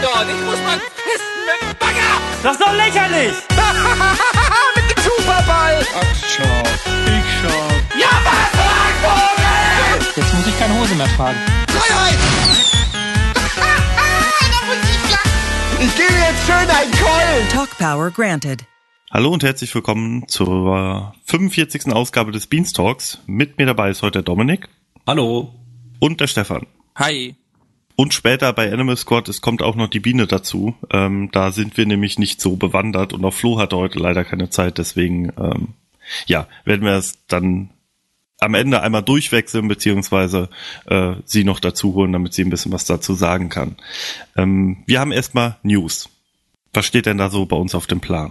dort. Ich muss mal pissen mit dem Bagger. Das ist doch lächerlich. Mit dem Superball. Ach, schau. Ich schau. Ja, was, Vogel? Jetzt muss ich keine Hose mehr tragen. Freiheit. Ich gebe jetzt schön einen Keulen. Talk Power granted. Hallo und herzlich willkommen zur 45. Ausgabe des Beanstalks. Mit mir dabei ist heute der Dominik. Hallo. Und der Stefan. Hi. Und später bei Animal Squad, es kommt auch noch die Biene dazu. Da sind wir nämlich nicht so bewandert und auch Flo hatte heute leider keine Zeit. Deswegen, werden wir es dann am Ende einmal durchwechseln, beziehungsweise sie noch dazu holen, damit sie ein bisschen was dazu sagen kann. Wir haben erstmal News. Was steht denn da so bei uns auf dem Plan?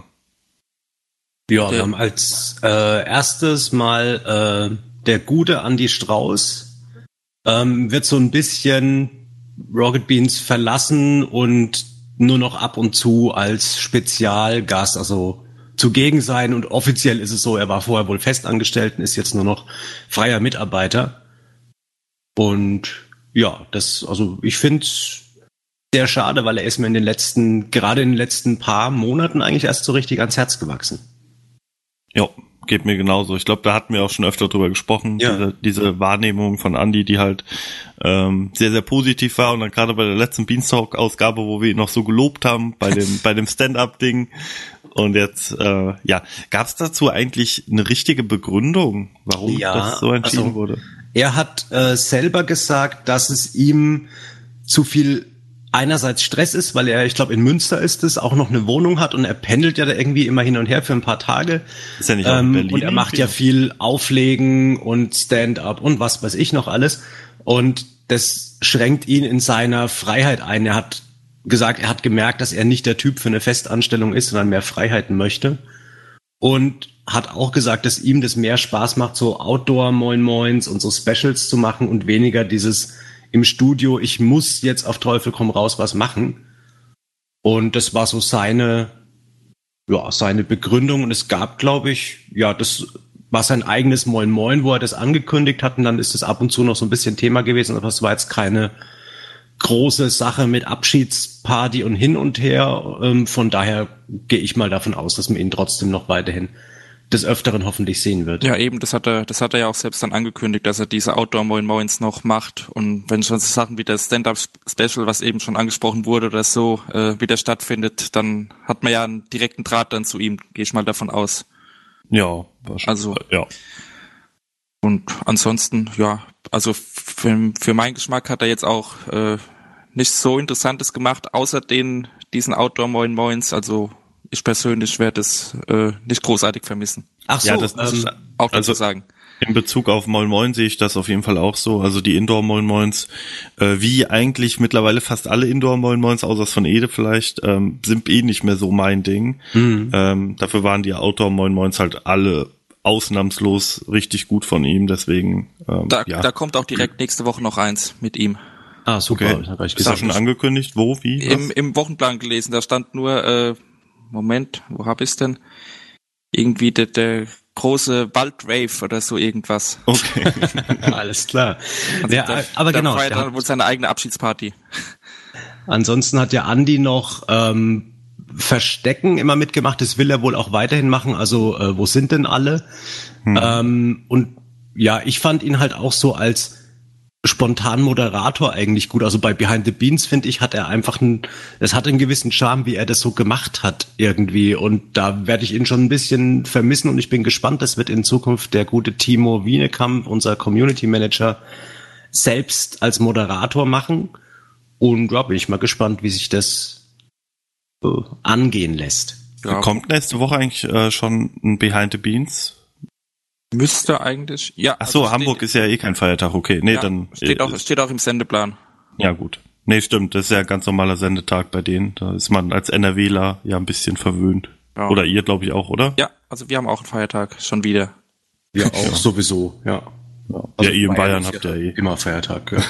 Ja, wir haben als erstes mal der gute Andy Strauß wird so ein bisschen Rocket Beans verlassen und nur noch ab und zu als Spezialgast, also zugegen sein. Und offiziell ist es so, er war vorher wohl festangestellt und ist jetzt nur noch freier Mitarbeiter. Und ja, ich finde es sehr schade, weil er ist mir gerade in den letzten paar Monaten eigentlich erst so richtig ans Herz gewachsen. Ja, geht mir genauso. Ich glaube, da hatten wir auch schon öfter drüber gesprochen, ja. Diese Wahrnehmung von Andy, die halt sehr, sehr positiv war. Und dann gerade bei der letzten Beanstalk-Ausgabe, wo wir ihn noch so gelobt haben, bei dem Stand-Up-Ding. Und jetzt, gab es dazu eigentlich eine richtige Begründung, warum das so entschieden wurde? Er hat selber gesagt, dass es ihm zu viel einerseits Stress ist, weil er, ich glaube, in Münster ist es, auch noch eine Wohnung hat und er pendelt ja da irgendwie immer hin und her für ein paar Tage. Ist ja nicht auch in Berlin. Und er macht ja viel Auflegen und Stand-up und was weiß ich noch alles. Und das schränkt ihn in seiner Freiheit ein. Er hat gesagt, er hat gemerkt, dass er nicht der Typ für eine Festanstellung ist, sondern mehr Freiheiten möchte. Und hat auch gesagt, dass ihm das mehr Spaß macht, so Outdoor-Moin-Moins und so Specials zu machen und weniger dieses im Studio, ich muss jetzt auf Teufel komm raus was machen. Und das war so seine Begründung. Und es gab, glaube ich, das war sein eigenes Moin Moin, wo er das angekündigt hat. Und dann ist es ab und zu noch so ein bisschen Thema gewesen. Aber es war jetzt keine große Sache mit Abschiedsparty und hin und her. Von daher gehe ich mal davon aus, dass man ihn trotzdem noch weiterhin des Öfteren hoffentlich sehen wird. Ja, eben, das hat er ja auch selbst dann angekündigt, dass er diese Outdoor-Moin-Moins noch macht. Und wenn schon so Sachen wie das Stand-Up-Special, was eben schon angesprochen wurde oder so, wieder stattfindet, dann hat man ja einen direkten Draht dann zu ihm, gehe ich mal davon aus. Ja, wahrscheinlich. Also, ja. Und ansonsten, für meinen Geschmack hat er jetzt auch nichts so Interessantes gemacht, außer diesen Outdoor-Moin-Moins, also ich persönlich werde es nicht großartig vermissen. Ach so, ja, das muss ich auch dazu sagen. In Bezug auf Moin Moin sehe ich das auf jeden Fall auch so. Also die Indoor Moin Moins, wie eigentlich mittlerweile fast alle Indoor Moin Moins, außer das von Ede vielleicht, sind nicht mehr so mein Ding. Mhm. Dafür waren die Outdoor Moin Moins halt alle ausnahmslos richtig gut von ihm. Deswegen, Da kommt auch direkt nächste Woche noch eins mit ihm. Ah, super. Okay. Ist das schon angekündigt? Wo? Wie? Im Wochenplan gelesen. Da stand nur Moment, wo hab ich's denn? Irgendwie der große Waldrave oder so irgendwas. Okay. Alles klar. Also ja, aber genau. Da war dann wohl seine eigene Abschiedsparty. Ansonsten hat ja Andi noch Verstecken immer mitgemacht. Das will er wohl auch weiterhin machen. Also wo sind denn alle? Und ja, ich fand ihn halt auch so als spontan Moderator eigentlich gut. Also bei Behind the Beans, finde ich, hat er einfach es hat einen gewissen Charme, wie er das so gemacht hat irgendwie. Und da werde ich ihn schon ein bisschen vermissen und ich bin gespannt, das wird in Zukunft der gute Timo Wienekamp, unser Community Manager, selbst als Moderator machen. Und ja, bin ich mal gespannt, wie sich das angehen lässt. Ja. Kommt nächste Woche eigentlich schon ein Behind the Beans? Müsste eigentlich, ja. Ach so, also Hamburg ist ja eh kein Feiertag, okay. Nee, ja, dann. Steht auch im Sendeplan. Ja, gut. Nee, stimmt, das ist ja ein ganz normaler Sendetag bei denen. Da ist man als NRWler ja ein bisschen verwöhnt. Ja. Oder ihr, glaube ich, auch, oder? Ja, also wir haben auch einen Feiertag, schon wieder. Ja, auch sowieso, ja. Also ihr in Bayern habt ja eh. Immer Feiertag, ja.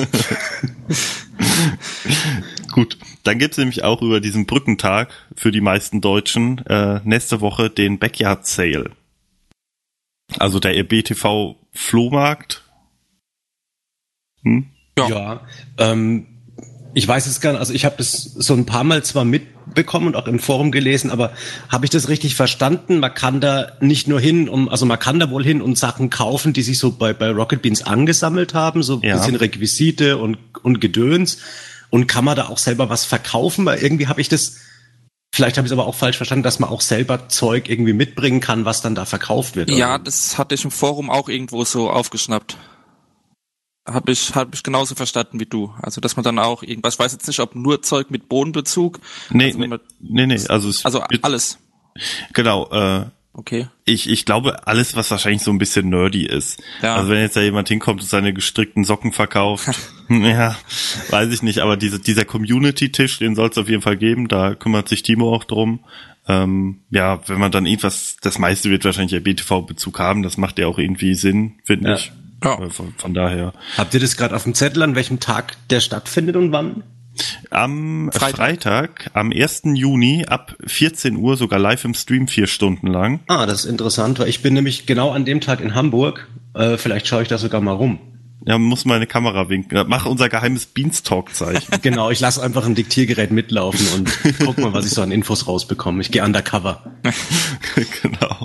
Gut, dann gibt's nämlich auch über diesen Brückentag für die meisten Deutschen nächste Woche den Backyard Sale. Also der BTV Flohmarkt. Ja, ich weiß es gar nicht, also ich habe das so ein paar Mal zwar mitbekommen und auch im Forum gelesen, aber habe ich das richtig verstanden? Man kann da nicht nur man kann da wohl hin und Sachen kaufen, die sich so bei Rocket Beans angesammelt haben, so ein bisschen Requisite und Gedöns. Und kann man da auch selber was verkaufen? Weil irgendwie vielleicht habe ich es aber auch falsch verstanden, dass man auch selber Zeug irgendwie mitbringen kann, was dann da verkauft wird. Ja, oder? das hatte ich im Forum auch irgendwo so aufgeschnappt. Hab ich genauso verstanden wie du. Also, dass man dann auch irgendwas, ich weiß jetzt nicht, ob nur Zeug mit Bodenbezug. Nee, also also alles. Genau, Okay. Ich glaube, alles, was wahrscheinlich so ein bisschen nerdy ist. Ja. Also wenn jetzt da jemand hinkommt und seine gestrickten Socken verkauft, ja, weiß ich nicht, aber dieser Community-Tisch, den soll es auf jeden Fall geben, da kümmert sich Timo auch drum. Ja, wenn man dann irgendwas, das meiste wird wahrscheinlich ja BTV-Bezug haben, das macht ja auch irgendwie Sinn, finde ich. Ja. Von daher. Habt ihr das gerade auf dem Zettel, an welchem Tag der stattfindet und wann? Am Freitag, am 1. Juni ab 14 Uhr, sogar live im Stream 4 Stunden lang. Ah, das ist interessant, weil ich bin nämlich genau an dem Tag in Hamburg. Vielleicht schaue ich da sogar mal rum. Ja, muss meine Kamera winken. Mach unser geheimes Beanstalk-Zeichen. Genau, ich lasse einfach ein Diktiergerät mitlaufen und guck mal, was ich so an Infos rausbekomme. Ich gehe undercover. Genau.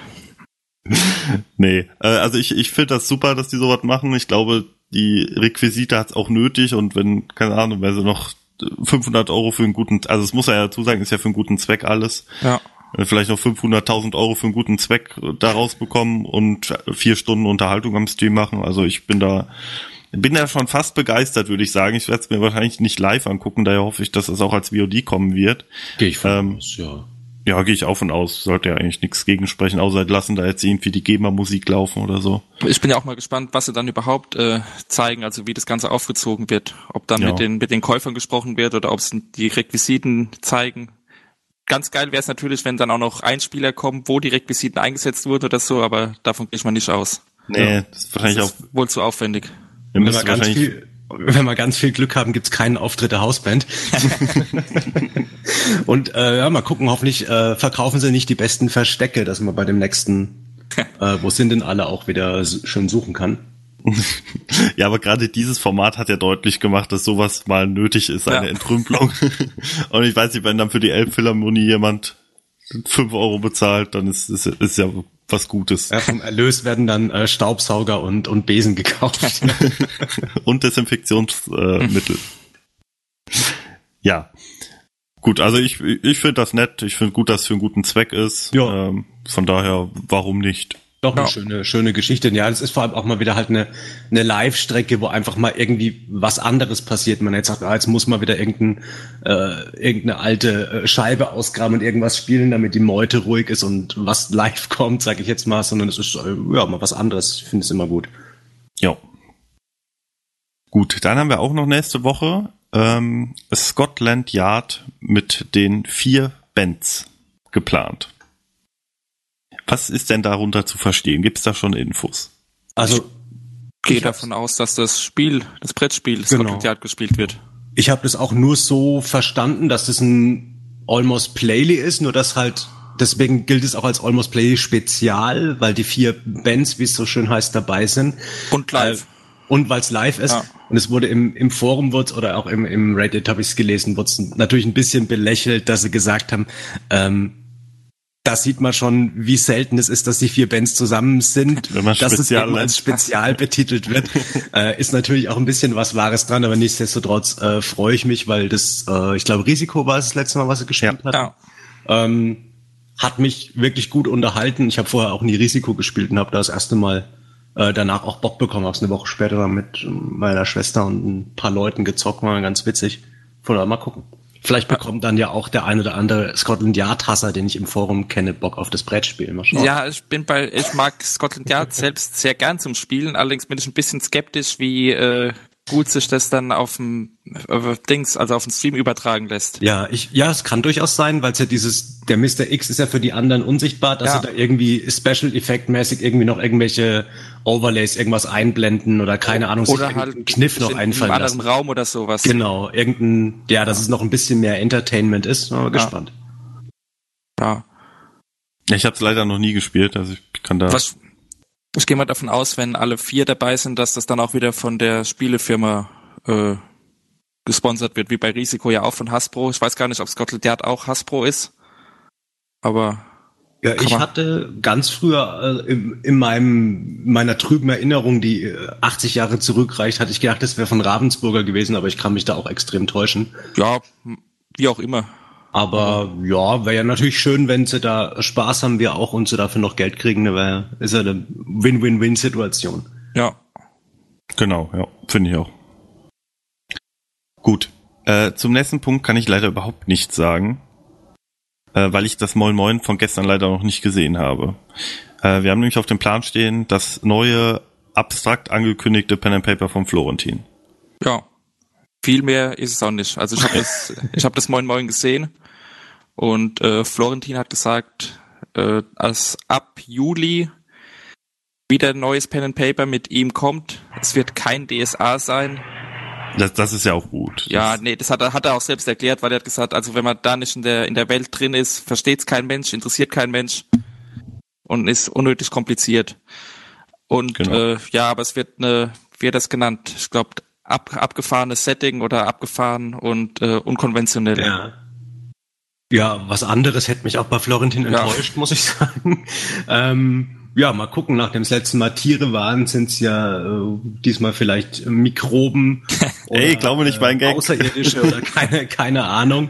Nee, also ich finde das super, dass die sowas machen. Ich glaube, die Requisite hat's auch nötig und wenn, keine Ahnung, wenn sie noch 500 Euro für einen guten, also es muss er ja dazu sagen, ist ja für einen guten Zweck alles. Ja. Vielleicht noch 500.000 Euro für einen guten Zweck daraus bekommen und 4 Stunden Unterhaltung am Stream machen. Also ich bin da schon fast begeistert, würde ich sagen. Ich werde es mir wahrscheinlich nicht live angucken, daher hoffe ich, dass es auch als VOD kommen wird. Gehe ich von aus, ja. Ja, gehe ich auch von aus. Sollte ja eigentlich nichts gegensprechen, außer lassen da jetzt irgendwie die GEMA-Musik laufen oder so. Ich bin ja auch mal gespannt, was sie dann überhaupt zeigen, also wie das Ganze aufgezogen wird. Ob dann mit den Käufern gesprochen wird oder ob es die Requisiten zeigen. Ganz geil wäre es natürlich, wenn dann auch noch Einspieler kommen, wo die Requisiten eingesetzt wurden oder so, aber davon gehe ich mal nicht aus. Nee, das ist wahrscheinlich auch wohl zu aufwendig. Wenn wir ganz viel Glück haben, gibt's keinen Auftritt der Hausband. Und mal gucken, hoffentlich verkaufen sie nicht die besten Verstecke, dass man bei dem nächsten wo sind denn alle auch wieder schön suchen kann. Ja, aber gerade dieses Format hat ja deutlich gemacht, dass sowas mal nötig ist, eine Entrümpelung. Und ich weiß nicht, wenn dann für die Elbphilharmonie jemand 5 Euro bezahlt, dann ist ja was Gutes. Ja, vom Erlös werden dann Staubsauger und Besen gekauft. Und Desinfektionsmittel. Ja. Gut, also ich finde das nett. Ich finde gut, dass es für einen guten Zweck ist. Ja. Von daher, warum nicht? Doch eine schöne Geschichte. Ja, das ist vor allem auch mal wieder halt eine Live-Strecke, wo einfach mal irgendwie was anderes passiert. Man jetzt sagt, jetzt muss mal wieder irgendeine alte Scheibe ausgraben und irgendwas spielen, damit die Meute ruhig ist und was live kommt, sage ich jetzt mal, sondern es ist mal was anderes. Ich finde es immer gut. Ja. Gut, dann haben wir auch noch nächste Woche Scotland Yard mit den 4 Bands geplant. Was ist denn darunter zu verstehen? Gibt es da schon Infos? Also ich gehe davon aus, dass das Brettspiel Scotland Yard gespielt wird. Ich habe das auch nur so verstanden, dass das ein Almost Playly ist, nur dass halt, deswegen gilt es auch als Almost Playly Spezial, weil die 4 Bands, wie es so schön heißt, dabei sind. Und live. Und weil es live ist. Ja. Und es wurde im Forum oder auch im Reddit habe ich es gelesen, wurde es natürlich ein bisschen belächelt, dass sie gesagt haben, da sieht man schon, wie selten es ist, dass die 4 Bands zusammen sind, dass es eben als Spezial betitelt wird. Ist natürlich auch ein bisschen was Wahres dran, aber nichtsdestotrotz freue ich mich, weil das, ich glaube, Risiko war es das letzte Mal, was sie gespielt hat. Ja. Hat mich wirklich gut unterhalten. Ich habe vorher auch nie Risiko gespielt und habe da das erste Mal danach auch Bock bekommen. Habe es eine Woche später dann mit meiner Schwester und ein paar Leuten gezockt, war ganz witzig. Von daher mal gucken. Vielleicht bekommt dann ja auch der ein oder andere Scotland Yard-Hasser, den ich im Forum kenne, Bock auf das Brettspiel. Mal schauen. Ja, ich mag Scotland Yard selbst sehr gern zum Spielen. Allerdings bin ich ein bisschen skeptisch, wie gut sich das dann auf dem Stream übertragen lässt. Ja, es kann durchaus sein, weil es ja der Mr. X ist ja für die anderen unsichtbar, dass sie da irgendwie Special Effect mäßig irgendwie noch irgendwelche Overlays, irgendwas einblenden oder keine Ahnung, oder sich halt einen Kniff noch einfallen lassen. In einem anderen Raum oder sowas. Genau, dass es noch ein bisschen mehr Entertainment ist. Bin gespannt. Ja. Ich habe es leider noch nie gespielt, also ich kann da... Ich gehe mal davon aus, wenn alle 4 dabei sind, dass das dann auch wieder von der Spielefirma gesponsert wird, wie bei Risiko ja auch von Hasbro. Ich weiß gar nicht, ob Scotland Yard auch Hasbro ist, aber ja, ich hatte ganz früher in meiner trüben Erinnerung, die 80 Jahre zurückreicht, hatte ich gedacht, das wäre von Ravensburger gewesen, aber ich kann mich da auch extrem täuschen. ja, wie auch immer. Aber ja, wäre ja natürlich schön, wenn sie da Spaß haben, wir auch, und sie dafür noch Geld kriegen, ist ja eine Win-Win-Win-Situation. Ja. Genau, ja, finde ich auch. Gut, zum nächsten Punkt kann ich leider überhaupt nichts sagen, weil ich das Moin Moin von gestern leider noch nicht gesehen habe. Wir haben nämlich auf dem Plan stehen das neue, abstrakt angekündigte Pen and Paper von Florentin. Ja. Viel mehr ist es auch nicht. Also ich habe das Moin Moin gesehen und Florentin hat gesagt, als ab Juli wieder ein neues Pen and Paper mit ihm kommt. Es wird kein DSA sein. Das ist ja auch gut. Ja, nee, das hat er auch selbst erklärt, weil er hat gesagt, also wenn man da nicht in der Welt drin ist, versteht's kein Mensch, interessiert kein Mensch und ist unnötig kompliziert. Und genau. ja, aber es wird wie er das genannt, ich glaube, abgefahrenes Setting oder abgefahren und unkonventionell. Ja. Ja, was anderes hätte mich auch bei Florentin enttäuscht, muss ich sagen. Ja, mal gucken, nachdem es letzte Mal Tiere waren, sind es ja diesmal vielleicht Mikroben oder Ey, glaube nicht mein Gag. Außerirdische oder keine Ahnung.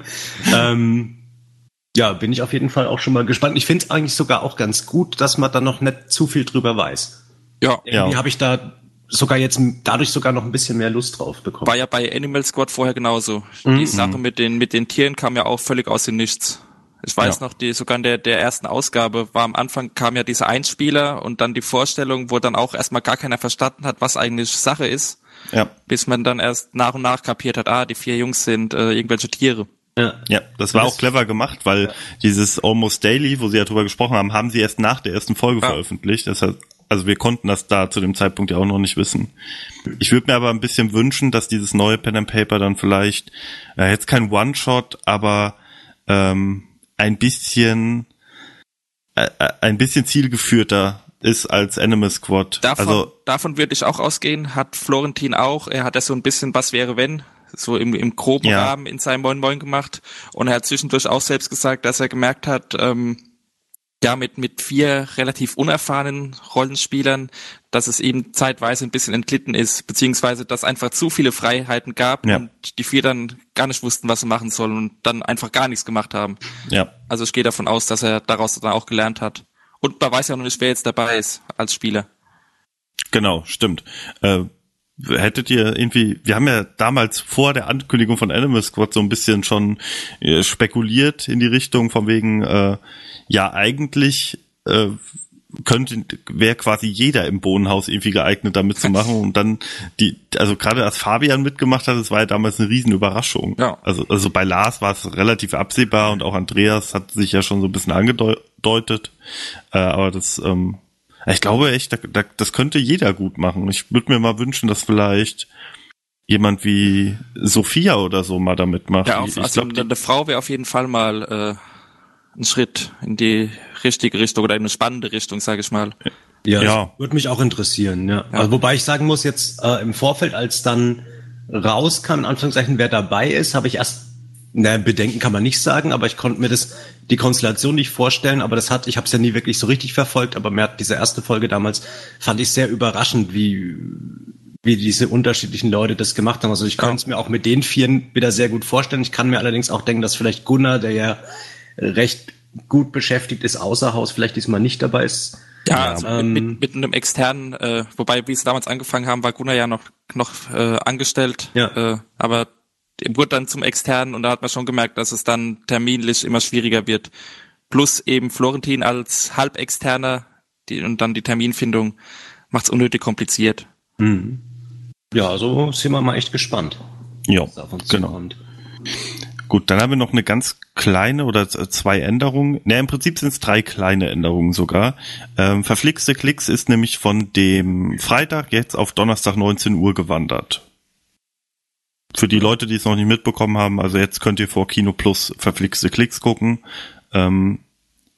Ja, bin ich auf jeden Fall auch schon mal gespannt. Ich finde es eigentlich sogar auch ganz gut, dass man da noch nicht zu viel drüber weiß. Ja. Irgendwie habe ich da sogar jetzt dadurch sogar noch ein bisschen mehr Lust drauf bekommen. War ja bei Animal Squad vorher genauso. Die Sache mit den Tieren kam ja auch völlig aus dem Nichts. Ich weiß noch, sogar in der ersten Ausgabe war am Anfang kam ja dieser Einspieler und dann die Vorstellung, wo dann auch erstmal gar keiner verstanden hat, was eigentlich Sache ist. Ja. Bis man dann erst nach und nach kapiert hat, die 4 Jungs sind irgendwelche Tiere. Ja, das war auch clever gemacht, weil dieses Almost Daily, wo sie ja drüber gesprochen haben sie erst nach der ersten Folge veröffentlicht. Das heißt, also wir konnten das da zu dem Zeitpunkt ja auch noch nicht wissen. Ich würde mir aber ein bisschen wünschen, dass dieses neue Pen and Paper dann vielleicht, jetzt kein One-Shot, aber ein bisschen zielgeführter ist als Animal Squad. Davon würde ich auch ausgehen, hat Florentin auch. Er hat das so ein bisschen was wäre wenn, so im groben Rahmen in seinem Moin Moin gemacht. Und er hat zwischendurch auch selbst gesagt, dass er gemerkt hat, mit 4 relativ unerfahrenen Rollenspielern, dass es ihm zeitweise ein bisschen entglitten ist, beziehungsweise dass einfach zu viele Freiheiten gab und die 4 dann gar nicht wussten, was sie machen sollen und dann einfach gar nichts gemacht haben. Ja. Also ich gehe davon aus, dass er daraus dann auch gelernt hat. Und man weiß ja noch nicht, wer jetzt dabei ist als Spieler. Genau, stimmt. Hättet ihr irgendwie, wir haben ja damals vor der Ankündigung von Animal Squad so ein bisschen schon spekuliert in die Richtung von wegen, eigentlich wäre quasi jeder im Bohnenhaus irgendwie geeignet, da mitzumachen. Und dann also gerade als Fabian mitgemacht hat, das war ja damals eine riesen Überraschung. Ja. Also bei Lars war es relativ absehbar und auch Andreas hat sich ja schon so ein bisschen angedeutet. Aber das, ich glaube echt, das könnte jeder gut machen. Ich würde mir mal wünschen, dass vielleicht jemand wie Sophia oder so mal da mitmacht. Ja, eine Frau wäre auf jeden Fall mal ein Schritt in die richtige Richtung oder in eine spannende Richtung, sage ich mal. Ja. Würde mich auch interessieren, ja. Also, wobei ich sagen muss, jetzt im Vorfeld, als dann rauskam, in Anführungszeichen, wer dabei ist, habe ich erst, Bedenken kann man nicht sagen, aber ich konnte mir die Konstellation nicht vorstellen, aber ich habe es ja nie wirklich so richtig verfolgt, aber mir hat diese erste Folge damals, fand ich sehr überraschend, wie diese unterschiedlichen Leute das gemacht haben. Also ich konnte es mir auch mit den 4 wieder sehr gut vorstellen. Ich kann mir allerdings auch denken, dass vielleicht Gunnar, der ja recht gut beschäftigt ist, außer Haus, vielleicht diesmal nicht dabei ist. Ja, also mit einem externen, wobei, wie es damals angefangen haben, war Gunnar ja noch angestellt, aber er wurde dann zum externen und da hat man schon gemerkt, dass es dann terminlich immer schwieriger wird. Plus eben Florentin als Halbexterner und dann die Terminfindung macht's unnötig kompliziert. Mhm. Ja, so sind wir mal echt gespannt. Ja, genau. Gut, dann haben wir noch eine ganz kleine oder 2 Änderungen. Im Prinzip sind es 3 kleine Änderungen sogar. Verflixte Klicks ist nämlich von dem Freitag jetzt auf Donnerstag 19 Uhr gewandert. Für die Leute, die es noch nicht mitbekommen haben, also jetzt könnt ihr vor Kino Plus verflixte Klicks gucken. In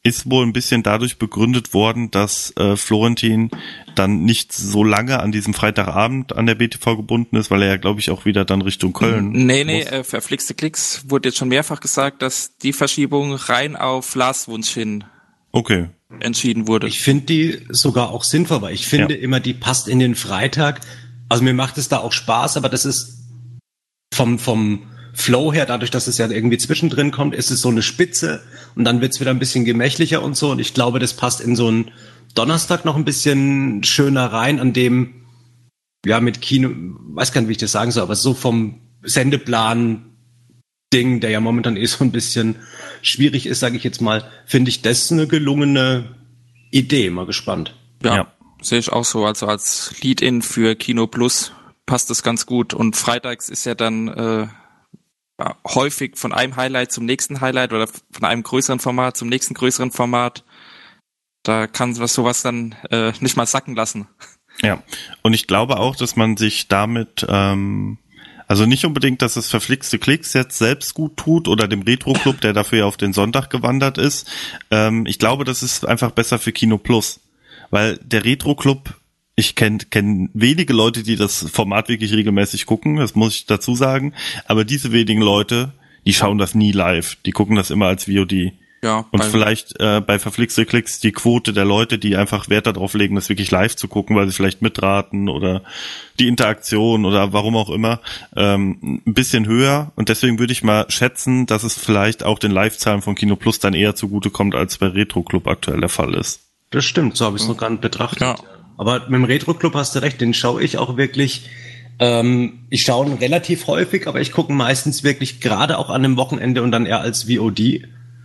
ist wohl ein bisschen dadurch begründet worden, dass Florentin dann nicht so lange an diesem Freitagabend an der BTV gebunden ist, weil er ja, glaube ich, auch wieder dann Richtung Köln muss. Verflixte Klicks wurde jetzt schon mehrfach gesagt, dass die Verschiebung rein auf Lars Wunsch hin entschieden wurde. Ich finde die sogar auch sinnvoll, weil ich finde immer, die passt in den Freitag. Also mir macht es da auch Spaß, aber das ist vom Flow her, dadurch, dass es ja irgendwie zwischendrin kommt, ist es so eine Spitze und dann wird's wieder ein bisschen gemächlicher und so und ich glaube, das passt in so einen Donnerstag noch ein bisschen schöner rein, an dem, ja, mit Kino, weiß gar nicht, wie ich das sagen soll, aber so vom Sendeplan Ding, der ja momentan so ein bisschen schwierig ist, sage ich jetzt mal, finde ich das eine gelungene Idee. Mal gespannt. Ja, sehe ich auch so. Also als Lead-In für Kino Plus passt das ganz gut. Und freitags ist ja dann häufig von einem Highlight zum nächsten Highlight oder von einem größeren Format zum nächsten größeren Format. Da kann sowas dann nicht mal sacken lassen. Ja, und ich glaube auch, dass man sich damit also nicht unbedingt, dass es verflixte Klicks jetzt selbst gut tut oder dem Retro-Club, der dafür ja auf den Sonntag gewandert ist. Ich glaube, das ist einfach besser für Kino Plus. Weil der Retro-Club, ich kenn wenige Leute, die das Format wirklich regelmäßig gucken, das muss ich dazu sagen. Aber diese wenigen Leute, die schauen das nie live. Die gucken das immer als VOD. Ja, und vielleicht bei verflixte Klicks die Quote der Leute, die einfach Wert darauf legen, das wirklich live zu gucken, weil sie vielleicht mitraten oder die Interaktion oder warum auch immer, ein bisschen höher. Und deswegen würde ich mal schätzen, dass es vielleicht auch den Live-Zahlen von Kino Plus dann eher zugutekommt, als bei Retro Club aktuell der Fall ist. Das stimmt, so habe ich es noch gar nicht betrachtet. Ja. Aber mit dem Retro Club hast du recht, den schaue ich auch wirklich. Ich schaue ihn relativ häufig, aber ich gucke meistens wirklich gerade auch an einem Wochenende und dann eher als VOD.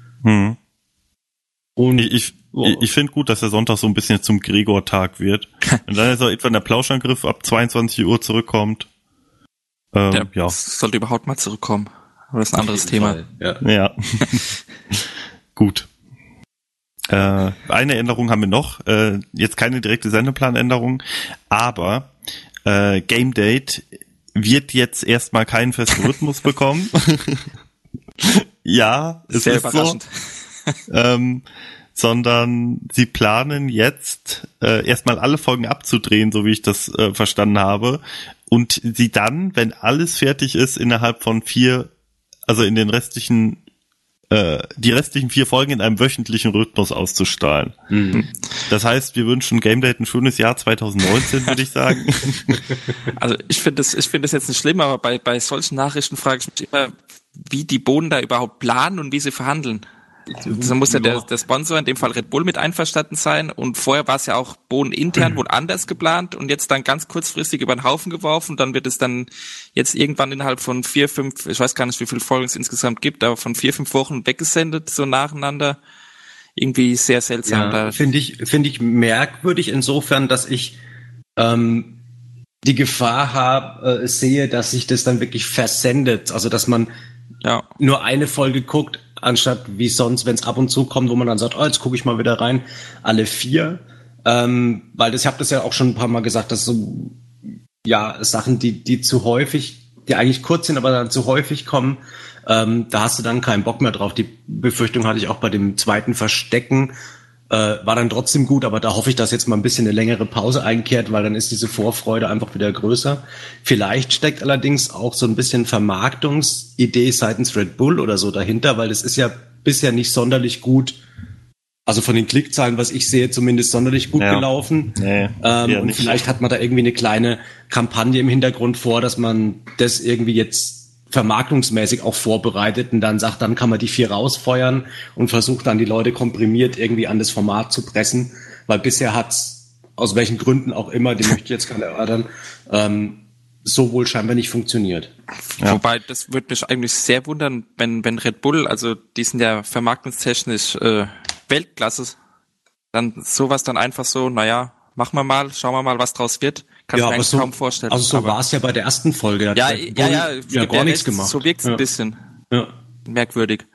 Und ich finde gut, dass der Sonntag so ein bisschen zum Gregor-Tag wird. Und dann ist auch etwa der Plauschangriff ab 22 Uhr zurückkommt. Der sollte überhaupt mal zurückkommen. Aber das ist ein anderes Thema. Ja. Gut. Eine Änderung haben wir noch. Jetzt keine direkte Sendeplanänderung, aber Game Date wird jetzt erstmal keinen festen Rhythmus bekommen. Ja, es sehr ist überraschend. So. Sondern sie planen jetzt erstmal alle Folgen abzudrehen, so wie ich das verstanden habe, und sie dann, wenn alles fertig ist, innerhalb von in den restlichen die restlichen 4 Folgen in einem wöchentlichen Rhythmus auszustrahlen. Mhm. Das heißt, wir wünschen Game Date ein schönes Jahr 2019, würde ich sagen. Also ich finde das jetzt nicht schlimm, aber bei solchen Nachrichten frage ich mich immer, wie die Bohnen da überhaupt planen und wie sie verhandeln. Da muss ja der Sponsor, in dem Fall Red Bull, mit einverstanden sein, und vorher war es ja auch Bohnen intern wohl anders geplant und jetzt dann ganz kurzfristig über den Haufen geworfen, dann wird es dann jetzt irgendwann innerhalb von 4, 5, ich weiß gar nicht, wie viele Folgen es insgesamt gibt, aber von 4, 5 Wochen weggesendet, so nacheinander. Irgendwie sehr seltsam. Ja, finde ich merkwürdig insofern, dass ich die Gefahr sehe, dass sich das dann wirklich versendet, also dass man nur eine Folge guckt, anstatt wie sonst, wenn es ab und zu kommt, wo man dann sagt, jetzt gucke ich mal wieder rein, alle 4. Weil ich habe das ja auch schon ein paar Mal gesagt, dass so Sachen, die zu häufig, die eigentlich kurz sind, aber dann zu häufig kommen, da hast du dann keinen Bock mehr drauf. Die Befürchtung hatte ich auch bei dem zweiten Verstecken. War dann trotzdem gut, aber da hoffe ich, dass jetzt mal ein bisschen eine längere Pause einkehrt, weil dann ist diese Vorfreude einfach wieder größer. Vielleicht steckt allerdings auch so ein bisschen Vermarktungsidee seitens Red Bull oder so dahinter, weil das ist ja bisher nicht sonderlich gut, also von den Klickzahlen, was ich sehe, zumindest sonderlich gut gelaufen. Nee, und nicht. Vielleicht hat man da irgendwie eine kleine Kampagne im Hintergrund vor, dass man das irgendwie jetzt vermarktungsmäßig auch vorbereitet und dann sagt, dann kann man die 4 rausfeuern und versucht dann die Leute komprimiert irgendwie an das Format zu pressen, weil bisher hat's, aus welchen Gründen auch immer, die möchte ich jetzt gar nicht erörtern, so wohl scheinbar nicht funktioniert. Ja. Wobei, das würde mich eigentlich sehr wundern, wenn Red Bull, also die sind ja vermarktungstechnisch Weltklasse, dann sowas dann einfach so, machen wir mal, schauen wir mal, was draus wird. Kann ich mir eigentlich kaum vorstellen. Also so war es ja bei der ersten Folge. Da hat gar nichts gemacht. So wirkt es ein bisschen merkwürdig.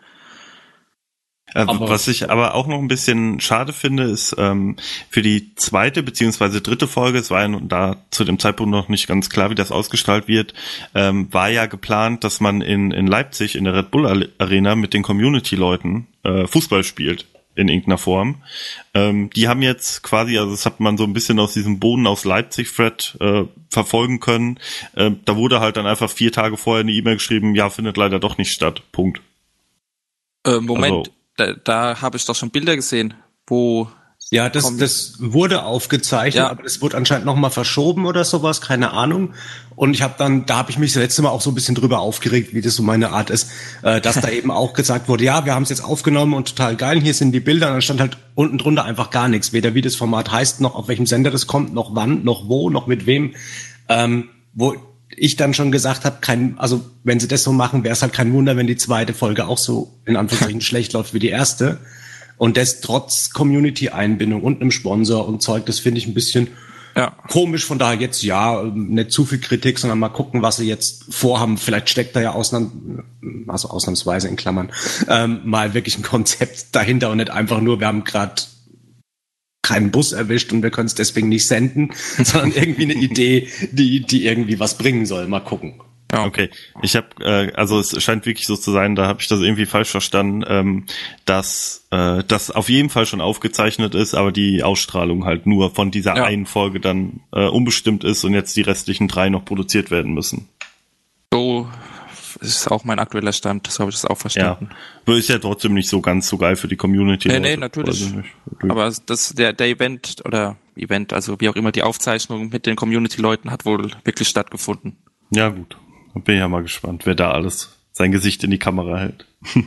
Was ich aber auch noch ein bisschen schade finde, ist für die 2. bzw. 3. Folge, es war ja da zu dem Zeitpunkt noch nicht ganz klar, wie das ausgestrahlt wird, war ja geplant, dass man in Leipzig in der Red Bull Arena mit den Community-Leuten Fußball spielt. in irgendeiner Form. Die haben jetzt quasi, also das hat man so ein bisschen aus diesem Bohnen aus Leipzig-Thread verfolgen können. Da wurde halt dann einfach 4 Tage vorher eine E-Mail geschrieben, ja, findet leider doch nicht statt. Punkt. Moment, also, da habe ich doch schon Bilder gesehen, wo... Ja, das wurde aufgezeichnet, ja. Aber das wurde anscheinend nochmal verschoben oder sowas, keine Ahnung. Und da habe ich mich das letzte Mal auch so ein bisschen drüber aufgeregt, wie das so meine Art ist, dass da eben auch gesagt wurde, ja, wir haben es jetzt aufgenommen und total geil, hier sind die Bilder. Und dann stand halt unten drunter einfach gar nichts, weder wie das Format heißt, noch auf welchem Sender das kommt, noch wann, noch wo, noch mit wem. Wo ich dann schon gesagt habe, also wenn sie das so machen, wäre es halt kein Wunder, wenn die zweite Folge auch so in Anführungszeichen schlecht läuft wie die erste. Und das trotz Community-Einbindung und einem Sponsor und Zeug, das finde ich ein bisschen komisch. Von daher jetzt nicht zu viel Kritik, sondern mal gucken, was sie jetzt vorhaben. Vielleicht steckt da ja ausnahmsweise in Klammern mal wirklich ein Konzept dahinter und nicht einfach nur, wir haben gerade keinen Bus erwischt und wir können es deswegen nicht senden, sondern irgendwie eine Idee, die irgendwie was bringen soll. Mal gucken. Ja. Okay, ich habe, also es scheint wirklich so zu sein, da habe ich das irgendwie falsch verstanden, dass das auf jeden Fall schon aufgezeichnet ist, aber die Ausstrahlung halt nur von dieser einen Folge dann unbestimmt ist und jetzt die restlichen 3 noch produziert werden müssen. So ist auch mein aktueller Stand, das habe ich das auch verstanden. Ja, ist ja trotzdem nicht so ganz so geil für die Community. Nee, natürlich. Aber der Event, also wie auch immer, die Aufzeichnung mit den Community-Leuten hat wohl wirklich stattgefunden. Ja, gut. Bin ja mal gespannt, wer da alles sein Gesicht in die Kamera hält.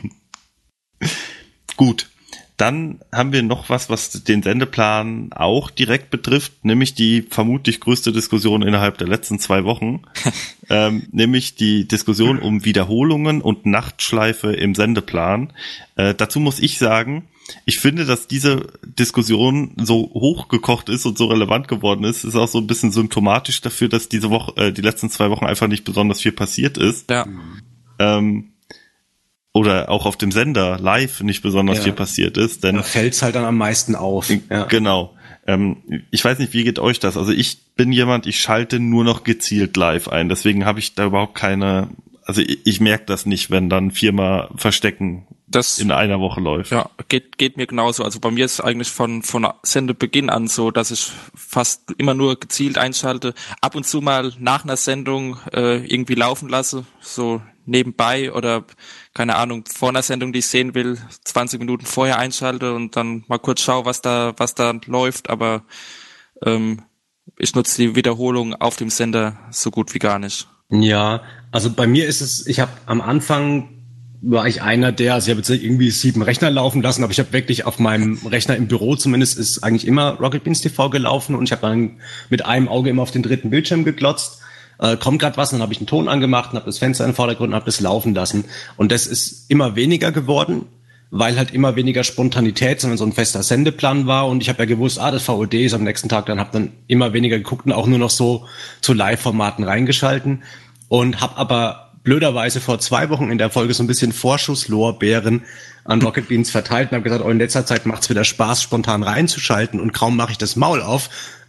Gut, dann haben wir noch was den Sendeplan auch direkt betrifft, nämlich die vermutlich größte Diskussion innerhalb der letzten 2 Wochen, nämlich die Diskussion um Wiederholungen und Nachtschleife im Sendeplan. Dazu muss ich sagen, ich finde, dass diese Diskussion so hochgekocht ist und so relevant geworden ist auch so ein bisschen symptomatisch dafür, dass diese Woche, die letzten 2 Wochen einfach nicht besonders viel passiert ist. Ja. Oder auch auf dem Sender live nicht besonders viel passiert ist. Denn da fällt's halt dann am meisten auf. Ja. Genau. Ich weiß nicht, wie geht euch das? Also ich bin jemand, ich schalte nur noch gezielt live ein. Deswegen habe ich da überhaupt keine... Also ich merke das nicht, wenn dann 4-mal Verstecken das in einer Woche läuft. Ja, geht mir genauso. Also bei mir ist es eigentlich von Sendebeginn an so, dass ich fast immer nur gezielt einschalte, ab und zu mal nach einer Sendung irgendwie laufen lasse, so nebenbei oder keine Ahnung, vor einer Sendung, die ich sehen will, 20 Minuten vorher einschalte und dann mal kurz schaue, was da läuft, aber ich nutze die Wiederholung auf dem Sender so gut wie gar nicht. Ja, also bei mir ist es, ich habe am Anfang war ich einer der, also ich habe jetzt irgendwie 7 Rechner laufen lassen, aber ich habe wirklich auf meinem Rechner im Büro zumindest ist eigentlich immer Rocket Beans TV gelaufen und ich habe dann mit einem Auge immer auf den 3. Bildschirm geglotzt. Kommt gerade was, dann habe ich einen Ton angemacht und habe das Fenster im Vordergrund und habe das laufen lassen. Und das ist immer weniger geworden, weil halt immer weniger Spontanität, sondern so ein fester Sendeplan war. Und ich habe ja gewusst, das VOD ist am nächsten Tag, dann habe dann immer weniger geguckt und auch nur noch so zu Live-Formaten reingeschalten. Und habe aber blöderweise vor 2 Wochen in der Folge so ein bisschen Vorschusslorbeeren an Rocket Beans verteilt und habe gesagt, in letzter Zeit macht's wieder Spaß, spontan reinzuschalten und kaum mache ich das Maul auf,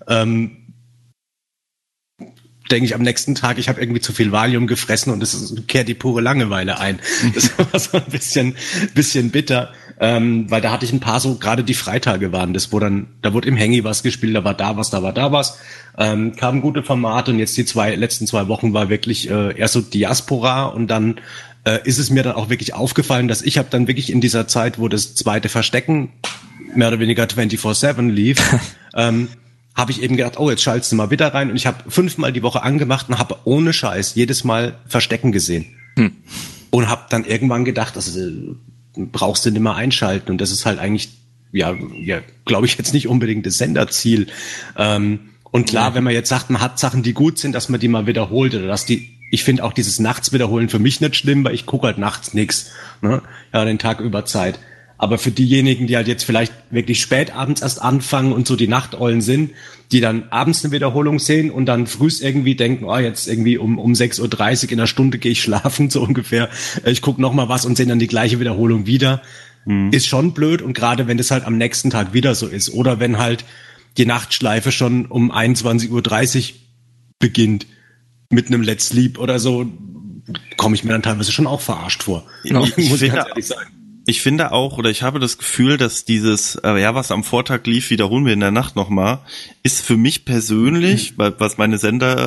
denke ich am nächsten Tag, ich habe irgendwie zu viel Valium gefressen und es kehrt die pure Langeweile ein. Das war so ein bisschen bitter, weil da hatte ich ein paar so, gerade die Freitage waren das, da wurde im Hangy was gespielt, da war da was, kamen gute Formate und jetzt die letzten 2 Wochen war wirklich eher so Diaspora und dann ist es mir dann auch wirklich aufgefallen, dass ich habe dann wirklich in dieser Zeit, wo das zweite Verstecken mehr oder weniger 24/7 lief, habe ich eben gedacht, jetzt schaltest du mal wieder rein und ich habe 5-mal die Woche angemacht und habe ohne Scheiß jedes Mal Verstecken gesehen. Und habe dann irgendwann gedacht, das brauchst du nicht mehr einschalten und das ist halt eigentlich, glaube ich jetzt nicht unbedingt das Senderziel. Und klar, wenn man jetzt sagt, man hat Sachen, die gut sind, dass man die mal wiederholt oder ich finde auch dieses Nachts-Wiederholen für mich nicht schlimm, weil ich gucke halt nachts nichts, ne? Ja, den Tag über Zeit. Aber für diejenigen, die halt jetzt vielleicht wirklich spät abends erst anfangen und so die Nachteulen sind, die dann abends eine Wiederholung sehen und dann frühs irgendwie denken, jetzt irgendwie um 6:30 Uhr in einer Stunde gehe ich schlafen, so ungefähr. Ich gucke noch mal was und sehen dann die gleiche Wiederholung wieder. Ist schon blöd und gerade wenn das halt am nächsten Tag wieder so ist oder wenn halt die Nachtschleife schon um 21:30 Uhr beginnt mit einem Let's Sleep oder so, komme ich mir dann teilweise schon auch verarscht vor. Muss ich ganz ehrlich sagen. Ich finde auch, oder ich habe das Gefühl, dass dieses, was am Vortag lief, wiederholen wir in der Nacht nochmal, ist für mich persönlich, was meine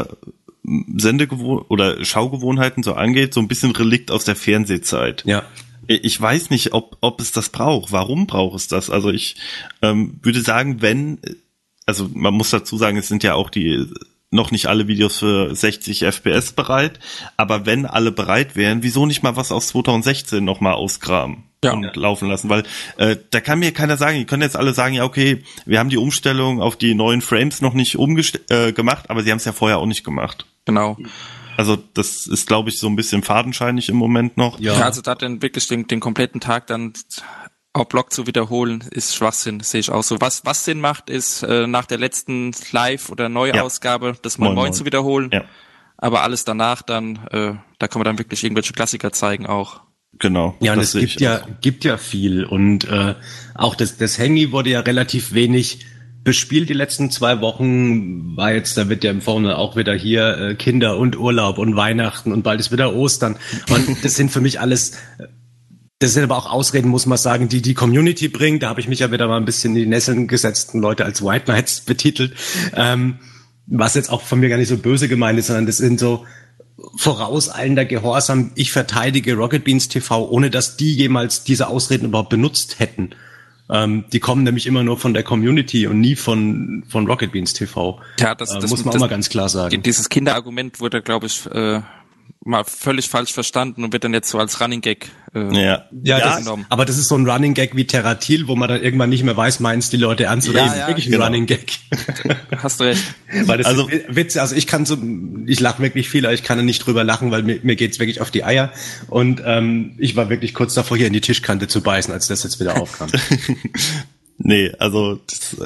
oder Schaugewohnheiten so angeht, so ein bisschen Relikt aus der Fernsehzeit. Ja. Ich weiß nicht, ob es das braucht. Warum braucht es das? Also ich würde sagen, also man muss dazu sagen, es sind ja auch noch nicht alle Videos für 60 FPS bereit, aber wenn alle bereit wären, wieso nicht mal was aus 2016 nochmal ausgraben und laufen lassen? Weil da kann mir keiner sagen, die können jetzt alle sagen, ja okay, wir haben die Umstellung auf die neuen Frames noch nicht gemacht, aber sie haben es ja vorher auch nicht gemacht. Genau. Also das ist, glaube ich, so ein bisschen fadenscheinig im Moment noch. Ja, also da dann wirklich den kompletten Tag dann auf Block zu wiederholen, ist Schwachsinn, sehe ich auch so. Was Sinn macht, ist nach der letzten Live- oder Neuausgabe das Moin Moin zu wiederholen. Ja. Aber alles danach dann, da kann man dann wirklich irgendwelche Klassiker zeigen auch. Genau. Ja, und es gibt ja viel. Und auch das Hangy wurde ja relativ wenig bespielt die letzten 2 Wochen. Da wird ja im Vorne auch wieder hier Kinder und Urlaub und Weihnachten und bald ist wieder Ostern. Und das sind für mich alles... Das sind aber auch Ausreden, muss man sagen, die Community bringt. Da habe ich mich ja wieder mal ein bisschen in die Nesseln gesetzt und Leute als White Knights betitelt. Was jetzt auch von mir gar nicht so böse gemeint ist, sondern das sind so vorauseilender Gehorsam. Ich verteidige Rocket Beans TV, ohne dass die jemals diese Ausreden überhaupt benutzt hätten. Die kommen nämlich immer nur von der Community und nie von Rocket Beans TV. Ja, das muss man auch mal ganz klar sagen. Dieses Kinderargument wurde, glaube ich, mal völlig falsch verstanden und wird dann jetzt so als Running Gag genommen. Aber das ist so ein Running Gag wie Terratil, wo man dann irgendwann nicht mehr weiß, meinst die Leute ernst oder ist es wirklich ein Running Gag? Hast du recht. Weil das ist Witze, also ich lache wirklich viel, aber ich kann da nicht drüber lachen, weil mir geht's wirklich auf die Eier und ich war wirklich kurz davor, hier in die Tischkante zu beißen, als das jetzt wieder aufkam. Nee, also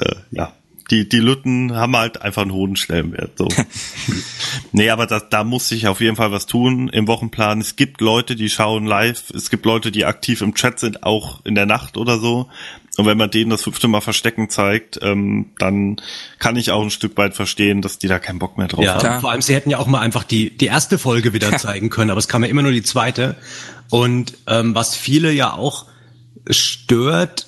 Die Lütten haben halt einfach einen hohen Stellenwert. So. Nee, aber da muss sich auf jeden Fall was tun im Wochenplan. Es gibt Leute, die schauen live. Es gibt Leute, die aktiv im Chat sind, auch in der Nacht oder so. Und wenn man denen das 5. Mal Verstecken zeigt, dann kann ich auch ein Stück weit verstehen, dass die da keinen Bock mehr drauf haben. Ja, vor allem, sie hätten ja auch mal einfach die erste Folge wieder zeigen können, aber es kam ja immer nur die zweite. Und was viele ja auch stört,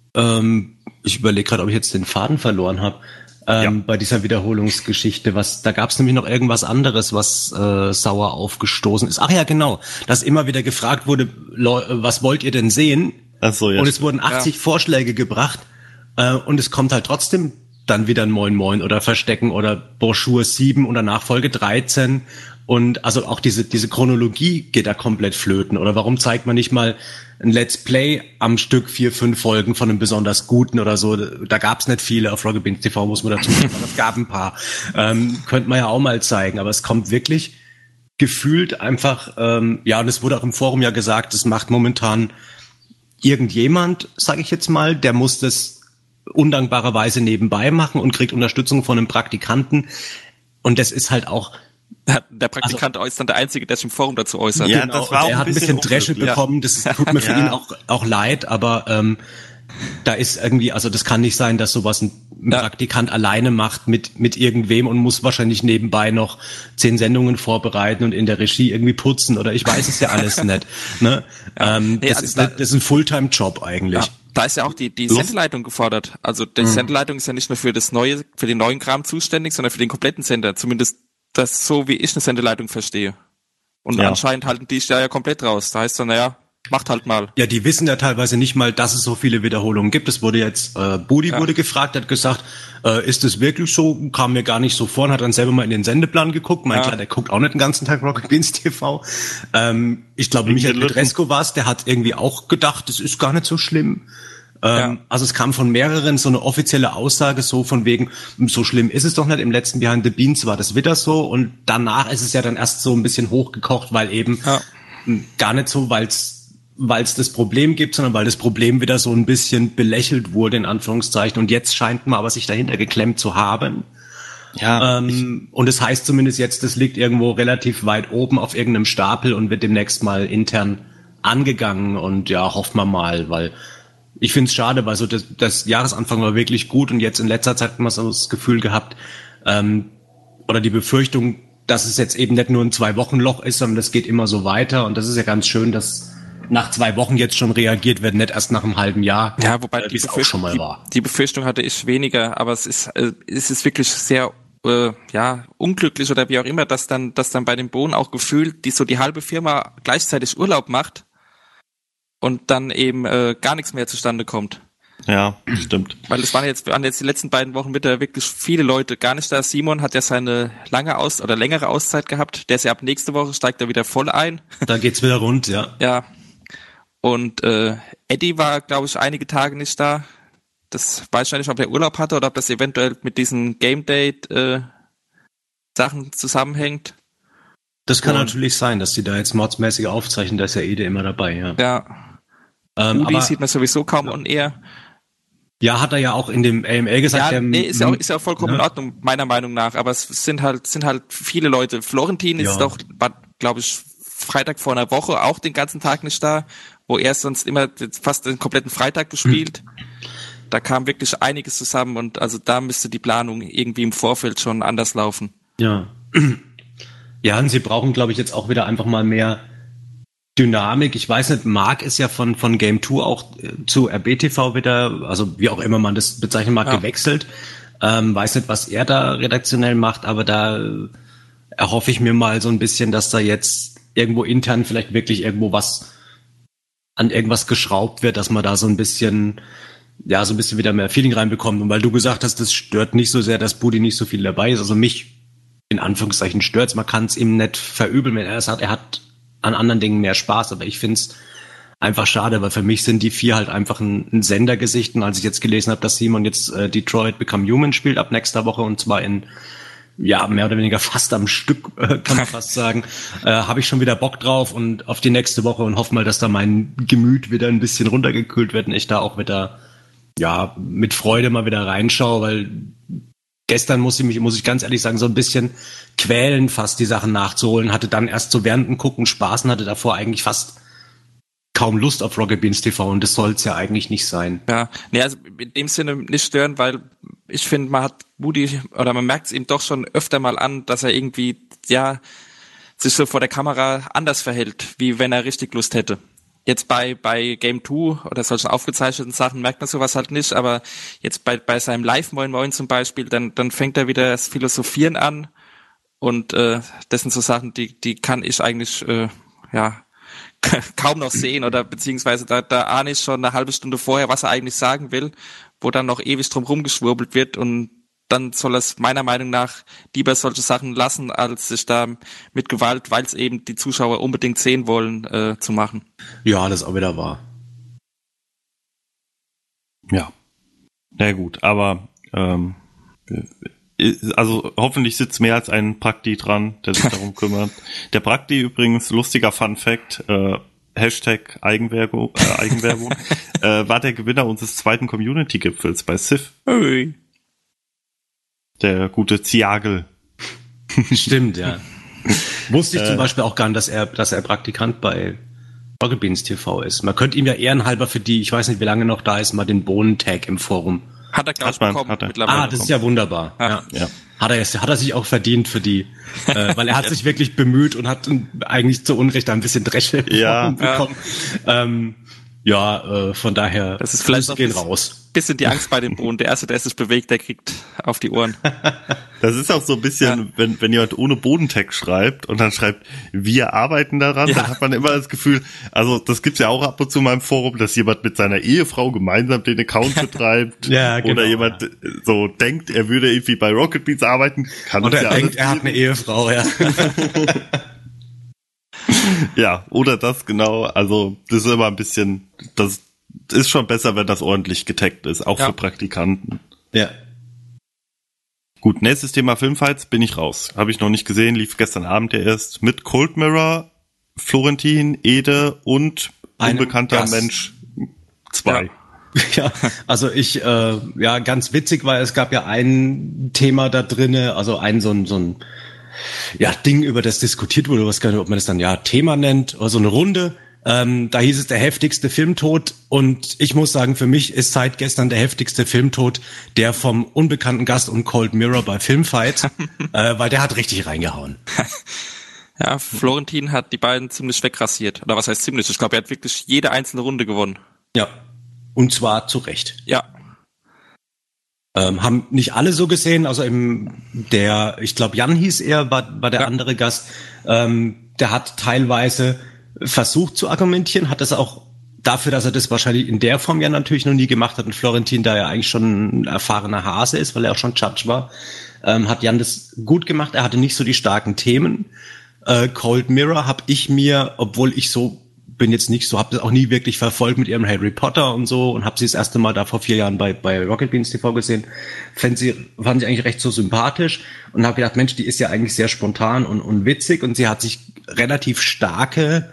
ich überlege gerade, ob ich jetzt den Faden verloren habe, bei dieser Wiederholungsgeschichte. Da gab es nämlich noch irgendwas anderes, was sauer aufgestoßen ist. Ach ja, genau, dass immer wieder gefragt wurde, was wollt ihr denn sehen? Ach so, ja. Und es wurden 80 Vorschläge gebracht und es kommt halt trotzdem dann wieder ein Moin Moin oder Verstecken oder Brochure 7 oder Nachfolge 13. Und also auch diese Chronologie geht da komplett flöten. Oder warum zeigt man nicht mal ein Let's Play am Stück 4, 5 Folgen von einem besonders guten oder so? Da gab's nicht viele auf Rocket Beans TV, muss man dazu sagen, aber es gab ein paar. Könnte man ja auch mal zeigen, aber es kommt wirklich gefühlt einfach, und es wurde auch im Forum ja gesagt, es macht momentan irgendjemand, sage ich jetzt mal, der muss das undankbarerweise nebenbei machen und kriegt Unterstützung von einem Praktikanten. Und das ist halt auch... Der Praktikant ist dann der Einzige, der sich im Forum dazu äußert. Ja, genau, das war auch er hat ein bisschen Dresche bekommen, das tut mir für ihn auch leid, aber da ist irgendwie, also das kann nicht sein, dass sowas ein Praktikant alleine macht mit irgendwem und muss wahrscheinlich nebenbei noch 10 Sendungen vorbereiten und in der Regie irgendwie putzen oder ich weiß es ja alles nicht. Ne? Das ist ein Fulltime-Job eigentlich. Ja. Da ist ja auch die Sendeleitung gefordert. Also die Sendeleitung ist ja nicht nur für den neuen Kram zuständig, sondern für den kompletten Sender. Zumindest das so, wie ich eine Sendeleitung verstehe. Und anscheinend halten die ja komplett raus. Da heißt dann, macht halt mal. Ja, die wissen ja teilweise nicht mal, dass es so viele Wiederholungen gibt. Es wurde jetzt, Budi wurde gefragt, hat gesagt, ist es wirklich so? Kam mir gar nicht so vor und hat dann selber mal in den Sendeplan geguckt. Klar, der guckt auch nicht den ganzen Tag Rocket Beans TV. Ich glaube, Michael Petresco war es, der hat irgendwie auch gedacht, das ist gar nicht so schlimm. Also es kam von mehreren so eine offizielle Aussage so von wegen, so schlimm ist es doch nicht, im letzten Behind the Beans war das wieder so und danach ist es ja dann erst so ein bisschen hochgekocht, weil eben gar nicht so, weil es das Problem gibt, sondern weil das Problem wieder so ein bisschen belächelt wurde, in Anführungszeichen, und jetzt scheint man aber sich dahinter geklemmt zu haben. Ja. Und es heißt zumindest jetzt, das liegt irgendwo relativ weit oben auf irgendeinem Stapel und wird demnächst mal intern angegangen und hoffen wir mal, weil ich finde es schade, weil so das Jahresanfang war wirklich gut und jetzt in letzter Zeit hat man so das Gefühl gehabt, oder die Befürchtung, dass es jetzt eben nicht nur ein 2-Wochen-Loch ist, sondern das geht immer so weiter und das ist ja ganz schön, dass nach 2 Wochen jetzt schon reagiert wird, nicht erst nach einem halben Jahr. Ja, wobei wie es auch schon mal war. Die Befürchtung hatte ich weniger, aber es ist wirklich sehr unglücklich oder wie auch immer, dass dann bei den Bohnen auch gefühlt die halbe Firma gleichzeitig Urlaub macht und dann eben gar nichts mehr zustande kommt. Ja, stimmt. Weil es waren jetzt die letzten beiden Wochen wieder wirklich viele Leute gar nicht da. Simon hat ja seine längere Auszeit gehabt. Der ist ja ab nächste Woche, steigt er wieder voll ein. Da geht's wieder rund, ja. Ja. Und Eddie war, glaube ich, einige Tage nicht da. Das weiß ich nicht, ob er Urlaub hatte oder ob das eventuell mit diesen Game Date Sachen zusammenhängt. Das kann natürlich sein, dass die da jetzt mordsmäßig aufzeichnen, da ist ja Ede immer dabei, ja. Ja. Udi sieht man sowieso kaum on air. Ja, hat er ja auch in dem AML gesagt. Ja, ist ja vollkommen in Ordnung, meiner Meinung nach. Aber es sind halt viele Leute. Florentin war, glaube ich, Freitag vor einer Woche auch den ganzen Tag nicht da, wo er sonst immer fast den kompletten Freitag gespielt. Da kam wirklich einiges zusammen und also da müsste die Planung irgendwie im Vorfeld schon anders laufen. Ja. Ja, und sie brauchen, glaube ich, jetzt auch wieder einfach mal mehr Dynamik. Ich weiß nicht, Marc ist ja von Game 2 auch zu RBTV wieder, also wie auch immer man das bezeichnen mag, gewechselt. Weiß nicht, was er da redaktionell macht, aber da erhoffe ich mir mal so ein bisschen, dass da jetzt irgendwo intern vielleicht wirklich irgendwo was an irgendwas geschraubt wird, dass man da so ein bisschen wieder mehr Feeling reinbekommt. Und weil du gesagt hast, das stört nicht so sehr, dass Budi nicht so viel dabei ist. Also mich, in Anführungszeichen, stört's. Man kann es ihm nicht verübeln, wenn er sagt, er hat an anderen Dingen mehr Spaß. Aber ich find's einfach schade, weil für mich sind die 4 halt einfach ein Sendergesicht. Und als ich jetzt gelesen habe, dass Simon jetzt Detroit Become Human spielt ab nächster Woche und zwar in mehr oder weniger fast am Stück, kann man fast sagen, habe ich schon wieder Bock drauf und auf die nächste Woche und hoffe mal, dass da mein Gemüt wieder ein bisschen runtergekühlt wird und ich da auch wieder mit Freude mal wieder reinschaue, weil gestern muss ich ganz ehrlich sagen, so ein bisschen quälen fast die Sachen nachzuholen, hatte dann erst so während dem Gucken Spaß und hatte davor eigentlich fast kaum Lust auf Rocket Beans TV und das soll es ja eigentlich nicht sein. Ja, also in dem Sinne nicht stören, weil ich finde, man merkt es ihm doch schon öfter mal an, dass er irgendwie, sich so vor der Kamera anders verhält, wie wenn er richtig Lust hätte. Jetzt bei Game 2 oder solchen aufgezeichneten Sachen merkt man sowas halt nicht, aber jetzt bei seinem Live Moin Moin zum Beispiel, dann fängt er wieder das Philosophieren an und das sind so Sachen, die kann ich eigentlich kaum noch sehen oder beziehungsweise da ahne ich schon eine halbe Stunde vorher, was er eigentlich sagen will, wo dann noch ewig drum rumgeschwurbelt wird und dann soll es meiner Meinung nach lieber solche Sachen lassen, als sich da mit Gewalt, weil es eben die Zuschauer unbedingt sehen wollen, zu machen. Ja, das ist auch wieder wahr. Ja. Na gut, aber also hoffentlich sitzt mehr als ein Prakti dran, der sich darum kümmert. Der Prakti übrigens, lustiger Fun Fact, Hashtag Eigenwerbung, war der Gewinner unseres 2. Community-Gipfels bei Civ. Hey. Der gute Ziagel. Stimmt, ja. Wusste ich zum Beispiel auch gar nicht, dass er Praktikant bei Rocket Beans TV ist. Man könnte ihm ja ehrenhalber für die, ich weiß nicht, wie lange noch da ist, mal den Bohnen-Tag im Forum. Hat er, glaube ich, bekommen. Mittlerweile das ist ja wunderbar. Ja. Hat er sich auch verdient für die, weil er hat sich wirklich bemüht und hat eigentlich zu Unrecht ein bisschen Dresche bekommen. Von daher, das ist vielleicht noch gehen raus. Bisschen die Angst bei dem Bohnen. Der Erste, der sich bewegt, der kriegt auf die Ohren. Das ist auch so ein bisschen, wenn jemand ohne Bodentag schreibt und dann schreibt, wir arbeiten daran, dann hat man immer das Gefühl, also das gibt's ja auch ab und zu mal im Forum, dass jemand mit seiner Ehefrau gemeinsam den Account betreibt genau, oder jemand so denkt, er würde irgendwie bei Rocket Beans arbeiten. Oder er denkt, er hat eine Ehefrau, ja. Ja, oder das genau, also das ist immer ein bisschen, das ist schon besser, wenn das ordentlich getaggt ist, auch für Praktikanten. Ja. Gut, nächstes Thema Filmfights, bin ich raus. Habe ich noch nicht gesehen, lief gestern Abend ja erst mit Cold Mirror, Florentin, Ede und unbekannter Mensch 2. Ja, also ganz witzig, weil es gab ja ein Thema da drinne, also so ein Ding, über das diskutiert wurde, was gar nicht, ob man das dann Thema nennt, oder so eine Runde. Da hieß es der heftigste Filmtod und ich muss sagen, für mich ist seit gestern der heftigste Filmtod der vom unbekannten Gast und Cold Mirror bei Filmfight, weil der hat richtig reingehauen. Ja, Florentin hat die beiden ziemlich wegrasiert. Oder was heißt ziemlich? Ich glaube, er hat wirklich jede einzelne Runde gewonnen. Ja, und zwar zu Recht. Ja. Haben nicht alle so gesehen, also ich glaube Jan hieß er, war der andere Gast, der hat teilweise versucht zu argumentieren, hat das auch dafür, dass er das wahrscheinlich in der Form ja natürlich noch nie gemacht hat und Florentin da ja eigentlich schon ein erfahrener Hase ist, weil er auch schon Judge war, hat Jan das gut gemacht, er hatte nicht so die starken Themen. Cold Mirror habe ich mir, obwohl ich so bin jetzt nicht so, habe das auch nie wirklich verfolgt mit ihrem Harry Potter und so und habe sie das erste Mal da vor 4 Jahren bei Rocket Beans TV gesehen. Fand sie eigentlich recht so sympathisch und habe gedacht, Mensch, die ist ja eigentlich sehr spontan und witzig und sie hat sich relativ starke,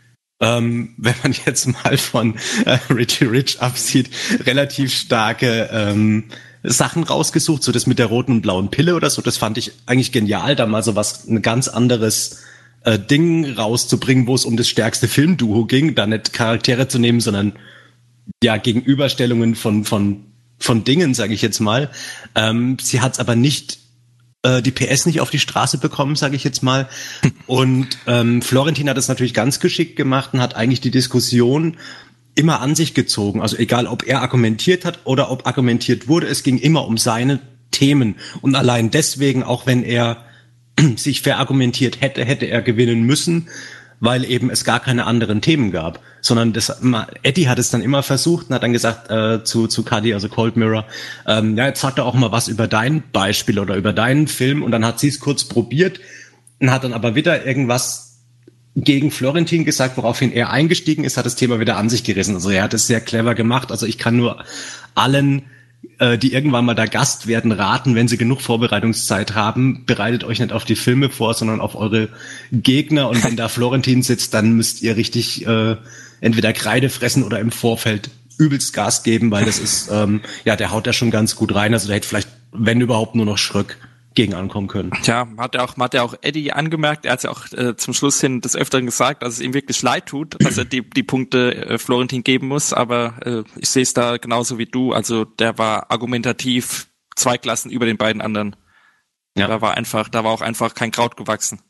wenn man jetzt mal von Richie Rich absieht, relativ starke Sachen rausgesucht, so das mit der roten und blauen Pille oder so, das fand ich eigentlich genial, da mal so was, ein ganz anderes Ding rauszubringen, wo es um das stärkste Filmduo ging, da nicht Charaktere zu nehmen, sondern ja Gegenüberstellungen von Dingen, sage ich jetzt mal. Sie hat es aber nicht die PS nicht auf die Straße bekommen, sage ich jetzt mal. Und Florentin hat es natürlich ganz geschickt gemacht und hat eigentlich die Diskussion immer an sich gezogen. Also egal, ob er argumentiert hat oder ob argumentiert wurde, es ging immer um seine Themen. Und allein deswegen, auch wenn er sich verargumentiert hätte er gewinnen müssen, weil eben es gar keine anderen Themen gab. Sondern Eddie hat es dann immer versucht und hat dann gesagt zu Cuddy, also Cold Mirror, ja, jetzt sag doch auch mal was über dein Beispiel oder über deinen Film. Und dann hat sie es kurz probiert und hat dann aber wieder irgendwas gegen Florentin gesagt, woraufhin er eingestiegen ist, hat das Thema wieder an sich gerissen. Also er hat es sehr clever gemacht. Also ich kann nur allen, die irgendwann mal da Gast werden, raten, wenn sie genug Vorbereitungszeit haben, bereitet euch nicht auf die Filme vor, sondern auf eure Gegner. Und wenn da Florentin sitzt, dann müsst ihr richtig entweder Kreide fressen oder im Vorfeld übelst Gas geben, weil das ist, der haut da schon ganz gut rein. Also da hätte vielleicht, wenn überhaupt, nur noch Schröck gegen ankommen können. Tja, hat er auch Eddie angemerkt, er hat ja auch zum Schluss hin des Öfteren gesagt, dass es ihm wirklich leid tut, dass er die Punkte Florentin geben muss, aber ich sehe es da genauso wie du, also der war argumentativ 2 Klassen über den beiden anderen. Ja. Da war auch einfach kein Kraut gewachsen.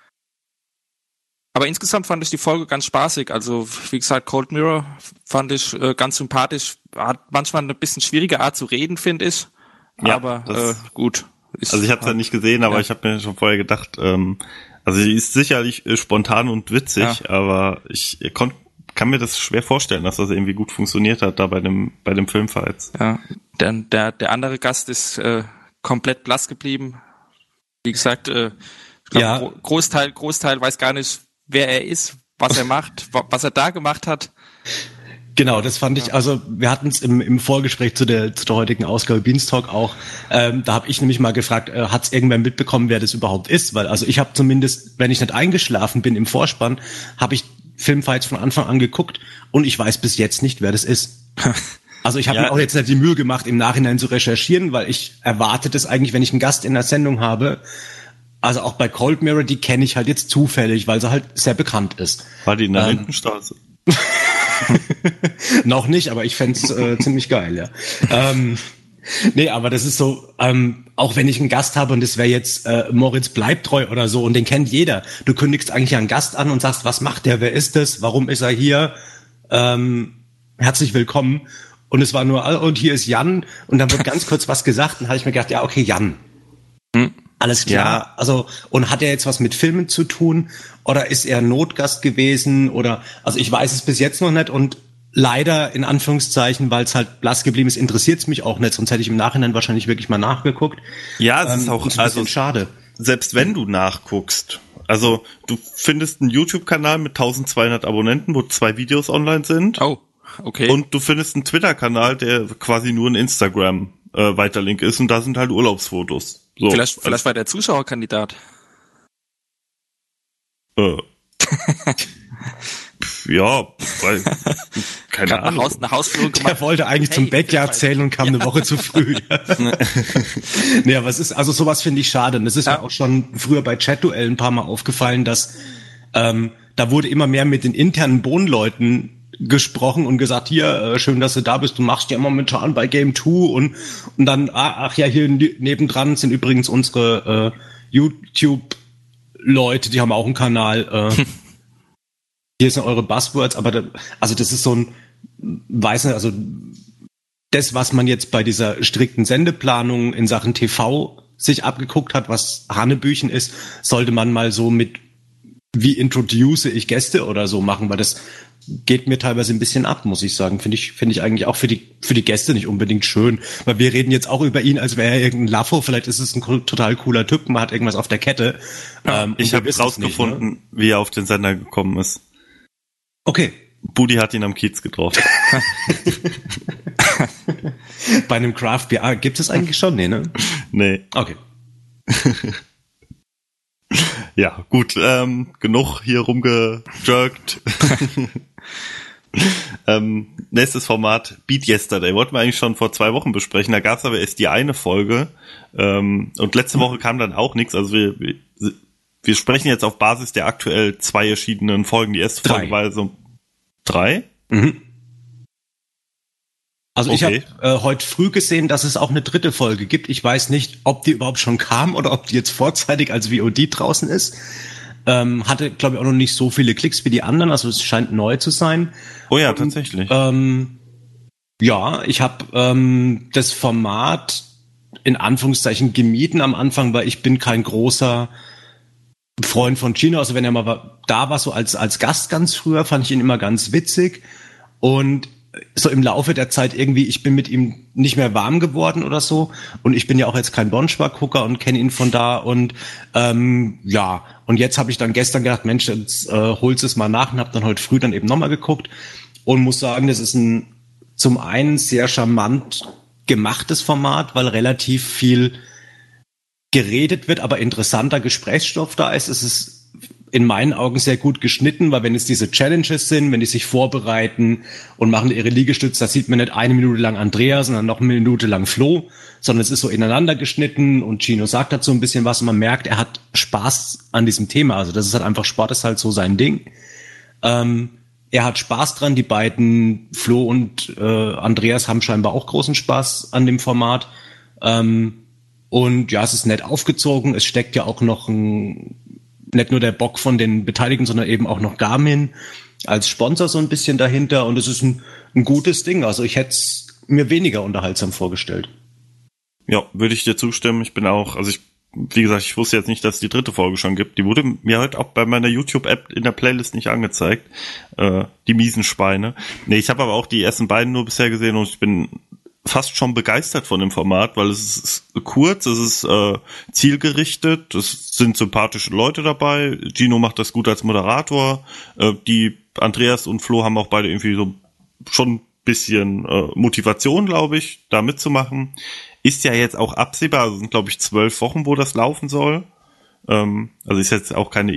Aber insgesamt fand ich die Folge ganz spaßig, also wie gesagt, Cold Mirror fand ich ganz sympathisch, hat manchmal eine bisschen schwierige Art zu reden, finde ich, ja, aber gut. Also ich habe es ja nicht gesehen, aber ich habe mir schon vorher gedacht, also sie ist sicherlich spontan und witzig, aber ich kann mir das schwer vorstellen, dass das irgendwie gut funktioniert hat da bei dem Filmfights. Ja, der andere Gast ist komplett blass geblieben. Wie gesagt, ich glaub, Großteil weiß gar nicht, wer er ist, was er macht, was er da gemacht hat. Genau, das fand ich, also wir hatten es im Vorgespräch zu der heutigen Ausgabe Beanstalk auch, da habe ich nämlich mal gefragt, hat es irgendwer mitbekommen, wer das überhaupt ist? Weil also ich habe zumindest, wenn ich nicht eingeschlafen bin im Vorspann, habe ich Filmfights von Anfang an geguckt und ich weiß bis jetzt nicht, wer das ist. Also ich habe mir auch jetzt nicht die Mühe gemacht, im Nachhinein zu recherchieren, weil ich erwarte das eigentlich, wenn ich einen Gast in der Sendung habe. Also auch bei Cold Mirror, die kenne ich halt jetzt zufällig, weil sie halt sehr bekannt ist. War die in der Lindenstraße? Noch nicht, aber ich fänd's ziemlich geil, ja. Nee, aber das ist so, auch wenn ich einen Gast habe und das wäre jetzt Moritz Bleibtreu oder so und den kennt jeder. Du kündigst eigentlich einen Gast an und sagst, was macht der, wer ist das, warum ist er hier, herzlich willkommen. Und es war nur, und hier ist Jan und dann wird ganz kurz was gesagt und habe ich mir gedacht, ja, okay, Jan. Alles klar. Ja. Also, und hat er jetzt was mit Filmen zu tun? Oder ist er Notgast gewesen? Oder, also ich weiß es bis jetzt noch nicht und leider, in Anführungszeichen, weil es halt blass geblieben ist, interessiert es mich auch nicht, sonst hätte ich im Nachhinein wahrscheinlich wirklich mal nachgeguckt. Ja, es ist auch, also schade. Selbst wenn du nachguckst, also du findest einen YouTube-Kanal mit 1200 Abonnenten, wo 2 Videos online sind. Oh, okay. Und du findest einen Twitter-Kanal, der quasi nur ein Instagram-Weiterlink ist und da sind halt Urlaubsfotos. So, vielleicht war der Zuschauerkandidat. Ja, weil, keine Ahnung. Eine Hausführung gemacht. Der wollte eigentlich zum Backyard zählen und kam eine Woche zu früh. Nee, aber es ist, also sowas finde ich schade. Und es ist ja auch schon früher bei Chat-Duellen ein paar Mal aufgefallen, dass da wurde immer mehr mit den internen Bohnenleuten gesprochen und gesagt, hier, schön, dass du da bist, du machst ja momentan bei Game 2 und dann, ach ja, hier nebendran sind übrigens unsere YouTube Leute, die haben auch einen Kanal. Hier sind eure Buzzwords, aber das ist so ein, weiß nicht, also das, was man jetzt bei dieser strikten Sendeplanung in Sachen TV sich abgeguckt hat, was Hanebüchen ist, sollte man mal so mit wie introduce ich Gäste oder so machen, weil das geht mir teilweise ein bisschen ab, muss ich sagen. Finde ich eigentlich auch für die Gäste nicht unbedingt schön, weil wir reden jetzt auch über ihn, als wäre er irgendein Laffo, vielleicht ist es ein total cooler Typ, man hat irgendwas auf der Kette. Ich habe rausgefunden, nicht, ne? Wie er auf den Sender gekommen ist. Okay. Budi hat ihn am Kiez getroffen. Bei einem Craft Beer, gibt es eigentlich schon? Nee, ne? Nee. Okay. Ja, gut, genug hier rumgejirkt. Nächstes Format, Beat Yesterday. Wollten wir eigentlich schon vor 2 Wochen besprechen, da gab es aber erst die eine Folge. Und letzte Woche kam dann auch nichts. Also wir sprechen jetzt auf Basis der aktuell 2 erschienenen Folgen. Die erste 3. Folge war so 3? Mhm. Also okay. Ich habe heute früh gesehen, dass es auch eine 3. Folge gibt. Ich weiß nicht, ob die überhaupt schon kam oder ob die jetzt vorzeitig als VOD draußen ist. Hatte, glaube ich, auch noch nicht so viele Klicks wie die anderen. Also es scheint neu zu sein. Oh ja, tatsächlich. Ja, ich habe das Format in Anführungszeichen gemieden am Anfang, weil ich bin kein großer Freund von Gino. Also wenn er mal da war, so als Gast ganz früher, fand ich ihn immer ganz witzig. Und so im Laufe der Zeit irgendwie, ich bin mit ihm nicht mehr warm geworden oder so. Und ich bin ja auch jetzt kein Bonschbar-Gucker und kenne ihn von da. Und ja, und jetzt habe ich dann gestern gedacht, Mensch, jetzt holst es mal nach und habe dann heute früh dann eben nochmal geguckt. Und muss sagen, das ist ein zum einen sehr charmant gemachtes Format, weil relativ viel geredet wird, aber interessanter Gesprächsstoff da ist. Es ist in meinen Augen sehr gut geschnitten, weil wenn es diese Challenges sind, wenn die sich vorbereiten und machen ihre Liegestütze, da sieht man nicht 1 Minute lang Andreas, sondern noch 1 Minute lang Flo, sondern es ist so ineinander geschnitten und Gino sagt dazu ein bisschen was und man merkt, er hat Spaß an diesem Thema. Also das ist halt einfach, Sport ist halt so sein Ding. Er hat Spaß dran, die beiden, Flo und Andreas, haben scheinbar auch großen Spaß an dem Format. Und ja, es ist nett aufgezogen, es steckt ja auch noch nicht nur der Bock von den Beteiligten, sondern eben auch noch Garmin als Sponsor so ein bisschen dahinter und es ist ein gutes Ding. Also ich hätte es mir weniger unterhaltsam vorgestellt. Ja, würde ich dir zustimmen. Ich bin auch, also wie gesagt, ich wusste jetzt nicht, dass es die 3. Folge schon gibt. Die wurde mir heute auch bei meiner YouTube-App in der Playlist nicht angezeigt. Die miesen Schweine. Nee, ich habe aber auch die ersten beiden nur bisher gesehen und ich bin fast schon begeistert von dem Format, weil es ist kurz, es ist zielgerichtet, es sind sympathische Leute dabei, Gino macht das gut als Moderator, die Andreas und Flo haben auch beide irgendwie so schon ein bisschen Motivation, glaube ich, da mitzumachen. Ist ja jetzt auch absehbar, also sind glaube ich 12 Wochen, wo das laufen soll. Also ist jetzt auch keine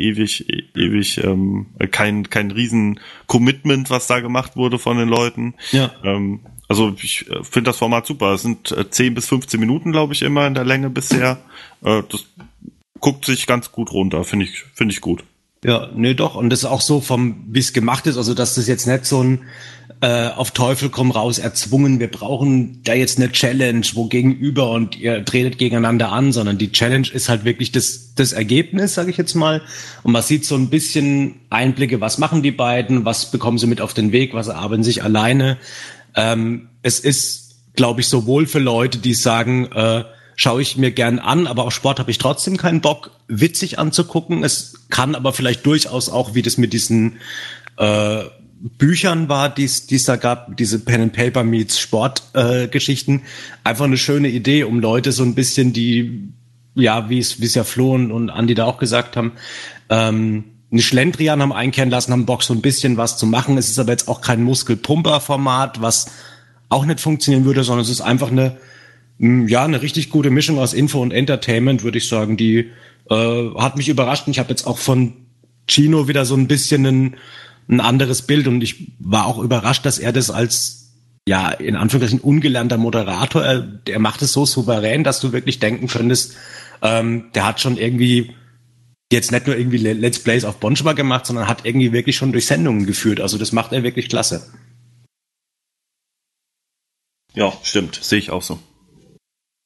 kein riesen Commitment, was da gemacht wurde von den Leuten. Ja. Also ich finde das Format super. Es sind 10 bis 15 Minuten, glaube ich, immer in der Länge bisher. Das guckt sich ganz gut runter, finde ich gut. Ja, nee, doch. Und das ist auch so wie es gemacht ist, also dass das jetzt nicht so ein auf Teufel komm raus erzwungen, wir brauchen da jetzt eine Challenge, wo gegenüber und ihr tretet gegeneinander an, sondern die Challenge ist halt wirklich das Ergebnis, sage ich jetzt mal. Und man sieht so ein bisschen Einblicke, was machen die beiden, was bekommen sie mit auf den Weg, was erarbeiten sich alleine. Es ist, glaube ich, sowohl für Leute, die sagen, schaue ich mir gern an, aber auf Sport habe ich trotzdem keinen Bock, witzig anzugucken. Es kann aber vielleicht durchaus auch, wie das mit diesen Büchern war, die es da gab, diese Pen and Paper meets Sport Geschichten, einfach eine schöne Idee, um Leute so ein bisschen die, ja, wie es ja Flo und Andi da auch gesagt haben, eine Schlendrian haben einkehren lassen, haben Bock, so ein bisschen was zu machen. Es ist aber jetzt auch kein Muskelpumper-Format, was auch nicht funktionieren würde, sondern es ist einfach eine richtig gute Mischung aus Info und Entertainment, würde ich sagen. Die hat mich überrascht und ich habe jetzt auch von Gino wieder so ein bisschen ein anderes Bild und ich war auch überrascht, dass er das als, ja, in Anführungszeichen ungelernter Moderator, der macht es so souverän, dass du wirklich denken könntest, der hat schon irgendwie jetzt nicht nur irgendwie Let's Plays auf Bonschbar gemacht, sondern hat irgendwie wirklich schon durch Sendungen geführt. Also das macht er wirklich klasse. Ja, stimmt. Sehe ich auch so.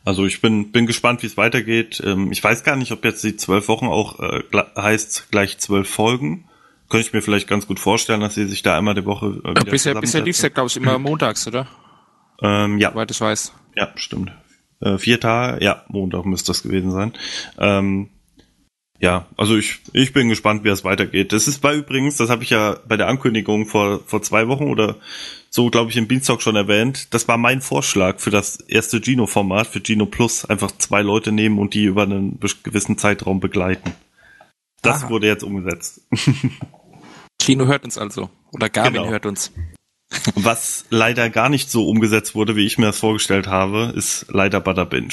also ich bin gespannt, wie es weitergeht. Ich weiß gar nicht, ob jetzt die 12 Wochen auch heißt gleich 12 Folgen. Könnte ich mir vielleicht ganz gut vorstellen, dass sie sich da einmal die Woche wieder Bisher lief es ja, glaube ich, immer montags, oder? Ja. Soweit ich weiß. Ja, stimmt. 4 Tage, ja, Montag müsste das gewesen sein. Ja, also ich bin gespannt, wie es weitergeht. Das habe ich ja bei der Ankündigung vor 2 Wochen oder so, glaube ich, im Beanstalk schon erwähnt. Das war mein Vorschlag für das erste Gino-Format, für Gino Plus, einfach 2 Leute nehmen und die über einen gewissen Zeitraum begleiten. Das wurde jetzt umgesetzt. Gino hört uns also. Oder Garmin hört uns. Was leider gar nicht so umgesetzt wurde, wie ich mir das vorgestellt habe, ist leider Bada Binge.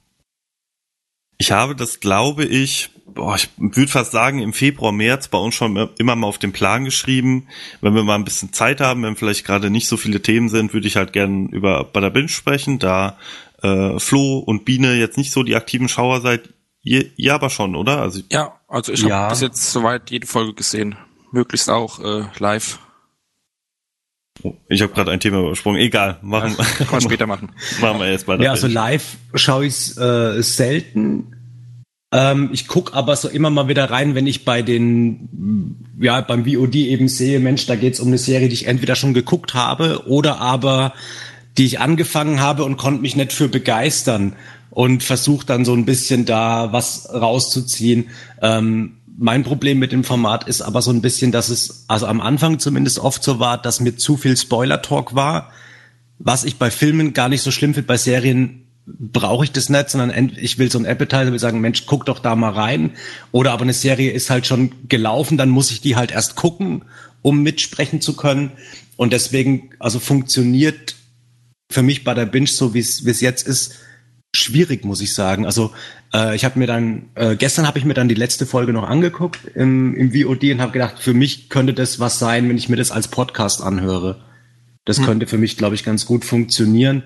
Ich habe das, glaube ich würde fast sagen, im Februar, März bei uns schon immer mal auf den Plan geschrieben. Wenn wir mal ein bisschen Zeit haben, wenn vielleicht gerade nicht so viele Themen sind, würde ich halt gerne über Bada Binge sprechen, da Flo und Biene jetzt nicht so die aktiven Schauer seid. Ihr aber schon, oder? Also ich habe bis jetzt soweit jede Folge gesehen. Möglichst auch live. Oh, ich habe gerade ein Thema übersprungen. Egal, kann wir später machen. Machen wir erst mal. Ja, also live schaue ich selten. Ich guck aber so immer mal wieder rein, wenn ich beim VOD eben sehe, Mensch, da geht's um eine Serie, die ich entweder schon geguckt habe oder aber die ich angefangen habe und konnte mich nicht für begeistern und versuche dann so ein bisschen da was rauszuziehen. Mein Problem mit dem Format ist aber so ein bisschen, dass es, also am Anfang zumindest oft so war, dass mir zu viel Spoiler-Talk war, was ich bei Filmen gar nicht so schlimm finde. Bei Serien brauche ich das nicht, sondern ich will so ein Appetizer, will sagen, Mensch, guck doch da mal rein. Oder aber eine Serie ist halt schon gelaufen, dann muss ich die halt erst gucken, um mitsprechen zu können. Und deswegen, also funktioniert für mich bei der Binge, so wie es jetzt ist, schwierig, muss ich sagen. Also ich habe mir dann, gestern habe ich mir dann die letzte Folge noch angeguckt im VOD und habe gedacht, für mich könnte das was sein, wenn ich mir das als Podcast anhöre. Das könnte für mich, glaube ich, ganz gut funktionieren.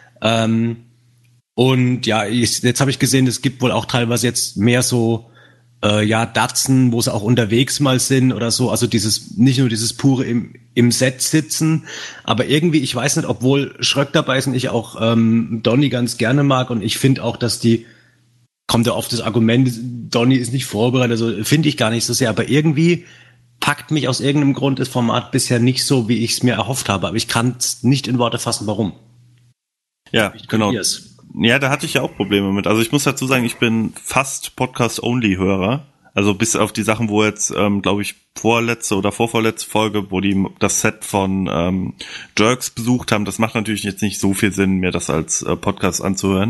Und ja, jetzt habe ich gesehen, es gibt wohl auch teilweise jetzt mehr so Datsen, wo sie auch unterwegs mal sind oder so. Also nicht nur dieses pure im Set sitzen, aber irgendwie, ich weiß nicht, obwohl Schröck dabei ist und ich auch Donny ganz gerne mag und ich finde auch, dass kommt ja oft das Argument, Donny ist nicht vorbereitet, also finde ich gar nicht so sehr, aber irgendwie packt mich aus irgendeinem Grund das Format bisher nicht so, wie ich es mir erhofft habe, aber ich kann es nicht in Worte fassen, warum. Ja, genau. Ja, da hatte ich ja auch Probleme mit. Also ich muss dazu sagen, ich bin fast Podcast-Only-Hörer. Also bis auf die Sachen, wo jetzt, glaube ich, vorletzte oder vorvorletzte Folge, wo die das Set von Jerks besucht haben, das macht natürlich jetzt nicht so viel Sinn, mir das als Podcast anzuhören.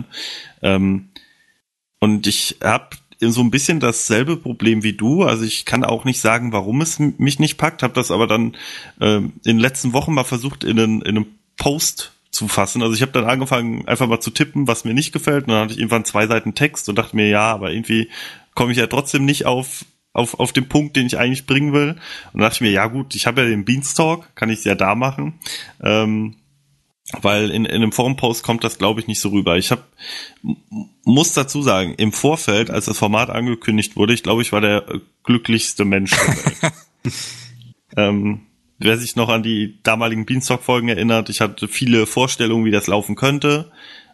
Und ich habe so ein bisschen dasselbe Problem wie du. Also ich kann auch nicht sagen, warum es mich nicht packt. Habe das aber dann in den letzten Wochen mal versucht, in einem Post zu fassen. Also ich habe dann angefangen, einfach mal zu tippen, was mir nicht gefällt. Und dann hatte ich irgendwann 2 Seiten Text und dachte mir, ja, aber irgendwie komme ich ja trotzdem nicht auf den Punkt, den ich eigentlich bringen will. Und dann dachte ich mir, ja gut, ich habe ja den Beanstalk, kann ich es ja da machen. Weil in einem Forum-Post kommt das, glaube ich, nicht so rüber. Ich muss dazu sagen, im Vorfeld, als das Format angekündigt wurde, ich glaube, ich war der glücklichste Mensch der Welt. Wer sich noch an die damaligen Beanstalk-Folgen erinnert, ich hatte viele Vorstellungen, wie das laufen könnte.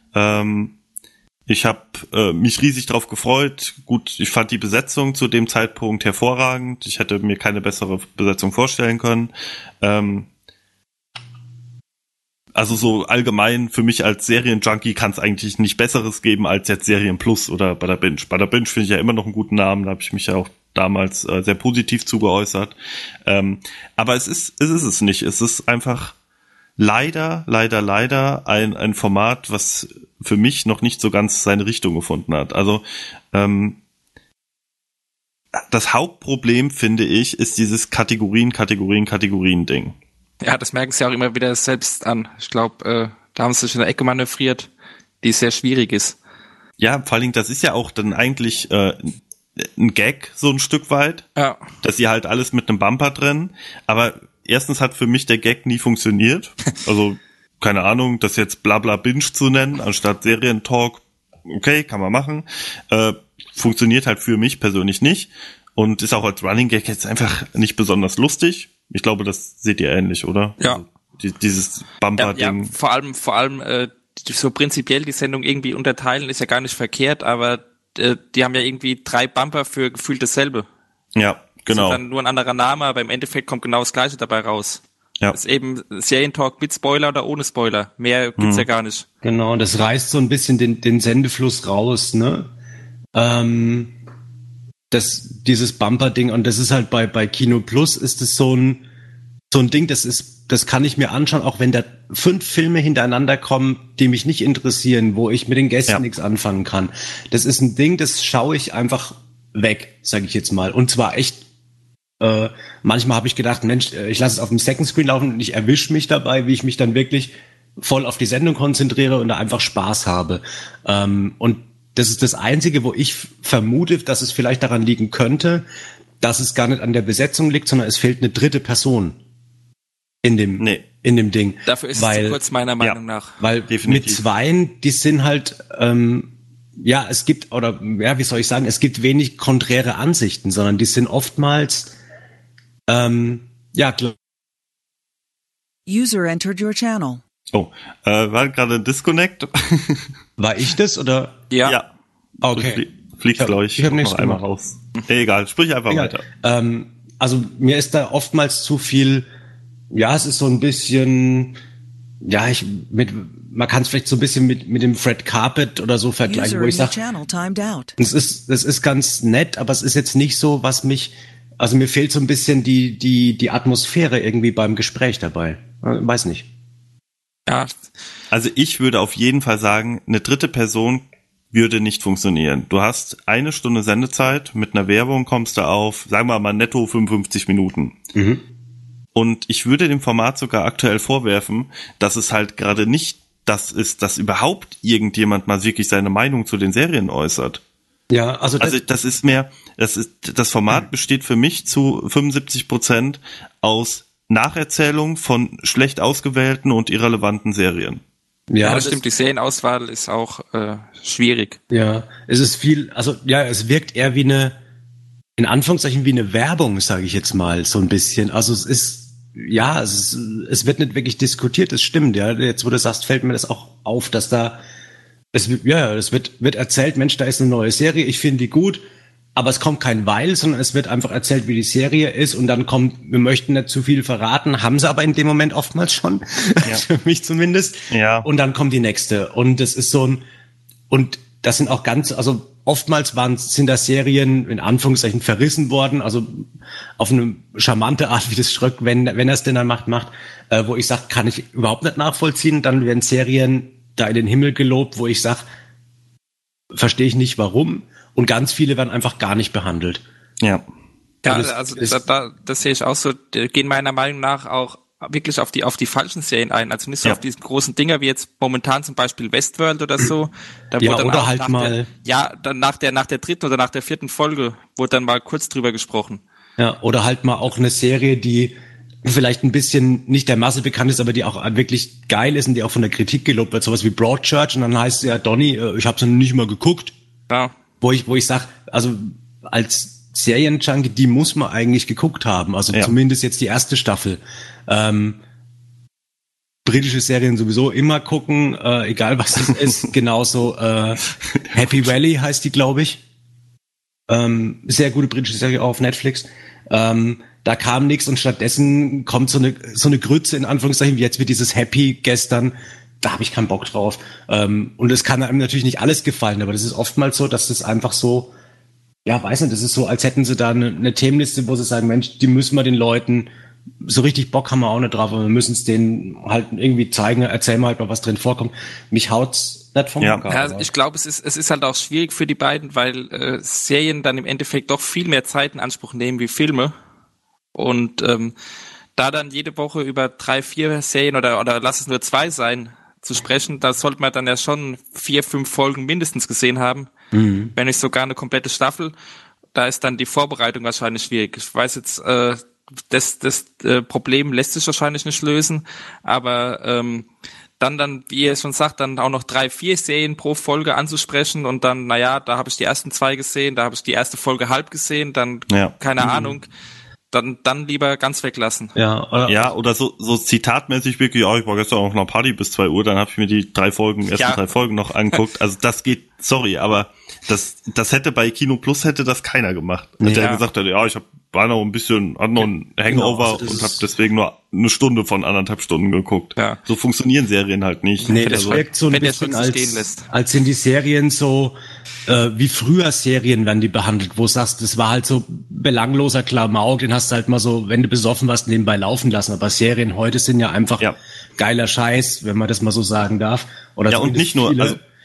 Ich habe mich riesig drauf gefreut. Gut, ich fand die Besetzung zu dem Zeitpunkt hervorragend. Ich hätte mir keine bessere Besetzung vorstellen können. Also so allgemein für mich als Serienjunkie kann es eigentlich nicht Besseres geben als jetzt Serien Plus oder Bada Binge. Bada Binge finde ich ja immer noch einen guten Namen, da habe ich mich ja auch damals sehr positiv zu geäußert. Aber es ist es nicht. Es ist einfach leider ein Format, was für mich noch nicht so ganz seine Richtung gefunden hat. Also das Hauptproblem, finde ich, ist dieses Kategorien-Ding. Ja, das merken sie auch immer wieder selbst an. Ich glaube, da haben sie sich in der Ecke manövriert, die sehr schwierig ist. Ja, vor allem, das ist ja auch dann eigentlich ein Gag, so ein Stück weit. Ja. Dass sie halt alles mit einem Bumper trennen. Aber erstens hat für mich der Gag nie funktioniert. Also, keine Ahnung, das jetzt Blabla Binge zu nennen, anstatt Serientalk, okay, kann man machen. Funktioniert halt für mich persönlich nicht. Und ist auch als Running Gag jetzt einfach nicht besonders lustig. Ich glaube, das seht ihr ähnlich, oder? Ja. Also, dieses Bumper-Ding. Ja, vor allem so prinzipiell die Sendung irgendwie unterteilen, ist ja gar nicht verkehrt, aber die haben ja irgendwie 3 Bumper für gefühlt dasselbe. Ja, genau. Das ist dann nur ein anderer Name, aber im Endeffekt kommt genau das Gleiche dabei raus. Ja. Das ist eben Serientalk mit Spoiler oder ohne Spoiler. Mehr gibt's ja gar nicht. Genau, das reißt so ein bisschen den Sendefluss raus, ne? Dieses Bumper-Ding, und das ist halt bei Kino Plus ist es so ein Ding, das kann ich mir anschauen, auch wenn da 5 Filme hintereinander kommen, die mich nicht interessieren, wo ich mit den Gästen nichts anfangen kann. Das ist ein Ding, das schaue ich einfach weg, sage ich jetzt mal. Und zwar echt, manchmal habe ich gedacht, Mensch, ich lasse es auf dem Second Screen laufen und ich erwische mich dabei, wie ich mich dann wirklich voll auf die Sendung konzentriere und da einfach Spaß habe. Und das ist das Einzige, wo ich vermute, dass es vielleicht daran liegen könnte, dass es gar nicht an der Besetzung liegt, sondern es fehlt eine dritte Person in dem Ding. Dafür ist es zu kurz, meiner Meinung nach. Weil definitiv. mit Zweien, die sind halt, es gibt wenig konträre Ansichten, sondern die sind oftmals, User entered your channel. Oh, war gerade ein Disconnect? War ich das oder? Ja. Okay. Fliegst, glaube ich, hab noch nichts einmal gemacht. raus. Egal, sprich einfach weiter. Also mir ist da oftmals zu viel, es ist so ein bisschen, man kann es vielleicht so ein bisschen mit dem Fred Carpet oder so vergleichen, wo ich sage, das ist ganz nett, aber es ist jetzt nicht so, mir fehlt so ein bisschen die Atmosphäre irgendwie beim Gespräch dabei. Weiß nicht. Ja. Also ich würde auf jeden Fall sagen, eine dritte Person würde nicht funktionieren. Du hast 1 Stunde Sendezeit, mit einer Werbung kommst du auf, sagen wir mal netto 55 Minuten. Mhm. Und ich würde dem Format sogar aktuell vorwerfen, dass es halt gerade nicht das ist, dass überhaupt irgendjemand mal wirklich seine Meinung zu den Serien äußert. Ja, also das Format besteht für mich zu 75% aus Nacherzählung von schlecht ausgewählten und irrelevanten Serien. Ja, das stimmt. Die Serienauswahl ist auch schwierig. Ja, es ist viel, es wirkt eher wie eine, in Anführungszeichen wie eine Werbung, sage ich jetzt mal, so ein bisschen. Also es ist, es wird nicht wirklich diskutiert, das stimmt, ja. Jetzt, wo du sagst, fällt mir das auch auf, dass es wird erzählt, Mensch, da ist eine neue Serie, ich finde die gut, aber es kommt kein Weil, sondern es wird einfach erzählt, wie die Serie ist, und dann kommt, wir möchten nicht zu viel verraten, haben sie aber in dem Moment oftmals schon, für mich zumindest. Ja. Und dann kommt die nächste. Und das ist und das sind auch oftmals sind da Serien in Anführungszeichen verrissen worden, also auf eine charmante Art, wie das Schröck, wenn er es denn dann macht, wo ich sage, kann ich überhaupt nicht nachvollziehen. Dann werden Serien da in den Himmel gelobt, wo ich sage, verstehe ich nicht warum. Und ganz viele werden einfach gar nicht behandelt. Ja. Ja, also das sehe ich auch so. Die gehen meiner Meinung nach auch wirklich auf die falschen Serien ein. Also nicht so auf diesen großen Dinger wie jetzt momentan zum Beispiel Westworld oder so. Da wurde dann oder halt mal. Dann nach der 3. oder nach der 4. Folge wurde dann mal kurz drüber gesprochen. Ja, oder halt mal auch eine Serie, die vielleicht ein bisschen nicht der Masse bekannt ist, aber die auch wirklich geil ist und die auch von der Kritik gelobt wird. Sowas wie Broadchurch, und dann heißt es ja, Donny, ich habe es noch nicht mal geguckt. Ja. Wo ich sage, also als Serienjunkie, die muss man eigentlich geguckt haben. Also zumindest jetzt die erste Staffel. Britische Serien sowieso immer gucken, egal was es ist. Genauso Happy Valley heißt die, glaube ich. Sehr gute britische Serie auch auf Netflix. Da kam nichts und stattdessen kommt so eine Grütze in Anführungszeichen, wie jetzt wie dieses Happy gestern. Da habe ich keinen Bock drauf. Und es kann einem natürlich nicht alles gefallen, aber das ist oftmals so, dass das einfach so, weiß nicht, das ist so, als hätten sie da eine Themenliste, wo sie sagen, Mensch, die müssen wir den Leuten, so richtig Bock haben wir auch nicht drauf, aber wir müssen es denen halt irgendwie zeigen, erzähl mal halt mal, was drin vorkommt. Mich haut's nicht vom Hocker. Ja, ich glaube, es ist halt auch schwierig für die beiden, weil Serien dann im Endeffekt doch viel mehr Zeit in Anspruch nehmen wie Filme. Und da dann jede Woche über 3, 4 Serien oder lass es nur 2 sein, zu sprechen, da sollte man dann ja schon 4, 5 Folgen mindestens gesehen haben, wenn nicht sogar eine komplette Staffel. Da ist dann die Vorbereitung wahrscheinlich schwierig. Ich weiß jetzt, das Problem lässt sich wahrscheinlich nicht lösen, aber dann, wie ihr schon sagt, dann auch noch 3, 4 Serien pro Folge anzusprechen und dann, da habe ich die ersten 2 gesehen, da habe ich die erste Folge halb gesehen, dann keine Ahnung. dann lieber ganz weglassen. Ja, oder so zitatmäßig wirklich, ich war gestern auf einer Party bis 2 Uhr, dann habe ich mir die ersten 3 Folgen noch angeguckt. Also das geht, sorry, aber das hätte bei Kino Plus hätte das keiner gemacht. Der gesagt hat, ich war noch ein bisschen, hatte noch ein Hangover und habe deswegen nur eine Stunde von 1,5 Stunden geguckt. Ja. So funktionieren Serien halt nicht. Nee, das wirkt so ein bisschen als sind die Serien so, wie früher Serien werden die behandelt, wo du sagst, das war halt so belangloser Klamauk, den hast du halt mal so, wenn du besoffen warst, nebenbei laufen lassen. Aber Serien heute sind ja einfach geiler Scheiß, wenn man das mal so sagen darf. Oder und nicht nur,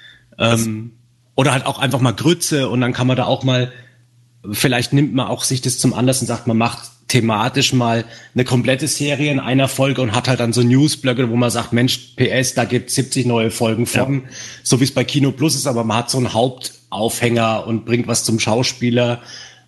oder halt auch einfach mal Grütze und dann kann man da auch mal, vielleicht nimmt man auch sich das zum Anlass und sagt, man macht thematisch mal eine komplette Serie in einer Folge und hat halt dann so Newsblöcke, wo man sagt, Mensch, PS, da gibt 70 neue Folgen von, so wie es bei Kino Plus ist, aber man hat so einen Hauptaufhänger und bringt was zum Schauspieler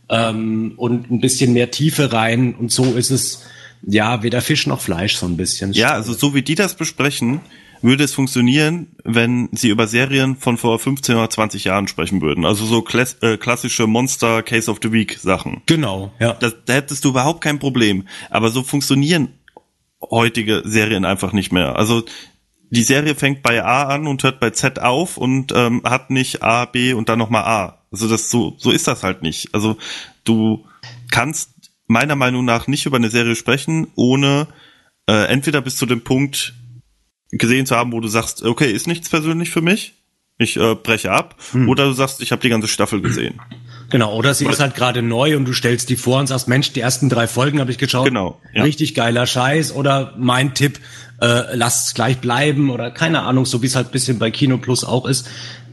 und ein bisschen mehr Tiefe rein und so ist es, weder Fisch noch Fleisch so ein bisschen. Ja, also so wie die das besprechen, würde es funktionieren, wenn sie über Serien von vor 15 oder 20 Jahren sprechen würden. Also so klassische Monster Case of the Week Sachen. Genau, ja. Da hättest du überhaupt kein Problem. Aber so funktionieren heutige Serien einfach nicht mehr. Also die Serie fängt bei A an und hört bei Z auf und hat nicht A, B und dann nochmal A. Also so ist das halt nicht. Also du kannst meiner Meinung nach nicht über eine Serie sprechen, ohne entweder bis zu dem Punkt gesehen zu haben, wo du sagst, okay, ist nichts persönlich für mich, ich breche ab, oder du sagst, ich habe die ganze Staffel gesehen. Genau, oder sie ist halt gerade neu und du stellst die vor und sagst, Mensch, die ersten 3 Folgen habe ich geschaut, genau, richtig geiler Scheiß, oder mein Tipp, lasst es gleich bleiben, oder keine Ahnung, so wie es halt ein bisschen bei Kino Plus auch ist.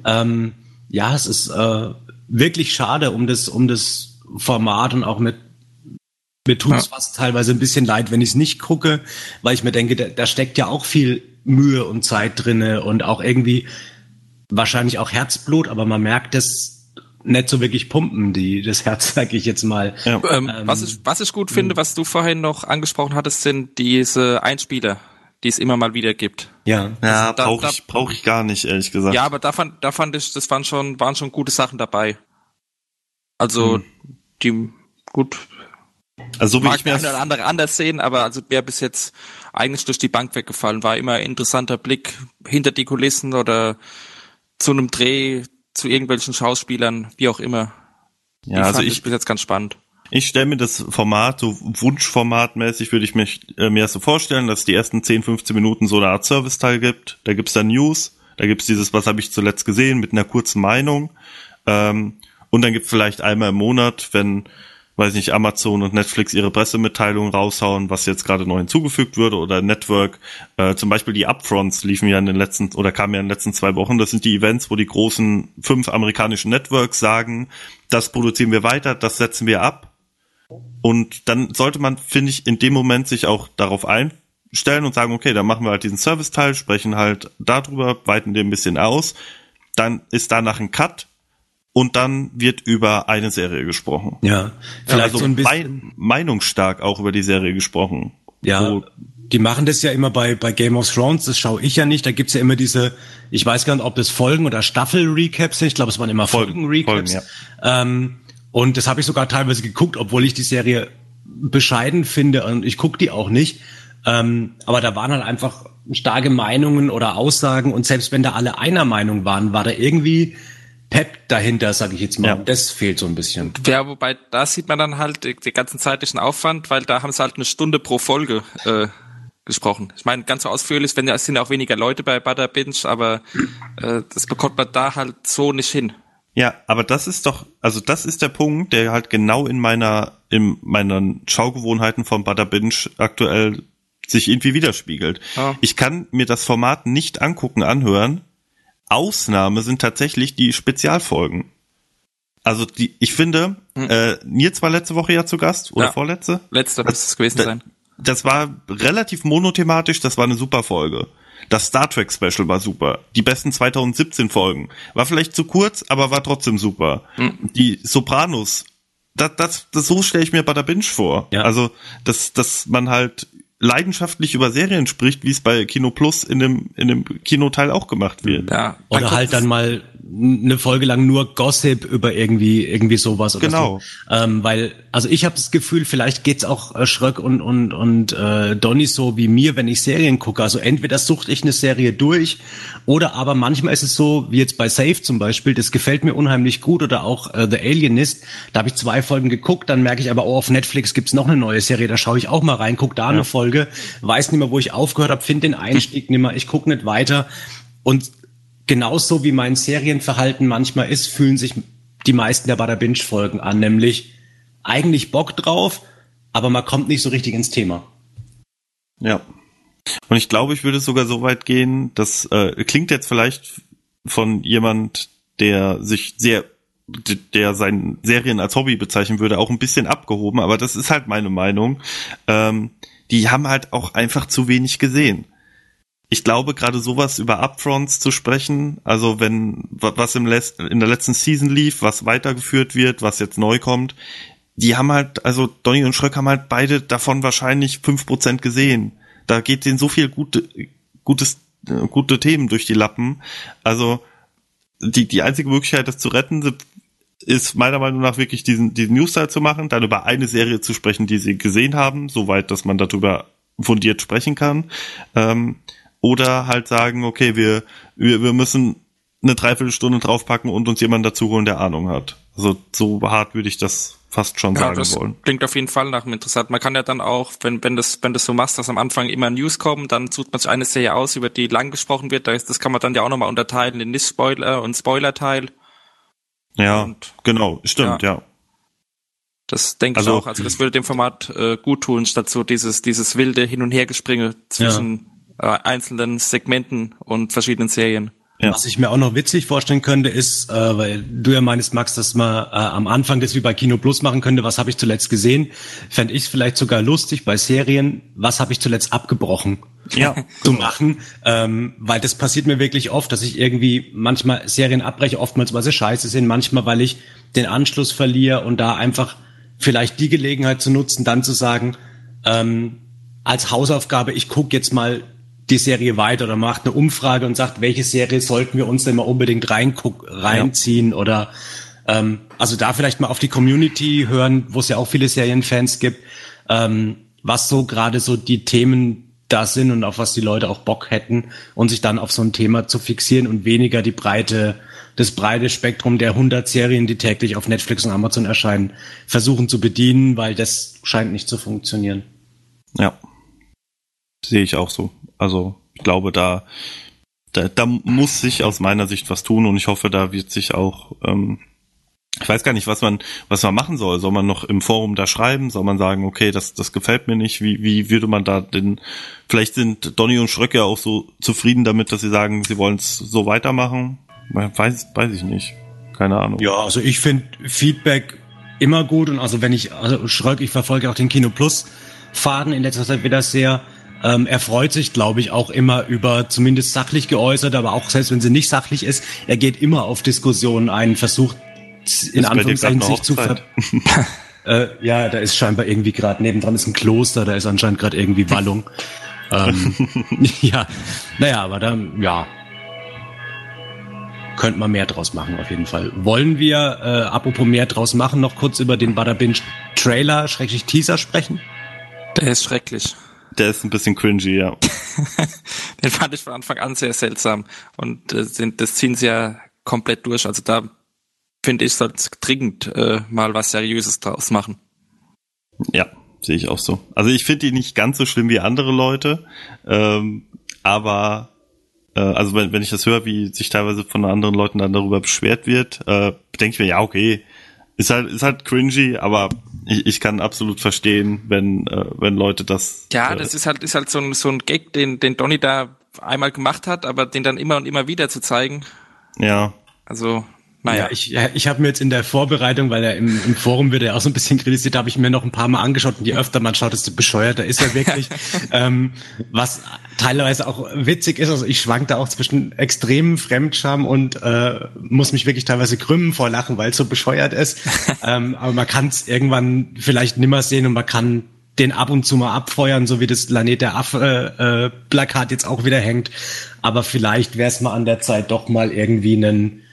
Es ist wirklich schade um das Format und auch mir tut's fast teilweise ein bisschen leid, wenn ich es nicht gucke, weil ich mir denke, da steckt ja auch viel Mühe und Zeit drinne und auch irgendwie wahrscheinlich auch Herzblut, aber man merkt das nicht so wirklich pumpen, das Herz, sag ich jetzt mal. Ja. Was ich gut finde, was du vorhin noch angesprochen hattest, sind diese Einspieler, die es immer mal wieder gibt. Ja, brauche ich gar nicht, ehrlich gesagt. Ja, aber da fand ich, waren schon gute Sachen dabei. Also die gut. Also so wie mag ich mir eine oder andere anders sehen, aber also wäre bis jetzt eigentlich durch die Bank weggefallen. War immer ein interessanter Blick hinter die Kulissen oder zu einem Dreh, zu irgendwelchen Schauspielern, wie auch immer. Ja, also ich bis jetzt ganz spannend. Ich stelle mir das Format, so Wunschformatmäßig würde ich mir das so vorstellen, dass es die ersten 10, 15 Minuten so eine Art Serviceteil gibt. Da gibt's dann News, da gibt's dieses, was habe ich zuletzt gesehen, mit einer kurzen Meinung. Und dann gibt's vielleicht einmal im Monat, wenn, weiß nicht, Amazon und Netflix ihre Pressemitteilungen raushauen, was jetzt gerade neu hinzugefügt würde, oder Network. Zum Beispiel die Upfronts kamen ja in den letzten 2 Wochen. Das sind die Events, wo die großen 5 amerikanischen Networks sagen, das produzieren wir weiter, das setzen wir ab. Und dann sollte man, finde ich, in dem Moment sich auch darauf einstellen und sagen, okay, dann machen wir halt diesen Serviceteil, sprechen halt darüber, weiten den ein bisschen aus. Dann ist danach ein Cut. Und dann wird über eine Serie gesprochen. Ja, vielleicht also so ein bisschen meinungsstark auch über die Serie gesprochen. Ja, die machen das ja immer bei Game of Thrones, das schaue ich ja nicht. Da gibt's ja immer diese, ich weiß gar nicht, ob das Folgen- oder Staffel-Recaps sind. Ich glaube, es waren immer Folgen-Recaps. Ja. Und das habe ich sogar teilweise geguckt, obwohl ich die Serie bescheiden finde und ich gucke die auch nicht. Aber da waren halt einfach starke Meinungen oder Aussagen und selbst wenn da alle einer Meinung waren, war da irgendwie Pep dahinter, sage ich jetzt mal. Ja. Das fehlt so ein bisschen. Ja, wobei da sieht man dann halt den ganzen zeitlichen Aufwand, weil da haben sie halt 1 Stunde pro Folge gesprochen. Ich meine, ganz so ausführlich, es sind ja auch weniger Leute bei Butter Binge, aber das bekommt man da halt so nicht hin. Ja, aber das ist der Punkt, der halt genau in meinen Schaugewohnheiten von Butter Binge aktuell sich irgendwie widerspiegelt. Oh. Ich kann mir das Format nicht anhören. Ausnahme sind tatsächlich die Spezialfolgen. Also ich finde, Nils war letzte Woche ja zu Gast, oder vorletzte? Letzte müsste es gewesen sein. Das war relativ monothematisch, das war eine super Folge. Das Star Trek Special war super. Die besten 2017 Folgen. War vielleicht zu kurz, aber war trotzdem super. Die Sopranos, so stelle ich mir Butter Binge vor. Ja. Also, dass man halt leidenschaftlich über Serien spricht, wie es bei Kino Plus in dem Kinoteil auch gemacht wird. Ja. Oder halt dann mal eine Folge lang nur Gossip über irgendwie sowas oder Genau. so. Weil, also ich habe das Gefühl, vielleicht geht's auch Schröck und Donny so wie mir, wenn ich Serien gucke. Also entweder suchte ich eine Serie durch oder aber manchmal ist es so, wie jetzt bei Safe zum Beispiel, das gefällt mir unheimlich gut, oder auch The Alienist, da habe ich 2 Folgen geguckt, dann merke ich aber, auf Netflix gibt's noch eine neue Serie, da schaue ich auch mal rein, guck da eine Folge, weiß nicht mehr, wo ich aufgehört habe, finde den Einstieg nicht mehr, ich gucke nicht weiter. Und genauso wie mein Serienverhalten manchmal ist, fühlen sich die meisten der Bada Binge-Folgen an, nämlich eigentlich Bock drauf, aber man kommt nicht so richtig ins Thema. Ja. Und ich glaube, ich würde sogar so weit gehen, das klingt jetzt vielleicht von jemand, der seine Serien als Hobby bezeichnen würde, auch ein bisschen abgehoben, aber das ist halt meine Meinung. Die haben halt auch einfach zu wenig gesehen. Ich glaube, gerade sowas über Upfronts zu sprechen, also was in der letzten Season lief, was weitergeführt wird, was jetzt neu kommt, die haben halt, also Donny und Schröck haben halt beide davon wahrscheinlich 5% gesehen. Da geht denen so viel gute Themen durch die Lappen. Also die einzige Möglichkeit, das zu retten, ist meiner Meinung nach wirklich diesen News-Teil zu machen, dann über eine Serie zu sprechen, die sie gesehen haben, soweit, dass man darüber fundiert sprechen kann. Oder halt sagen, okay, wir müssen eine Dreiviertelstunde draufpacken und uns jemanden dazu holen, der Ahnung hat. Also so hart würde ich das fast schon sagen wollen. Klingt auf jeden Fall nach einem interessant. Man kann ja dann auch, wenn das so machst, dass am Anfang immer News kommen, dann sucht man sich eine Serie aus, über die lang gesprochen wird. Das kann man dann ja auch nochmal unterteilen in Nicht-Spoiler und Spoiler-Teil. Ja, und, genau, stimmt, ja. Das denke ich auch. Also das würde dem Format gut tun, statt so dieses wilde Hin- und Hergespringe zwischen einzelnen Segmenten und verschiedenen Serien. Ja. Was ich mir auch noch witzig vorstellen könnte, ist, weil du ja meinst, Max, dass man am Anfang das wie bei Kino Plus machen könnte, was habe ich zuletzt gesehen, fände ich es vielleicht sogar lustig bei Serien, was habe ich zuletzt abgebrochen zu machen, weil das passiert mir wirklich oft, dass ich irgendwie manchmal Serien abbreche, oftmals weil sie scheiße sind, manchmal weil ich den Anschluss verliere, und da einfach vielleicht die Gelegenheit zu nutzen, dann zu sagen, als Hausaufgabe, ich gucke jetzt mal die Serie weiter oder macht eine Umfrage und sagt, welche Serie sollten wir uns denn mal unbedingt reinziehen oder also da vielleicht mal auf die Community hören, wo es ja auch viele Serienfans gibt, was so gerade so die Themen da sind und auf was die Leute auch Bock hätten, und sich dann auf so ein Thema zu fixieren und weniger das breite Spektrum der 100 Serien, die täglich auf Netflix und Amazon erscheinen, versuchen zu bedienen, weil das scheint nicht zu funktionieren. Ja, sehe ich auch so. Also ich glaube, da muss sich aus meiner Sicht was tun, und ich hoffe, da wird sich auch, ich weiß gar nicht, was man machen soll. Soll man noch im Forum da schreiben? Soll man sagen, okay, das gefällt mir nicht? Wie würde man da vielleicht sind Donny und Schröck ja auch so zufrieden damit, dass sie sagen, sie wollen es so weitermachen? Weiß ich nicht. Keine Ahnung. Ja, also ich finde Feedback immer gut, und also Schröck, ich verfolge auch den Kino Plus Faden in letzter Zeit wieder sehr. Er freut sich, glaube ich, auch immer über zumindest sachlich geäußert, aber auch selbst wenn sie nicht sachlich ist, er geht immer auf Diskussionen ein, versucht in Anführungszeichen sich zu ja, da ist scheinbar irgendwie gerade nebendran ist ein Kloster, da ist anscheinend gerade irgendwie Wallung. Ja, naja, aber dann, ja, könnte man mehr draus machen auf jeden Fall. Wollen wir, apropos mehr draus machen, noch kurz über den Bada Binge Trailer, Teaser sprechen? Der ist schrecklich. Der ist ein bisschen cringy, ja. Den fand ich von Anfang an sehr seltsam. Und das ziehen sie ja komplett durch. Also da finde ich, sollte dringend mal was Seriöses draus machen. Ja, sehe ich auch so. Also ich finde die nicht ganz so schlimm wie andere Leute. Aber also wenn ich das höre, wie sich teilweise von anderen Leuten dann darüber beschwert wird, denke ich mir, ja, okay, ist halt cringy, aber ich kann absolut verstehen, wenn Leute das... Ja, das ist halt so ein Gag, den Donny da einmal gemacht hat, aber den dann immer und immer wieder zu zeigen. Ja. Also, naja. Ja, ich habe mir jetzt in der Vorbereitung, weil er im Forum wird er auch so ein bisschen kritisiert, habe ich mir noch ein paar Mal angeschaut, und je öfter man schaut, desto bescheuerter ist er wirklich. Was teilweise auch witzig ist, also ich schwank da auch zwischen extremen Fremdscham und muss mich wirklich teilweise krümmen vor Lachen, weil es so bescheuert ist. Aber man kann es irgendwann vielleicht nimmer sehen, und man kann den ab und zu mal abfeuern, so wie das Planet der Affe Plakat jetzt auch wieder hängt. Aber vielleicht wäre es mal an der Zeit, doch mal irgendwie einen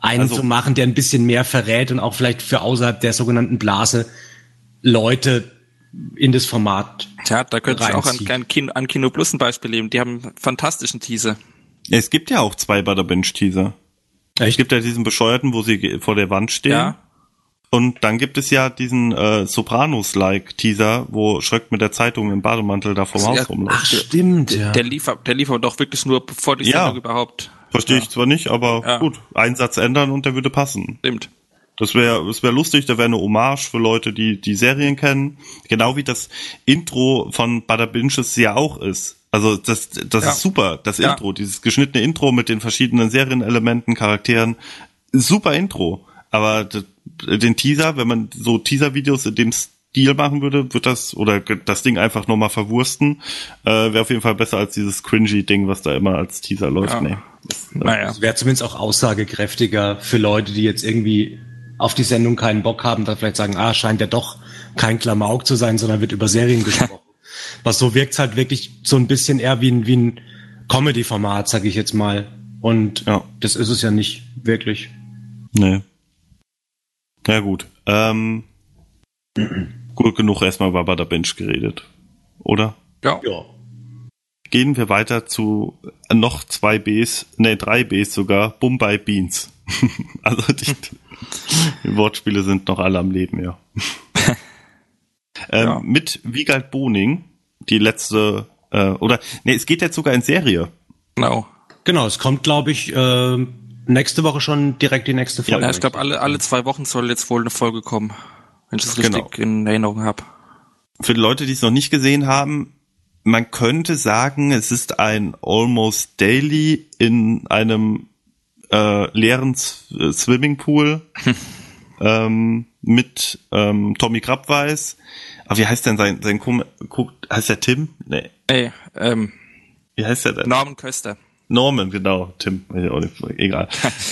einen zu machen, der ein bisschen mehr verrät und auch vielleicht für außerhalb der sogenannten Blase Leute in das Format. Tja, da könnte ich auch reinziehen. an Kino Plus ein Beispiel nehmen. Die haben einen fantastischen Teaser. Es gibt ja auch 2 Butterbinch-Teaser. Es gibt ja diesen bescheuerten, wo sie vor der Wand stehen. Ja. Und dann gibt es ja diesen Sopranos-like-Teaser, wo Schröck mit der Zeitung im Bademantel da vorm Haus rumläuft. Ach, stimmt, ja. Der liefert doch wirklich nur vor die Sendung überhaupt. Verstehe ich zwar nicht, aber gut, einen Satz ändern und der würde passen. Stimmt. Das wäre lustig, da wäre eine Hommage für Leute, die Serien kennen. Genau wie das Intro von Butter Binges ja auch ist. Also das ist super, das Intro, dieses geschnittene Intro mit den verschiedenen Serienelementen, Charakteren. Super Intro. Aber den Teaser, wenn man so Teaser-Videos in dem Stil machen würde, wird das Ding einfach nochmal verwursten. Wäre auf jeden Fall besser als dieses cringy Ding, was da immer als Teaser läuft. Ja. Nee. Das wäre zumindest auch aussagekräftiger für Leute, die jetzt irgendwie auf die Sendung keinen Bock haben, da vielleicht sagen, scheint ja doch kein Klamauk zu sein, sondern wird über Serien gesprochen. Was so wirkt's halt wirklich so ein bisschen eher wie ein Comedy-Format, sag ich jetzt mal. Und das ist es ja nicht wirklich. Nee. Ja gut. Gut genug erstmal über Butter Binge geredet. Oder? Ja. Gehen wir weiter zu noch 3 Bs sogar, Bombay Beans. Also die Wortspiele sind noch alle am Leben, ja. Mit Wiegald Boning, die letzte, es geht jetzt sogar in Serie. Genau, es kommt, glaube ich, nächste Woche schon direkt die nächste Folge. Ja, ich glaube, alle 2 Wochen soll jetzt wohl eine Folge kommen, wenn ich das richtig in Erinnerung habe. Für die Leute, die es noch nicht gesehen haben, man könnte sagen, es ist ein Almost Daily in einem leeren Swimmingpool mit Tommy Krabweis. Aber wie heißt denn sein heißt der Tim? Nee. Wie heißt der denn? Norman Köster. Norman, genau. Tim, egal.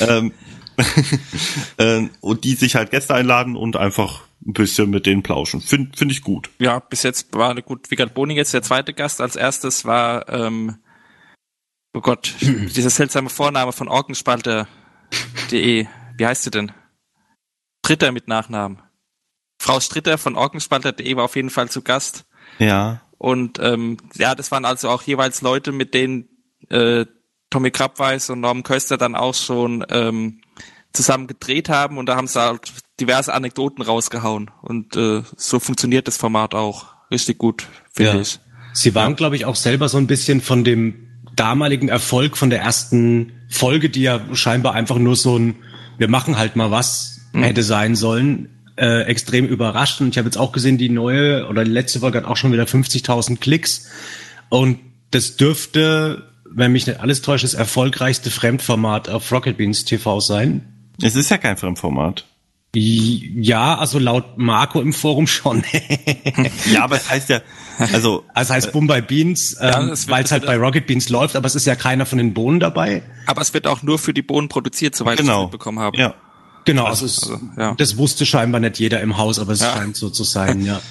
Und die sich halt Gäste einladen und einfach ein bisschen mit denen plauschen. Find ich gut. Ja, bis jetzt war gut. Wiegald Boning jetzt der zweite Gast. Als erstes war oh Gott, dieser seltsame Vorname von Orkenspalter.de. Wie heißt sie denn? Stritter mit Nachnamen. Frau Stritter von Orkenspalter.de war auf jeden Fall zu Gast. Ja. Und das waren also auch jeweils Leute, mit denen Tommy Krabweis und Norman Köster dann auch schon zusammen gedreht haben. Und da haben sie halt diverse Anekdoten rausgehauen. Und so funktioniert das Format auch richtig gut, finde ich. Sie waren, glaube ich, auch selber so ein bisschen von dem damaligen Erfolg von der ersten Folge, die ja scheinbar einfach nur so ein wir machen halt mal was hätte sein sollen, extrem überrascht. Und ich habe jetzt auch gesehen, die neue oder die letzte Folge hat auch schon wieder 50.000 Klicks. Und das dürfte, wenn mich nicht alles täuscht, das erfolgreichste Fremdformat auf Rocket Beans TV sein. Es ist ja kein Fremdformat. Ja, also laut Marco im Forum schon. Ja, aber es heißt ja, also es heißt Bombay Beans, weil es halt bei Rocket Beans läuft, aber es ist ja keiner von den Bohnen dabei. Aber es wird auch nur für die Bohnen produziert, soweit ich es mitbekommen habe. Ja. Genau, das wusste scheinbar nicht jeder im Haus, aber es scheint so zu sein, ja.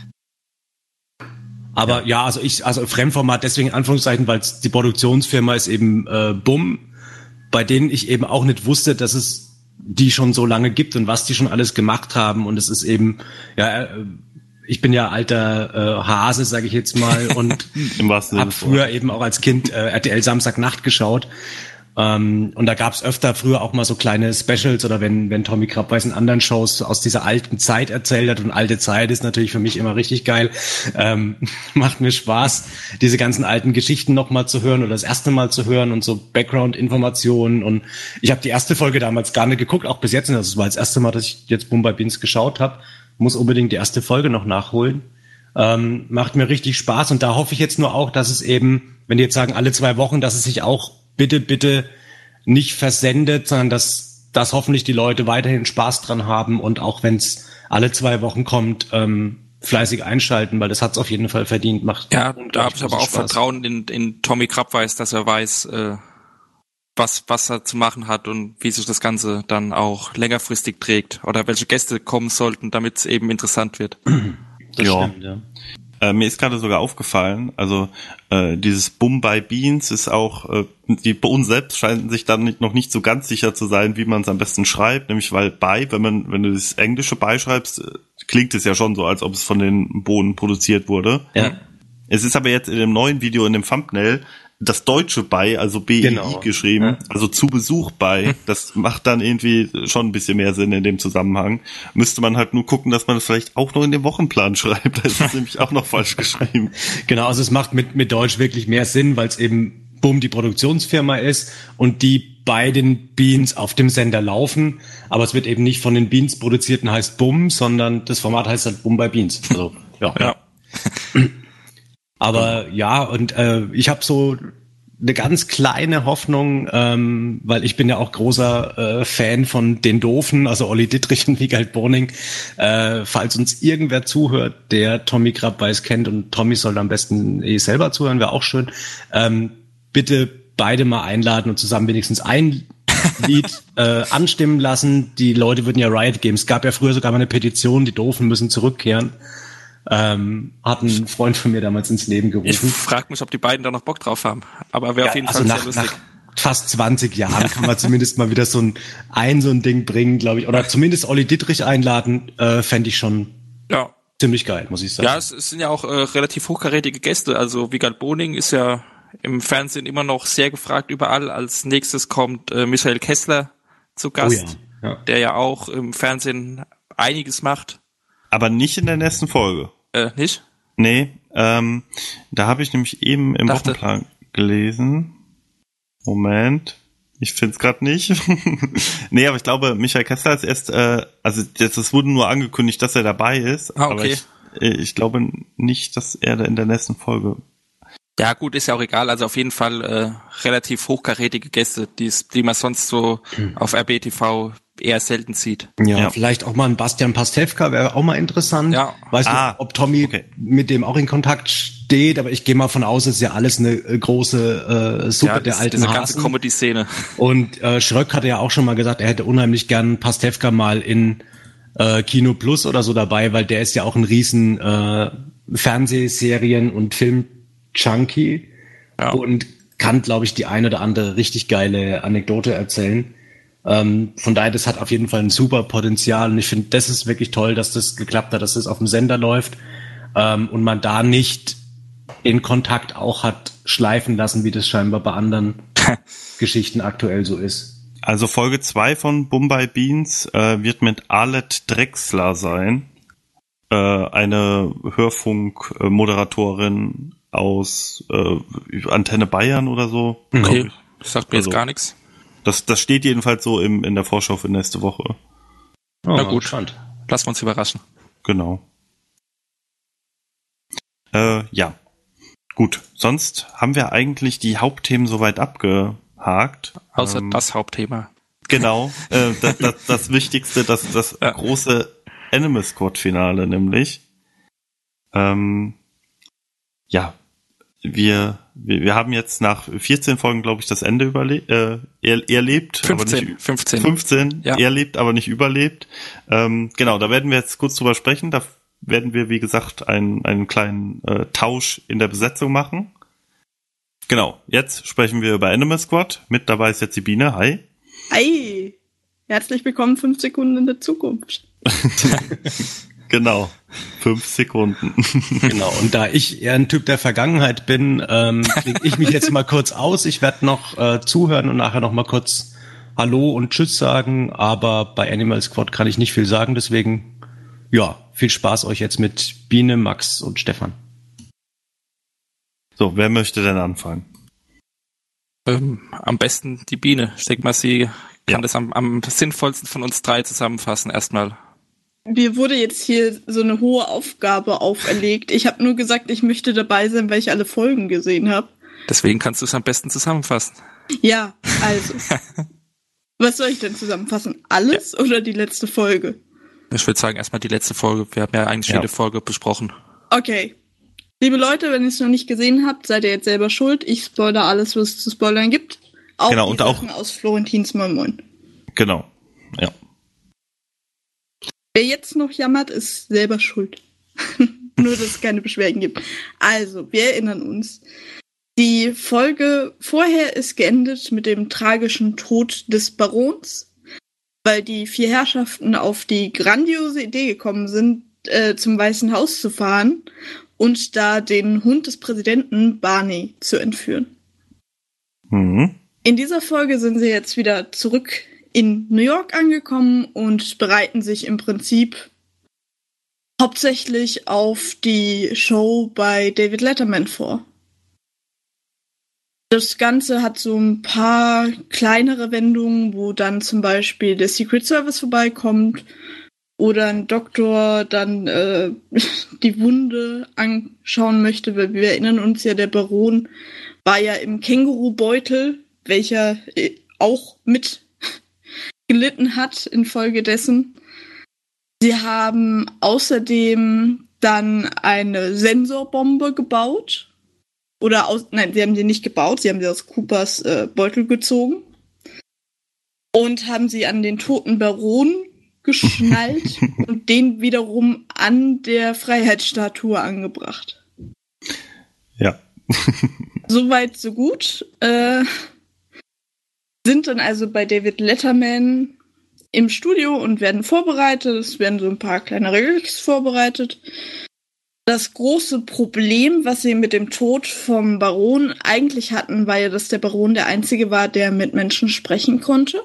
Aber also Fremdformat deswegen in Anführungszeichen, weil die Produktionsfirma ist eben BUM, bei denen ich eben auch nicht wusste, dass es die schon so lange gibt und was die schon alles gemacht haben. Und es ist eben, ich bin ja alter Hase, sage ich jetzt mal, und habe früher eben auch als Kind RTL Samstagnacht geschaut. Und da gab's öfter früher auch mal so kleine Specials oder wenn Tommy Krabweis in anderen Shows aus dieser alten Zeit erzählt hat, und alte Zeit ist natürlich für mich immer richtig geil, macht mir Spaß, diese ganzen alten Geschichten nochmal zu hören oder das erste Mal zu hören und so Background-Informationen. Und ich habe die erste Folge damals gar nicht geguckt, auch bis jetzt nicht. Das war das erste Mal, dass ich jetzt Bombay Beans geschaut habe. Muss unbedingt die erste Folge noch nachholen. Macht mir richtig Spaß, und da hoffe ich jetzt nur auch, dass es eben, wenn die jetzt sagen alle 2 Wochen, dass es sich auch bitte nicht versendet, sondern dass hoffentlich die Leute weiterhin Spaß dran haben und auch wenn es alle 2 Wochen kommt, fleißig einschalten, weil das hat's auf jeden Fall verdient. Macht da habe ich aber auch Spaß. Vertrauen in Tommy Krabweis, dass er weiß, was er zu machen hat und wie sich das Ganze dann auch längerfristig trägt oder welche Gäste kommen sollten, damit es eben interessant wird. Das stimmt, ja. Mir ist gerade sogar aufgefallen, also dieses Bombay Beans ist auch, die bei uns selbst scheinen sich dann noch nicht so ganz sicher zu sein, wie man es am besten schreibt, nämlich weil wenn du das Englische beischreibst, klingt es ja schon so, als ob es von den Bohnen produziert wurde. Ja. Es ist aber jetzt in dem neuen Video, in dem Thumbnail, das Deutsche bei, also BEI geschrieben, Ja. also zu Besuch bei. Das macht dann irgendwie schon ein bisschen mehr Sinn in dem Zusammenhang. Müsste man halt nur gucken, dass man das vielleicht auch noch in den Wochenplan schreibt. Da ist es nämlich auch noch falsch geschrieben. Genau, also es macht mit Deutsch wirklich mehr Sinn, weil es eben BUM die Produktionsfirma ist und die bei den Beans auf dem Sender laufen. Aber es wird eben nicht von den Beans produziert und heißt BUM, sondern das Format heißt halt BUM bei Beans. Also, ja. Aber ja, und ich habe so eine ganz kleine Hoffnung, weil ich bin ja auch großer Fan von den Doofen, also Olli Dittrich und Wiegald Boning. Falls uns irgendwer zuhört, der Tommy Krabbeis kennt, und Tommy soll am besten selber zuhören, wäre auch schön, bitte beide mal einladen und zusammen wenigstens ein Lied anstimmen lassen. Die Leute würden ja Riot Games. Es gab ja früher sogar mal eine Petition, die Doofen müssen zurückkehren. Hat ein Freund von mir damals ins Leben gerufen. Ich frage mich, ob die beiden da noch Bock drauf haben. Aber wäre auf jeden Fall sehr lustig. Nach fast 20 Jahren kann man zumindest mal wieder so ein Ding bringen, glaube ich. Oder zumindest Olli Dittrich einladen, fände ich schon ziemlich geil, muss ich sagen. Ja, es sind ja auch relativ hochkarätige Gäste. Also Wiegald Boning ist ja im Fernsehen immer noch sehr gefragt überall. Als nächstes kommt Michael Kessler zu Gast, der ja auch im Fernsehen einiges macht. Aber nicht in der nächsten Folge. Nicht? Nee, da habe ich nämlich eben im Wochenplan gelesen. Moment, ich find's gerade nicht. Nee, aber ich glaube, Michael Kessler ist erst, also das wurde nur angekündigt, dass er dabei ist. Ah, okay. Aber ich glaube nicht, dass er da in der nächsten Folge. Ja gut, ist ja auch egal. Also auf jeden Fall relativ hochkarätige Gäste, die man sonst so auf RBTV eher selten sieht. Ja, vielleicht auch mal ein Bastian Pastewka wäre auch mal interessant. Ja. Weiß nicht, ob Tommy mit dem auch in Kontakt steht, aber ich gehe mal von aus, es ist ja alles eine große Suppe der alten diese Hasen. ganze Comedy-Szene. Und Schröck hatte ja auch schon mal gesagt, er hätte unheimlich gern Pastewka mal in Kino Plus oder so dabei, weil der ist ja auch ein riesen Fernsehserien- und Film-Junkie und kann, glaube ich, die eine oder andere richtig geile Anekdote erzählen. Von daher, das hat auf jeden Fall ein super Potenzial und ich finde, das ist wirklich toll, dass das geklappt hat, dass das auf dem Sender läuft und man da nicht den Kontakt auch hat schleifen lassen, wie das scheinbar bei anderen Geschichten aktuell so ist. Also Folge 2 von Bombay Beans wird mit Arlette Drechsler sein, eine Hörfunkmoderatorin aus Antenne Bayern oder so. Okay, das sagt mir jetzt gar nichts. Das steht jedenfalls so in der Vorschau für nächste Woche. Na gut, spannend. Lassen wir uns überraschen. Genau. Ja. Gut, sonst haben wir eigentlich die Hauptthemen soweit abgehakt. Außer das Hauptthema. Genau, das Wichtigste, das große Animal Squad Finale nämlich. Ja, wir haben jetzt nach 14 Folgen, glaube ich, das Ende erlebt. 15, ja. Erlebt, aber nicht überlebt. Genau, da werden wir jetzt kurz drüber sprechen. Da werden wir, wie gesagt, einen kleinen Tausch in der Besetzung machen. Genau, jetzt sprechen wir über Animal Squad. Mit dabei ist jetzt die Biene. Hi. Hi. Herzlich willkommen 5 Sekunden in der Zukunft. Genau, 5 Sekunden. Genau, und da ich eher ein Typ der Vergangenheit bin, klinge ich mich jetzt mal kurz aus. Ich werde noch zuhören und nachher noch mal kurz Hallo und Tschüss sagen, aber bei Animal Squad kann ich nicht viel sagen, deswegen, ja, viel Spaß euch jetzt mit Biene, Max und Stefan. So, wer möchte denn anfangen? Am besten die Biene. Ich denke mal, sie kann das am sinnvollsten von uns 3 zusammenfassen erstmal. Mir wurde jetzt hier so eine hohe Aufgabe auferlegt. Ich habe nur gesagt, ich möchte dabei sein, weil ich alle Folgen gesehen habe. Deswegen kannst du es am besten zusammenfassen. Ja, also. Was soll ich denn zusammenfassen? Alles oder die letzte Folge? Ich würde sagen, erstmal die letzte Folge. Wir haben ja eigentlich jede Folge besprochen. Okay. Liebe Leute, wenn ihr es noch nicht gesehen habt, seid ihr jetzt selber schuld. Ich spoilere alles, was es zu spoilern gibt. Auch genau, die und Sachen auch aus Florentins Moin Moin. Genau, ja. Wer jetzt noch jammert, ist selber schuld. Nur, dass es keine Beschwerden gibt. Also, wir erinnern uns. Die Folge vorher ist geendet mit dem tragischen Tod des Barons, weil die 4 Herrschaften auf die grandiose Idee gekommen sind, zum Weißen Haus zu fahren und da den Hund des Präsidenten Barney zu entführen. Mhm. In dieser Folge sind sie jetzt wieder zurück in New York angekommen und bereiten sich im Prinzip hauptsächlich auf die Show bei David Letterman vor. Das Ganze hat so ein paar kleinere Wendungen, wo dann zum Beispiel der Secret Service vorbeikommt oder ein Doktor dann die Wunde anschauen möchte, weil wir erinnern uns ja, der Baron war ja im Kängurubeutel, welcher auch mit gelitten hat infolgedessen. Sie haben außerdem dann eine Sensorbombe gebaut. Nein, sie haben sie nicht gebaut, sie haben sie aus Coopers Beutel gezogen und haben sie an den toten Baron geschnallt und den wiederum an der Freiheitsstatue angebracht. Ja. Soweit, so gut. Sind dann also bei David Letterman im Studio und werden vorbereitet. Es werden so ein paar kleinere Gags vorbereitet. Das große Problem, was sie mit dem Tod vom Baron eigentlich hatten, war ja, dass der Baron der Einzige war, der mit Menschen sprechen konnte.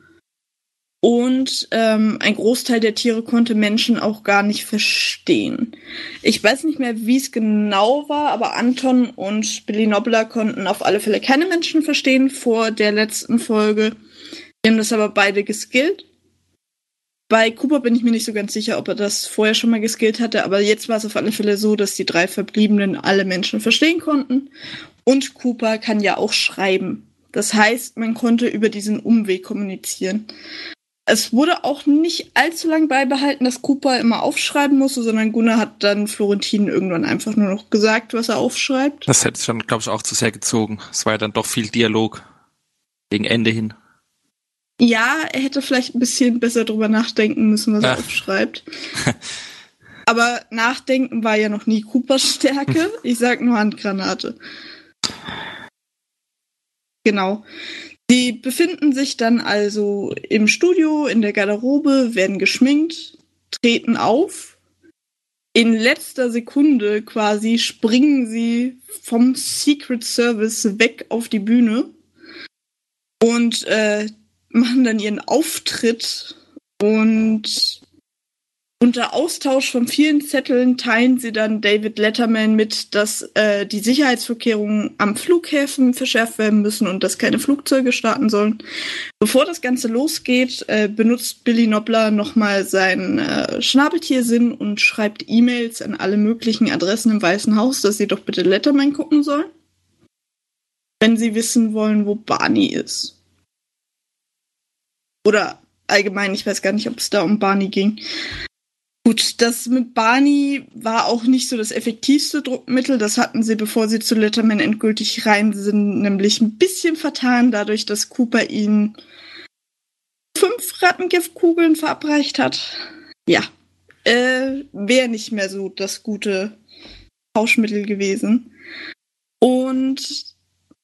Und ein Großteil der Tiere konnte Menschen auch gar nicht verstehen. Ich weiß nicht mehr, wie es genau war, aber Anton und Billy Nobler konnten auf alle Fälle keine Menschen verstehen vor der letzten Folge. Die haben das aber beide geskillt. Bei Cooper bin ich mir nicht so ganz sicher, ob er das vorher schon mal geskillt hatte, aber jetzt war es auf alle Fälle so, dass die 3 Verbliebenen alle Menschen verstehen konnten. Und Cooper kann ja auch schreiben. Das heißt, man konnte über diesen Umweg kommunizieren. Es wurde auch nicht allzu lang beibehalten, dass Cooper immer aufschreiben musste, sondern Gunnar hat dann Florentin irgendwann einfach nur noch gesagt, was er aufschreibt. Das hätte es dann, glaube ich, auch zu sehr gezogen. Es war ja dann doch viel Dialog gegen Ende hin. Ja, er hätte vielleicht ein bisschen besser drüber nachdenken müssen, was er aufschreibt. Aber Nachdenken war ja noch nie Coopers Stärke. Ich sag nur Handgranate. Genau. Die befinden sich dann also im Studio, in der Garderobe, werden geschminkt, treten auf. In letzter Sekunde quasi springen sie vom Secret Service weg auf die Bühne und machen dann ihren Auftritt und unter Austausch von vielen Zetteln teilen sie dann David Letterman mit, dass die Sicherheitsvorkehrungen am Flughäfen verschärft werden müssen und dass keine Flugzeuge starten sollen. Bevor das Ganze losgeht, benutzt Billy Nobler nochmal seinen Schnabeltiersinn und schreibt E-Mails an alle möglichen Adressen im Weißen Haus, dass sie doch bitte Letterman gucken sollen, wenn sie wissen wollen, wo Barney ist. Oder allgemein, ich weiß gar nicht, ob es da um Barney ging. Gut, das mit Barney war auch nicht so das effektivste Druckmittel. Das hatten sie, bevor sie zu Letterman endgültig rein sind, nämlich ein bisschen vertan, dadurch, dass Cooper ihnen 5 Rattengiftkugeln verabreicht hat. Ja, wäre nicht mehr so das gute Tauschmittel gewesen. Und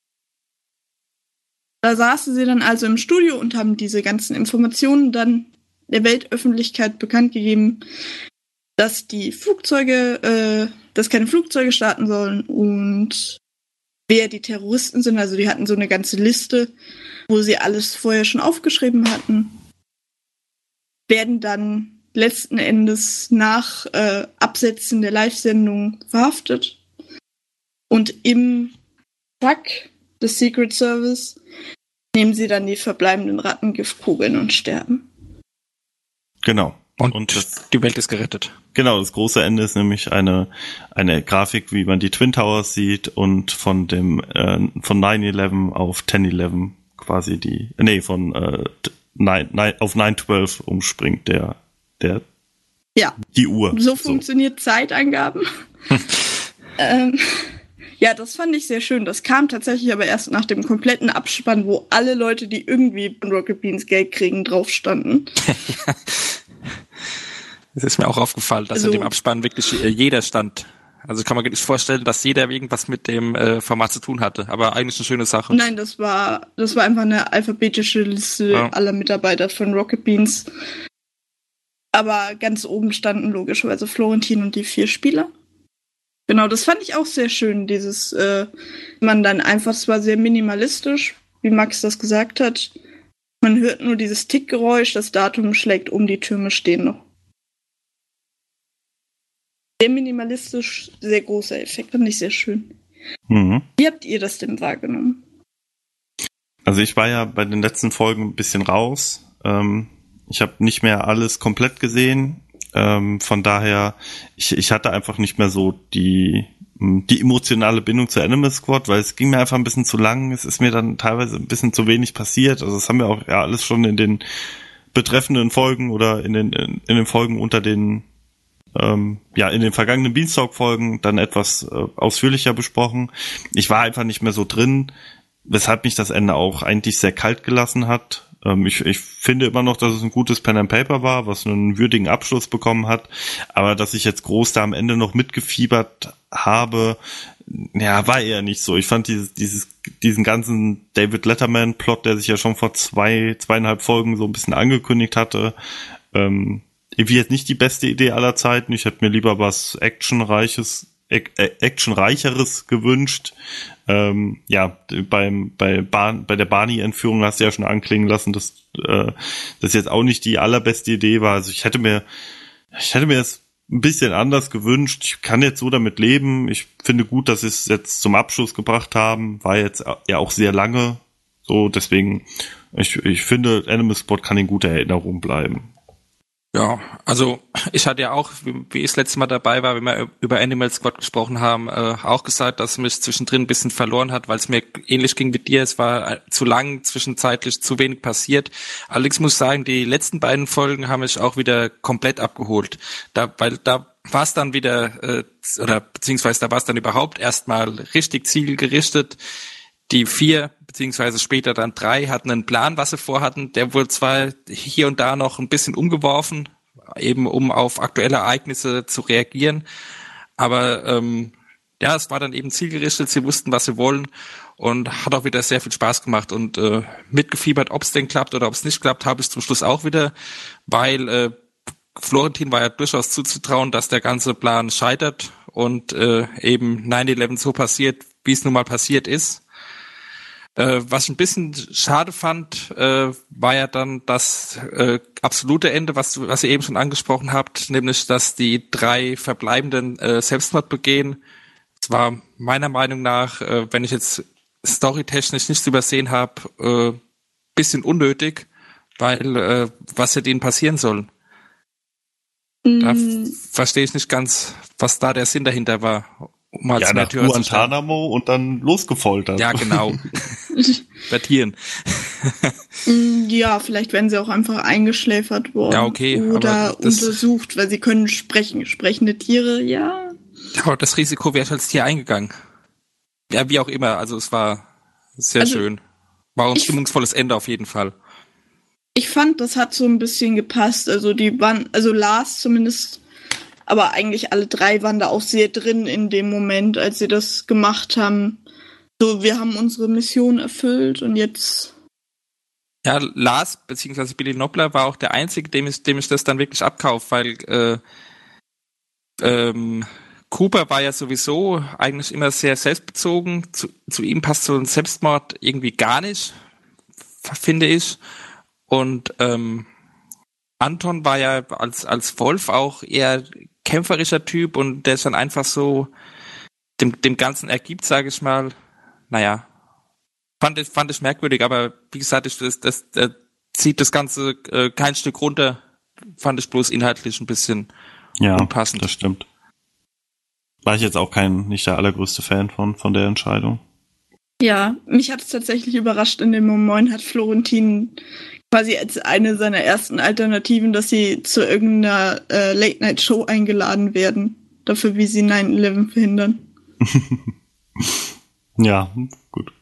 da saßen sie dann also im Studio und haben diese ganzen Informationen dann der Weltöffentlichkeit bekannt gegeben, dass die Flugzeuge, dass keine Flugzeuge starten sollen und wer die Terroristen sind. Also die hatten so eine ganze Liste, wo sie alles vorher schon aufgeschrieben hatten, werden dann letzten Endes nach Absetzen der Live-Sendung verhaftet und im Truck des Secret Service nehmen sie dann die verbleibenden Rattengiftkugeln und sterben. Genau. Und die Welt ist gerettet. Genau, das große Ende ist nämlich eine Grafik, wie man die Twin Towers sieht und von 9/11 auf 10/11 quasi auf 9/12 umspringt die Uhr. So funktioniert Zeitangaben. Ja, das fand ich sehr schön. Das kam tatsächlich aber erst nach dem kompletten Abspann, wo alle Leute, die irgendwie von Rocket Beans Geld kriegen, drauf standen. Es ist mir auch aufgefallen, dass in dem Abspann wirklich jeder stand. Also kann man sich vorstellen, dass jeder irgendwas mit dem Format zu tun hatte. Aber eigentlich eine schöne Sache. Nein, das war einfach eine alphabetische Liste aller Mitarbeiter von Rocket Beans. Aber ganz oben standen logischerweise Florentin und die 4 Spieler. Genau, das fand ich auch sehr schön, dieses man dann einfach, es war sehr minimalistisch, wie Max das gesagt hat. Man hört nur dieses Tickgeräusch, das Datum schlägt um, die Türme stehen noch. Sehr minimalistisch, sehr großer Effekt, fand ich sehr schön. Mhm. Wie habt ihr das denn wahrgenommen? Also ich war ja bei den letzten Folgen ein bisschen raus. Ich habe nicht mehr alles komplett gesehen. Von daher, ich hatte einfach nicht mehr so die emotionale Bindung zur Animal Squad, weil es ging mir einfach ein bisschen zu lang. Es ist mir dann teilweise ein bisschen zu wenig passiert. Also das haben wir auch ja alles schon in den betreffenden Folgen oder in den Folgen unter den in den vergangenen Beanstalk-Folgen dann etwas ausführlicher besprochen. Ich war einfach nicht mehr so drin, weshalb mich das Ende auch eigentlich sehr kalt gelassen hat. Ich finde immer noch, dass es ein gutes Pen and Paper war, was einen würdigen Abschluss bekommen hat, aber dass ich jetzt groß da am Ende noch mitgefiebert habe, ja, war eher nicht so. Ich fand diesen ganzen David Letterman-Plot, der sich ja schon vor 2,5 Folgen so ein bisschen angekündigt hatte, irgendwie jetzt nicht die beste Idee aller Zeiten. Ich hätte mir lieber was Actionreicheres gewünscht. Bei der Barney-Entführung hast du ja schon anklingen lassen, dass das jetzt auch nicht die allerbeste Idee war. Also ich hätte mir es ein bisschen anders gewünscht. Ich kann jetzt so damit leben. Ich finde gut, dass sie es jetzt zum Abschluss gebracht haben. War jetzt ja auch sehr lange. So, deswegen, ich finde, Animal Squad kann in guter Erinnerung bleiben. Ja, also ich hatte ja auch, wie ich das letzte Mal dabei war, wenn wir über Animal Squad gesprochen haben, auch gesagt, dass es mich zwischendrin ein bisschen verloren hat, weil es mir ähnlich ging wie dir. Es war zu lang, zwischenzeitlich zu wenig passiert. Allerdings muss ich sagen, die letzten beiden Folgen haben mich auch wieder komplett abgeholt. Weil da war es dann wieder, beziehungsweise da war es dann überhaupt erstmal richtig zielgerichtet. Die 4, beziehungsweise später dann 3, hatten einen Plan, was sie vorhatten. Der wurde zwar hier und da noch ein bisschen umgeworfen, eben um auf aktuelle Ereignisse zu reagieren. Aber es war dann eben zielgerichtet. Sie wussten, was sie wollen und hat auch wieder sehr viel Spaß gemacht. Und mitgefiebert, ob es denn klappt oder ob es nicht klappt, habe ich zum Schluss auch wieder, weil Florentin war ja durchaus zuzutrauen, dass der ganze Plan scheitert und eben 9/11 so passiert, wie es nun mal passiert ist. Was ich ein bisschen schade fand, war ja dann das absolute Ende, was ihr eben schon angesprochen habt, nämlich, dass die 3 Verbleibenden Selbstmord begehen. Das war meiner Meinung nach, wenn ich jetzt storytechnisch nichts übersehen habe, bisschen unnötig, weil was hätte ihnen passieren sollen? Da verstehe ich nicht ganz, was da der Sinn dahinter war. Ja, nach Guantanamo und dann losgefoltert. Ja, genau. Vertieren. Ja, vielleicht werden sie auch einfach eingeschläfert worden. Ja, okay. Oder untersucht, weil sie können sprechen. Sprechende Tiere, ja. Aber das Risiko wäre ich als Tier eingegangen. Ja, wie auch immer. Also es war sehr schön. War ein stimmungsvolles Ende auf jeden Fall. Ich fand, das hat so ein bisschen gepasst. Also Lars zumindest, aber eigentlich alle 3 waren da auch sehr drin in dem Moment, als sie das gemacht haben. So, wir haben unsere Mission erfüllt und jetzt... Ja, Lars, beziehungsweise Billy Nobler, war auch der Einzige, dem ich das dann wirklich abkaufe, weil Cooper war ja sowieso eigentlich immer sehr selbstbezogen. Zu ihm passt so ein Selbstmord irgendwie gar nicht, finde ich. Und Anton war ja als Wolf auch eher kämpferischer Typ und der ist dann einfach so dem Ganzen ergibt, sage ich mal. Naja, fand ich merkwürdig, aber wie gesagt, das zieht das Ganze kein Stück runter. Fand ich bloß inhaltlich ein bisschen unpassend. Ja, das stimmt. War ich jetzt auch nicht der allergrößte Fan von der Entscheidung. Ja, mich hat es tatsächlich überrascht. In dem Moment hat Florentin quasi als eine seiner ersten Alternativen, dass sie zu irgendeiner Late-Night-Show eingeladen werden. Dafür, wie sie 9/11 verhindern. Ja, gut.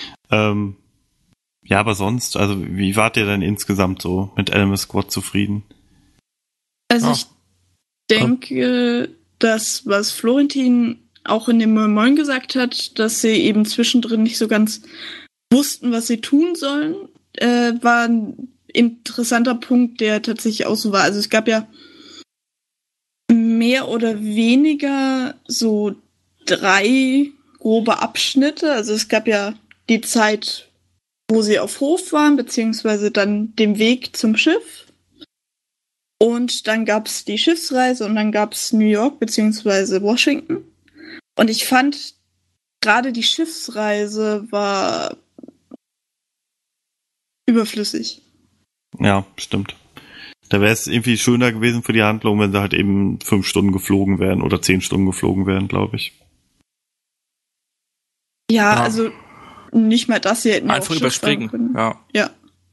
Ja, aber sonst, also wie wart ihr denn insgesamt so mit Animal Squad zufrieden? Also denke, das, was Florentin auch in dem Moin Moin gesagt hat, dass sie eben zwischendrin nicht so ganz wussten, was sie tun sollen, war ein interessanter Punkt, der tatsächlich auch so war. Also es gab ja mehr oder weniger so 3 grobe Abschnitte. Also es gab ja die Zeit, wo sie auf Hof waren, beziehungsweise dann den Weg zum Schiff. Und dann gab es die Schiffsreise und dann gab es New York beziehungsweise Washington. Und ich fand, gerade die Schiffsreise war überflüssig. Ja, stimmt. Da wäre es irgendwie schöner gewesen für die Handlung, wenn sie halt eben 5 Stunden geflogen wären oder 10 Stunden geflogen wären, glaube ich. Ja, also nicht mal das, sie hätten ja einfach auch überspringen. können. Ja.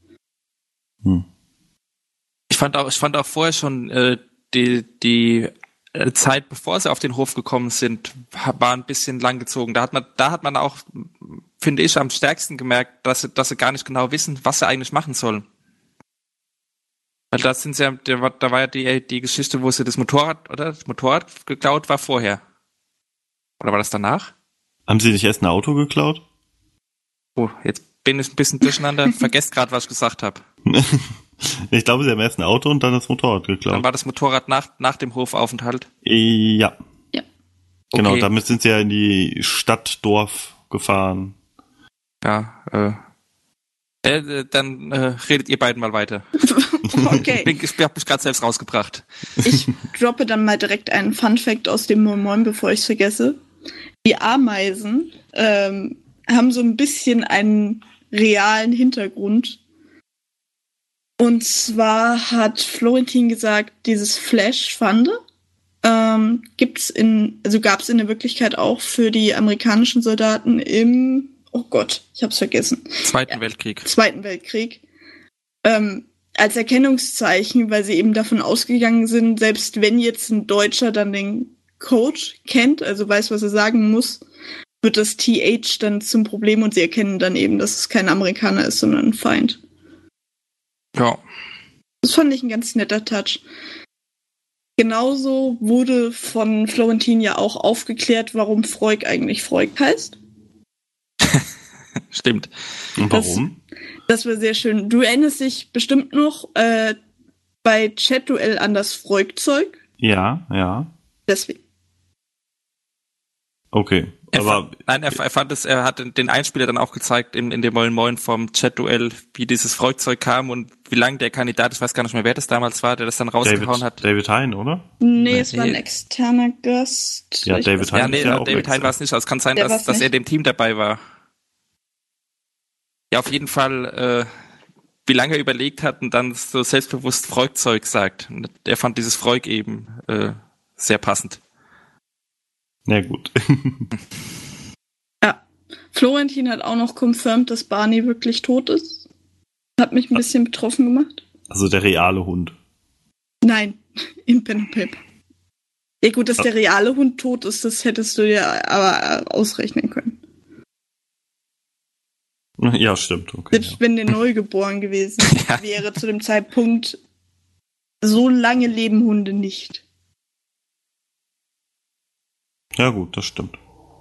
Ich fand auch vorher schon die Zeit, bevor sie auf den Hof gekommen sind, war ein bisschen langgezogen. Da hat man auch, finde ich, am stärksten gemerkt, dass sie gar nicht genau wissen, was sie eigentlich machen sollen. Weil da war ja die Geschichte, wo sie das Motorrad geklaut war vorher. Oder war das danach? Haben sie nicht erst ein Auto geklaut? Oh, jetzt bin ich ein bisschen durcheinander. Vergesst gerade, was ich gesagt habe. Ich glaube, sie haben erst ein Auto und dann das Motorrad geklaut. Dann war das Motorrad nach dem Hofaufenthalt? Ja. Ja. Genau, Okay. damit sind sie ja in die Stadt, Dorf gefahren. Ja, dann redet ihr beiden mal weiter. Okay. Ich habe mich gerade selbst rausgebracht. Ich droppe dann mal direkt einen Fun-Fact aus dem Moin Moin, bevor ich es vergesse. Die Ameisen haben so ein bisschen einen realen Hintergrund. Und zwar hat Florentin gesagt, dieses Flash-Funde gab es in der Wirklichkeit auch für die amerikanischen Soldaten im, oh Gott, ich hab's vergessen. Zweiten Weltkrieg. Zweiten Weltkrieg. Als Erkennungszeichen, weil sie eben davon ausgegangen sind, selbst wenn jetzt ein Deutscher dann den Code kennt, also weiß, was er sagen muss, wird das TH dann zum Problem und sie erkennen dann eben, dass es kein Amerikaner ist, sondern ein Feind. Ja. Das fand ich ein ganz netter Touch. Genauso wurde von Florentin ja auch aufgeklärt, warum Freud eigentlich Freud heißt. Stimmt. Und warum? Das war sehr schön. Du erinnerst dich bestimmt noch bei Chat-Duell an das Freud-Zeug. Ja. Deswegen. Okay. Er hat den Einspieler dann auch gezeigt in dem Moin Moin vom Chat-Duell, wie dieses Freudzeug kam und wie lange der Kandidat, ich weiß gar nicht mehr, wer das damals war, der das dann rausgehauen hat. David Hein, oder? Nee, es war ein externer Gast. Ja, Ich David weiß Hein. Ja, nee, ist ja auch David extra. Hein war es nicht, aber es kann sein, Der war's dass er nicht. dem Team dabei war. Ja, auf jeden Fall, wie lange er überlegt hat und dann so selbstbewusst Freudzeug sagt. Und er fand dieses Freud eben sehr passend. Na gut. Ja. Florentin hat auch noch confirmed, dass Barney wirklich tot ist. Hat mich ein bisschen betroffen gemacht. Also der reale Hund. Nein, in Pen and Paper. Ja gut, dass der reale Hund tot ist, das hättest du dir aber ausrechnen können. Ja, stimmt. Okay, Selbst wenn der neugeboren gewesen wäre zu dem Zeitpunkt, so lange leben Hunde nicht. Ja gut, das stimmt.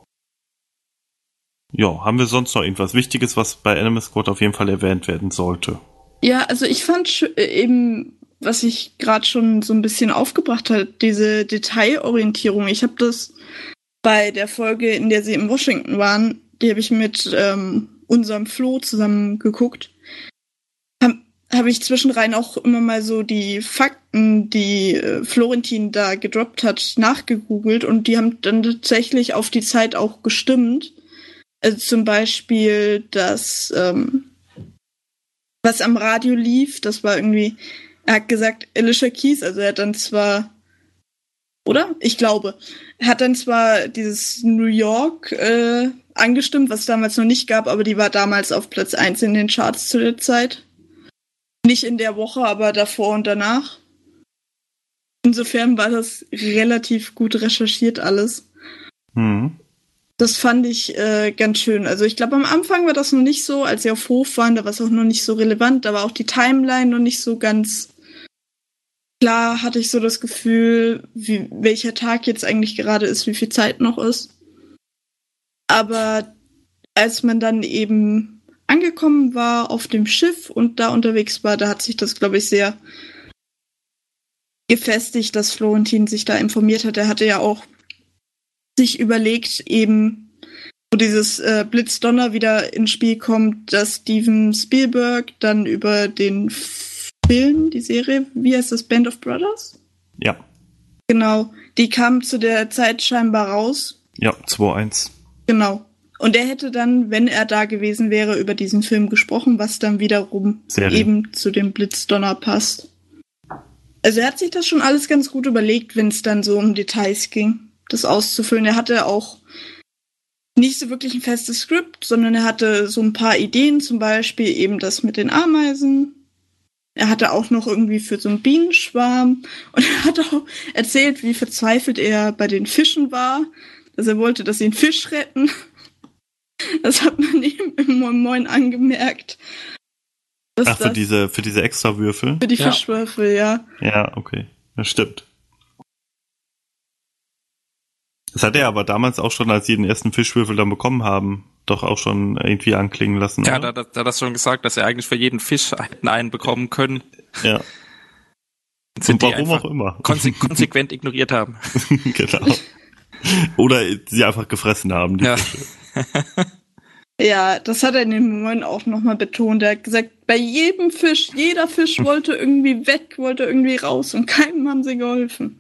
Ja, haben wir sonst noch irgendwas Wichtiges, was bei Animal Squad auf jeden Fall erwähnt werden sollte? Ja, also ich fand eben, was ich gerade schon so ein bisschen aufgebracht hat, diese Detailorientierung. Ich habe das bei der Folge, in der sie in Washington waren, die habe ich mit unserem Flo zusammen geguckt. Habe ich zwischenrein auch immer mal so die Fakten, die Florentin da gedroppt hat, nachgegoogelt und die haben dann tatsächlich auf die Zeit auch gestimmt. Also zum Beispiel das, was am Radio lief, das war irgendwie, er hat gesagt Alicia Keys, also er hat dann zwar, oder? Ich glaube, er hat dann zwar dieses New York angestimmt, was es damals noch nicht gab, aber die war damals auf Platz 1 in den Charts zu der Zeit. Nicht in der Woche, aber davor und danach. Insofern war das relativ gut recherchiert alles. Mhm. Das fand ich ganz schön. Also ich glaube, am Anfang war das noch nicht so, als sie auf Hof waren, da war es auch noch nicht so relevant, da war auch die Timeline noch nicht so ganz klar hatte ich so das Gefühl, welcher Tag jetzt eigentlich gerade ist, wie viel Zeit noch ist. Aber als man dann eben angekommen war auf dem Schiff und da unterwegs war, da hat sich das, glaube ich, sehr gefestigt, dass Florentin sich da informiert hat. Er hatte ja auch sich überlegt, eben, wo dieses Blitzdonner wieder ins Spiel kommt, dass Steven Spielberg dann über den Film, die Serie, wie heißt das, Band of Brothers? Ja. Genau, die kam zu der Zeit scheinbar raus. Ja, 2-1. Genau. Und er hätte dann, wenn er da gewesen wäre, über diesen Film gesprochen, was dann wiederum eben zu dem Blitzdonner passt. Also er hat sich das schon alles ganz gut überlegt, wenn es dann so um Details ging, das auszufüllen. Er hatte auch nicht so wirklich ein festes Skript, sondern er hatte so ein paar Ideen, zum Beispiel eben das mit den Ameisen. Er hatte auch noch irgendwie für so einen Bienenschwarm. Und er hat auch erzählt, wie verzweifelt er bei den Fischen war, dass er wollte, dass sie einen Fisch retten. Das hat man ihm im Moin Moin angemerkt. Ach, für diese Extrawürfel? Für die Fischwürfel, ja. Ja, okay. Das stimmt. Das hat er aber damals auch schon, als sie den ersten Fischwürfel dann bekommen haben, doch auch schon irgendwie anklingen lassen. Ja, oder? da hat das schon gesagt, dass er eigentlich für jeden Fisch einen bekommen können. Ja. Und warum auch immer. Konsequent ignoriert haben. Genau. Oder sie einfach gefressen haben, die Fische. Ja, das hat er in dem Moment auch nochmal betont. Er hat gesagt, bei jedem Fisch, jeder Fisch wollte irgendwie weg, wollte irgendwie raus und keinem haben sie geholfen.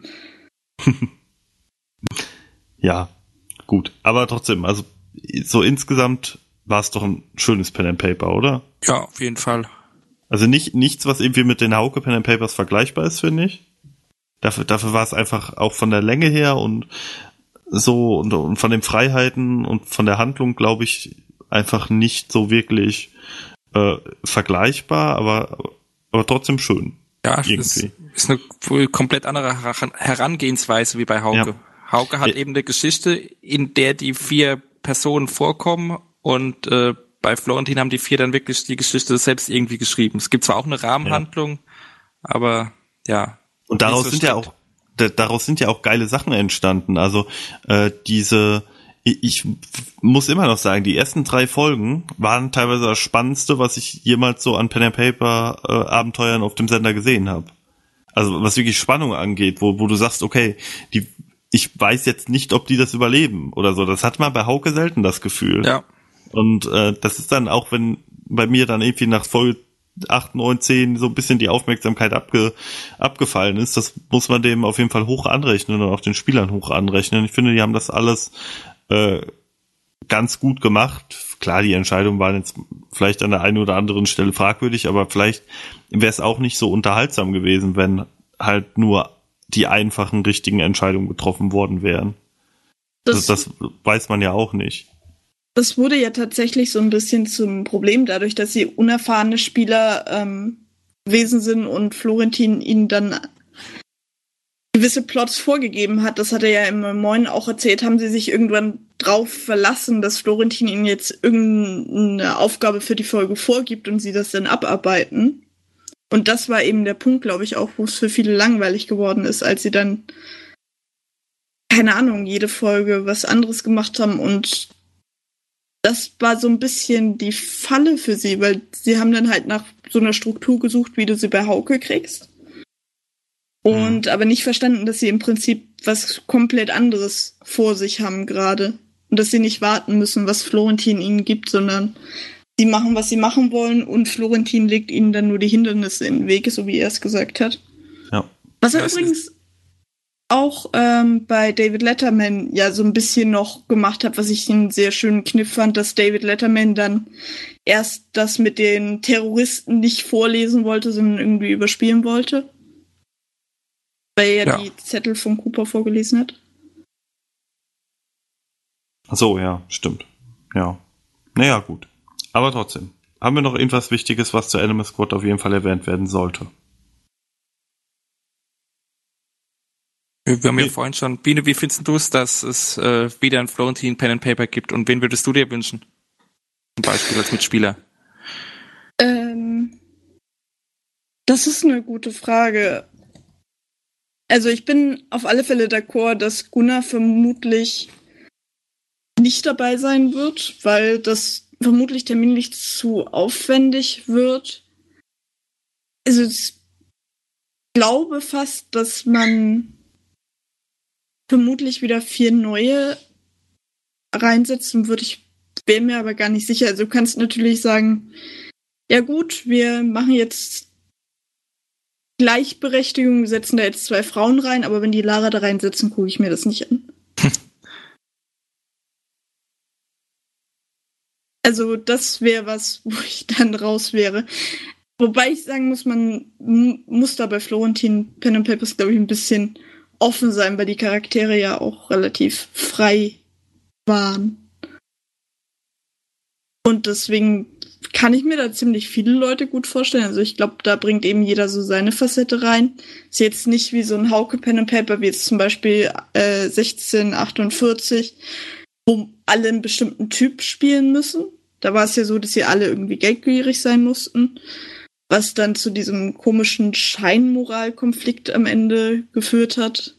Ja, gut. Aber trotzdem, also so insgesamt war es doch ein schönes Pen and Paper, oder? Ja, auf jeden Fall. Also nichts, was irgendwie mit den Hauke Pen and Papers vergleichbar ist, finde ich. Dafür war es einfach auch von der Länge her und so und von den Freiheiten und von der Handlung, glaube ich, einfach nicht so wirklich vergleichbar, aber trotzdem schön. Ja, irgendwie. Ist eine wohl komplett andere Herangehensweise wie bei Hauke. Ja. Hauke hat eben eine Geschichte, in der die 4 Personen vorkommen und bei Florentin haben die 4 dann wirklich die Geschichte selbst irgendwie geschrieben. Es gibt zwar auch eine Rahmenhandlung, aber ja. Und daraus sind ja auch geile Sachen entstanden. Also ich muss immer noch sagen, die ersten 3 Folgen waren teilweise das Spannendste, was ich jemals so an Pen and Paper Abenteuern auf dem Sender gesehen habe. Also was wirklich Spannung angeht, wo du sagst, okay, ich weiß jetzt nicht, ob die das überleben oder so. Das hat man bei Hauke selten das Gefühl. Ja. Und das ist dann auch, wenn bei mir dann irgendwie nach Folge 8, 9, 10 so ein bisschen die Aufmerksamkeit abgefallen ist, das muss man dem auf jeden Fall hoch anrechnen und auch den Spielern hoch anrechnen. Ich finde, die haben das alles ganz gut gemacht. Klar, die Entscheidungen waren jetzt vielleicht an der einen oder anderen Stelle fragwürdig, aber vielleicht wäre es auch nicht so unterhaltsam gewesen, wenn halt nur die einfachen, richtigen Entscheidungen getroffen worden wären. Das weiß man ja auch nicht. Das wurde ja tatsächlich so ein bisschen zum Problem, dadurch, dass sie unerfahrene Spieler gewesen sind und Florentin ihnen dann gewisse Plots vorgegeben hat. Das hat er ja im Moin auch erzählt, haben sie sich irgendwann drauf verlassen, dass Florentin ihnen jetzt irgendeine Aufgabe für die Folge vorgibt und sie das dann abarbeiten. Und das war eben der Punkt, glaube ich, auch, wo es für viele langweilig geworden ist, als sie dann, keine Ahnung, jede Folge was anderes gemacht haben. Und das war so ein bisschen die Falle für sie, weil sie haben dann halt nach so einer Struktur gesucht, wie du sie bei Hauke kriegst. Und aber nicht verstanden, dass sie im Prinzip was komplett anderes vor sich haben gerade. Und dass sie nicht warten müssen, was Florentin ihnen gibt, sondern sie machen, was sie machen wollen und Florentin legt ihnen dann nur die Hindernisse in den Weg, so wie er es gesagt hat. Ja. Was er übrigens auch bei David Letterman ja so ein bisschen noch gemacht hat, was ich einen sehr schönen Kniff fand, dass David Letterman dann erst das mit den Terroristen nicht vorlesen wollte, sondern irgendwie überspielen wollte. Weil er die Zettel von Cooper vorgelesen hat. Ach so, ja, stimmt. Ja. Naja, gut. Aber trotzdem. Haben wir noch irgendwas Wichtiges, was zur Animal Squad auf jeden Fall erwähnt werden sollte? Wir haben ja vorhin schon, Biene, wie findest du es, dass es wieder ein Florentin Pen and Paper gibt und wen würdest du dir wünschen? Zum Beispiel als Mitspieler. Das ist eine gute Frage. Also ich bin auf alle Fälle d'accord, dass Gunnar vermutlich nicht dabei sein wird, weil das vermutlich terminlich zu aufwendig wird. Also ich glaube fast, dass man vermutlich wieder 4 neue reinsetzen würde. Ich wäre mir aber gar nicht sicher. Also du kannst natürlich sagen, ja gut, wir machen jetzt Gleichberechtigung, wir setzen da jetzt 2 Frauen rein, aber wenn die Lara da reinsetzen, gucke ich mir das nicht an. Also das wäre was, wo ich dann raus wäre. Wobei ich sagen muss, man muss da bei Florentin Pen and Papers, glaube ich, ein bisschen offen sein, weil die Charaktere ja auch relativ frei waren. Und deswegen kann ich mir da ziemlich viele Leute gut vorstellen. Also ich glaube, da bringt eben jeder so seine Facette rein. Ist jetzt nicht wie so ein Hauke Pen and Paper, wie jetzt zum Beispiel 1648, wo alle einen bestimmten Typ spielen müssen. Da war es ja so, dass sie alle irgendwie geldgierig sein mussten, was dann zu diesem komischen Scheinmoralkonflikt am Ende geführt hat.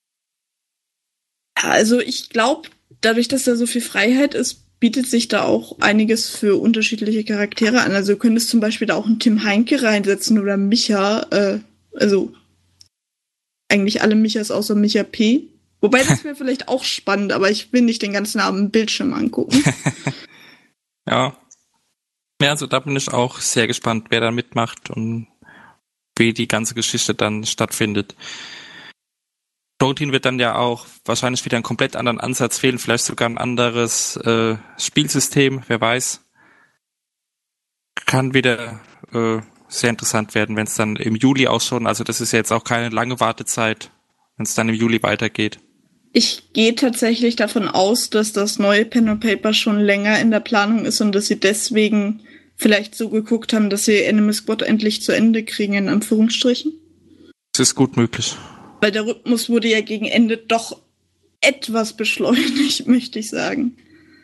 Ja, also ich glaube, dadurch, dass da so viel Freiheit ist, bietet sich da auch einiges für unterschiedliche Charaktere an. Also du könntest zum Beispiel da auch einen Tim Heinke reinsetzen oder Micha, also eigentlich alle Michas außer Micha P. Wobei das wäre vielleicht auch spannend, aber ich will nicht den ganzen Abend einen Bildschirm angucken. Ja. Ja, also da bin ich auch sehr gespannt, wer da mitmacht und wie die ganze Geschichte dann stattfindet. Florentin wird dann ja auch wahrscheinlich wieder einen komplett anderen Ansatz wählen, vielleicht sogar ein anderes Spielsystem, wer weiß. Kann wieder sehr interessant werden, wenn es dann im Juli auch schon, also das ist ja jetzt auch keine lange Wartezeit, wenn es dann im Juli weitergeht. Ich gehe tatsächlich davon aus, dass das neue Pen and Paper schon länger in der Planung ist und dass sie deswegen vielleicht so geguckt haben, dass sie Enemy Squad endlich zu Ende kriegen, in Anführungsstrichen. Das ist gut möglich. Weil der Rhythmus wurde ja gegen Ende doch etwas beschleunigt, möchte ich sagen.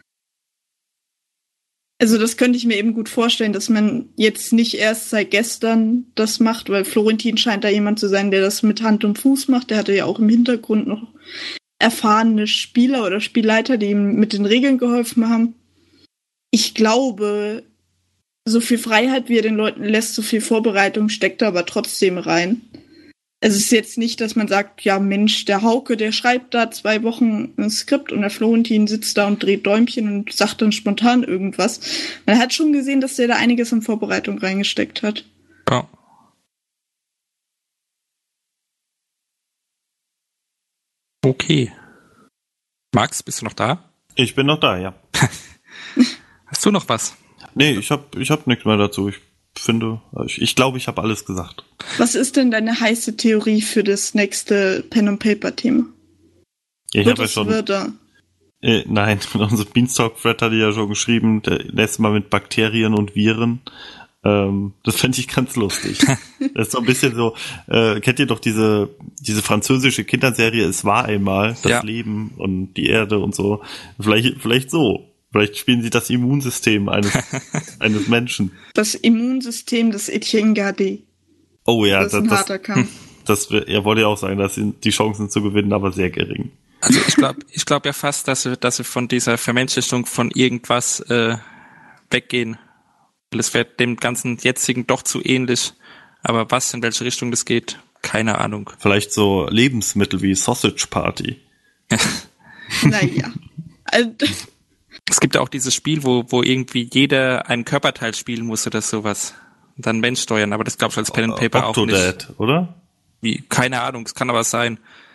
Also das könnte ich mir eben gut vorstellen, dass man jetzt nicht erst seit gestern das macht, weil Florentin scheint da jemand zu sein, der das mit Hand und Fuß macht. Der hatte ja auch im Hintergrund noch erfahrene Spieler oder Spielleiter, die ihm mit den Regeln geholfen haben. Ich glaube, so viel Freiheit, wie er den Leuten lässt, so viel Vorbereitung steckt da aber trotzdem rein. Es ist jetzt nicht, dass man sagt, ja Mensch, der Hauke, der schreibt da 2 Wochen ein Skript und der Florentin sitzt da und dreht Däumchen und sagt dann spontan irgendwas. Man hat schon gesehen, dass der da einiges an Vorbereitung reingesteckt hat. Ja. Okay. Max, bist du noch da? Ich bin noch da, ja. Hast du noch was? Nee, ich hab nichts mehr dazu. Ich glaube, ich habe alles gesagt. Was ist denn deine heiße Theorie für das nächste Pen-and-Paper-Thema? Ich habe ja schon... nein, unser Beanstalk-Thread hatte ja schon geschrieben, letztes Mal mit Bakterien und Viren. Das fände ich ganz lustig. Das ist so ein bisschen so, kennt ihr doch diese französische Kinderserie Es war einmal, das Leben und die Erde und so. Vielleicht so. Vielleicht spielen sie das Immunsystem eines Menschen. Das Immunsystem des Etienne Gardet. Oh ja, das ist ein harter Kampf. Er wollte ja auch sagen, dass die Chancen zu gewinnen, aber sehr gering. Also ich glaube ja fast, dass sie von dieser Vermenschlichung von irgendwas weggehen. Weil es wird dem ganzen jetzigen doch zu ähnlich. Aber was, in welche Richtung das geht, keine Ahnung. Vielleicht so Lebensmittel wie Sausage Party. Naja. Es gibt ja auch dieses Spiel, wo irgendwie jeder einen Körperteil spielen muss oder sowas. Und dann Mensch steuern, aber das glaube ich als Pen and Paper auch nicht. Octodad, oder? Keine Ahnung, es kann aber sein.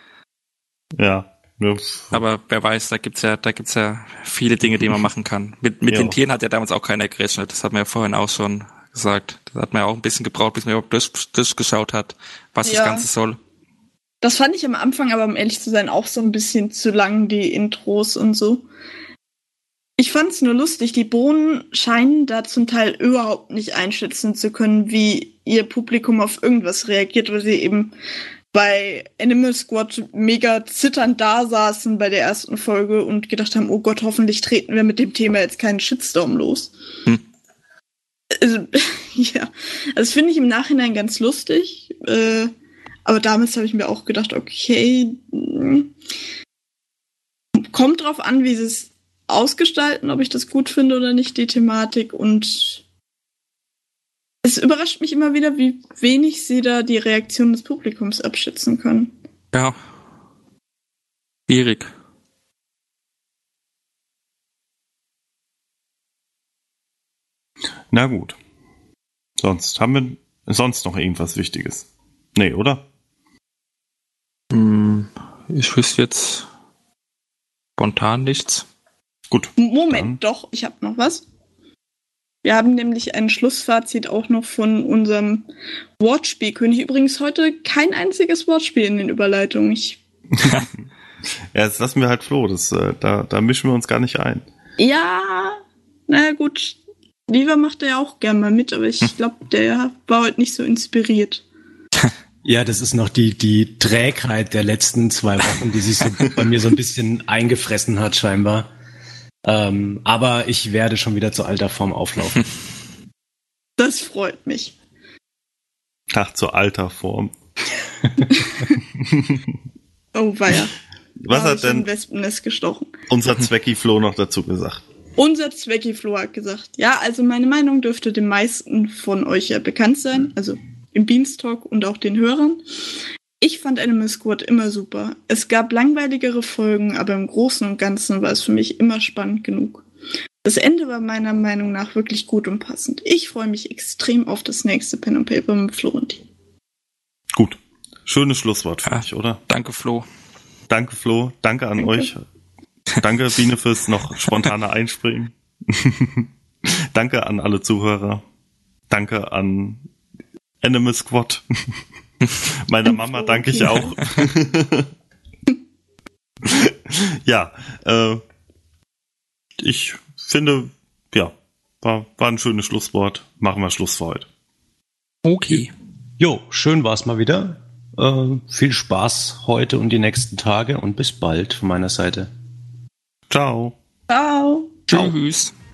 Ja. Aber wer weiß, da gibt's ja viele Dinge, die man machen kann. Mit den Tieren hat ja damals auch keiner gerechnet. Das hat man ja vorhin auch schon gesagt. Das hat man ja auch ein bisschen gebraucht, bis man überhaupt durchgeschaut hat, was das Ganze soll. Das fand ich am Anfang, aber um ehrlich zu sein, auch so ein bisschen zu lang, die Intros und so. Ich fand's nur lustig, die Bohnen scheinen da zum Teil überhaupt nicht einschätzen zu können, wie ihr Publikum auf irgendwas reagiert, weil sie eben bei Animal Squad mega zitternd da saßen bei der ersten Folge und gedacht haben, oh Gott, hoffentlich treten wir mit dem Thema jetzt keinen Shitstorm los. Also, ja, das finde ich im Nachhinein ganz lustig, Aber damals habe ich mir auch gedacht, okay, kommt drauf an, wie sie es ausgestalten, ob ich das gut finde oder nicht, die Thematik. Und es überrascht mich immer wieder, wie wenig sie da die Reaktion des Publikums abschätzen können. Ja. Schwierig. Na gut. Sonst haben wir sonst noch irgendwas Wichtiges? Nee, oder? Ich wüsste jetzt spontan nichts. Gut. Moment, doch, ich habe noch was. Wir haben nämlich ein Schlussfazit auch noch von unserem Wortspielkönig. Übrigens heute kein einziges Wortspiel in den Überleitungen. Ja, jetzt lassen wir halt Flo. Da mischen wir uns gar nicht ein. Ja, na gut. Viva macht er ja auch gern mal mit, aber ich glaube, der war heute nicht so inspiriert. Ja, das ist noch die Trägheit der letzten 2 Wochen, die sich so bei mir so ein bisschen eingefressen hat scheinbar. Aber ich werde schon wieder zur alter Form auflaufen. Das freut mich. Ach, zur alter Form. Oh weia. Was hat denn ein Wespennest gestochen? unser Zwecki Flo noch dazu gesagt? Unser Zwecki Flo hat gesagt, ja, also meine Meinung dürfte den meisten von euch ja bekannt sein, also im Beanstalk und auch den Hörern. Ich fand Animal Squad immer super. Es gab langweiligere Folgen, aber im Großen und Ganzen war es für mich immer spannend genug. Das Ende war meiner Meinung nach wirklich gut und passend. Ich freue mich extrem auf das nächste Pen and Paper mit Florentin. Gut. Schönes Schlusswort für mich, oder? Danke, Flo. Danke, Flo. Danke an euch. Danke, Biene, fürs noch spontane Einspringen. Danke an alle Zuhörer. Danke an Animal Squad. Meiner Mama danke ich auch. Ja, ich finde, ja, war ein schönes Schlusswort. Machen wir Schluss für heute. Okay. Jo, schön war's mal wieder. Viel Spaß heute und die nächsten Tage und bis bald von meiner Seite. Ciao. Ciao. Tschüss.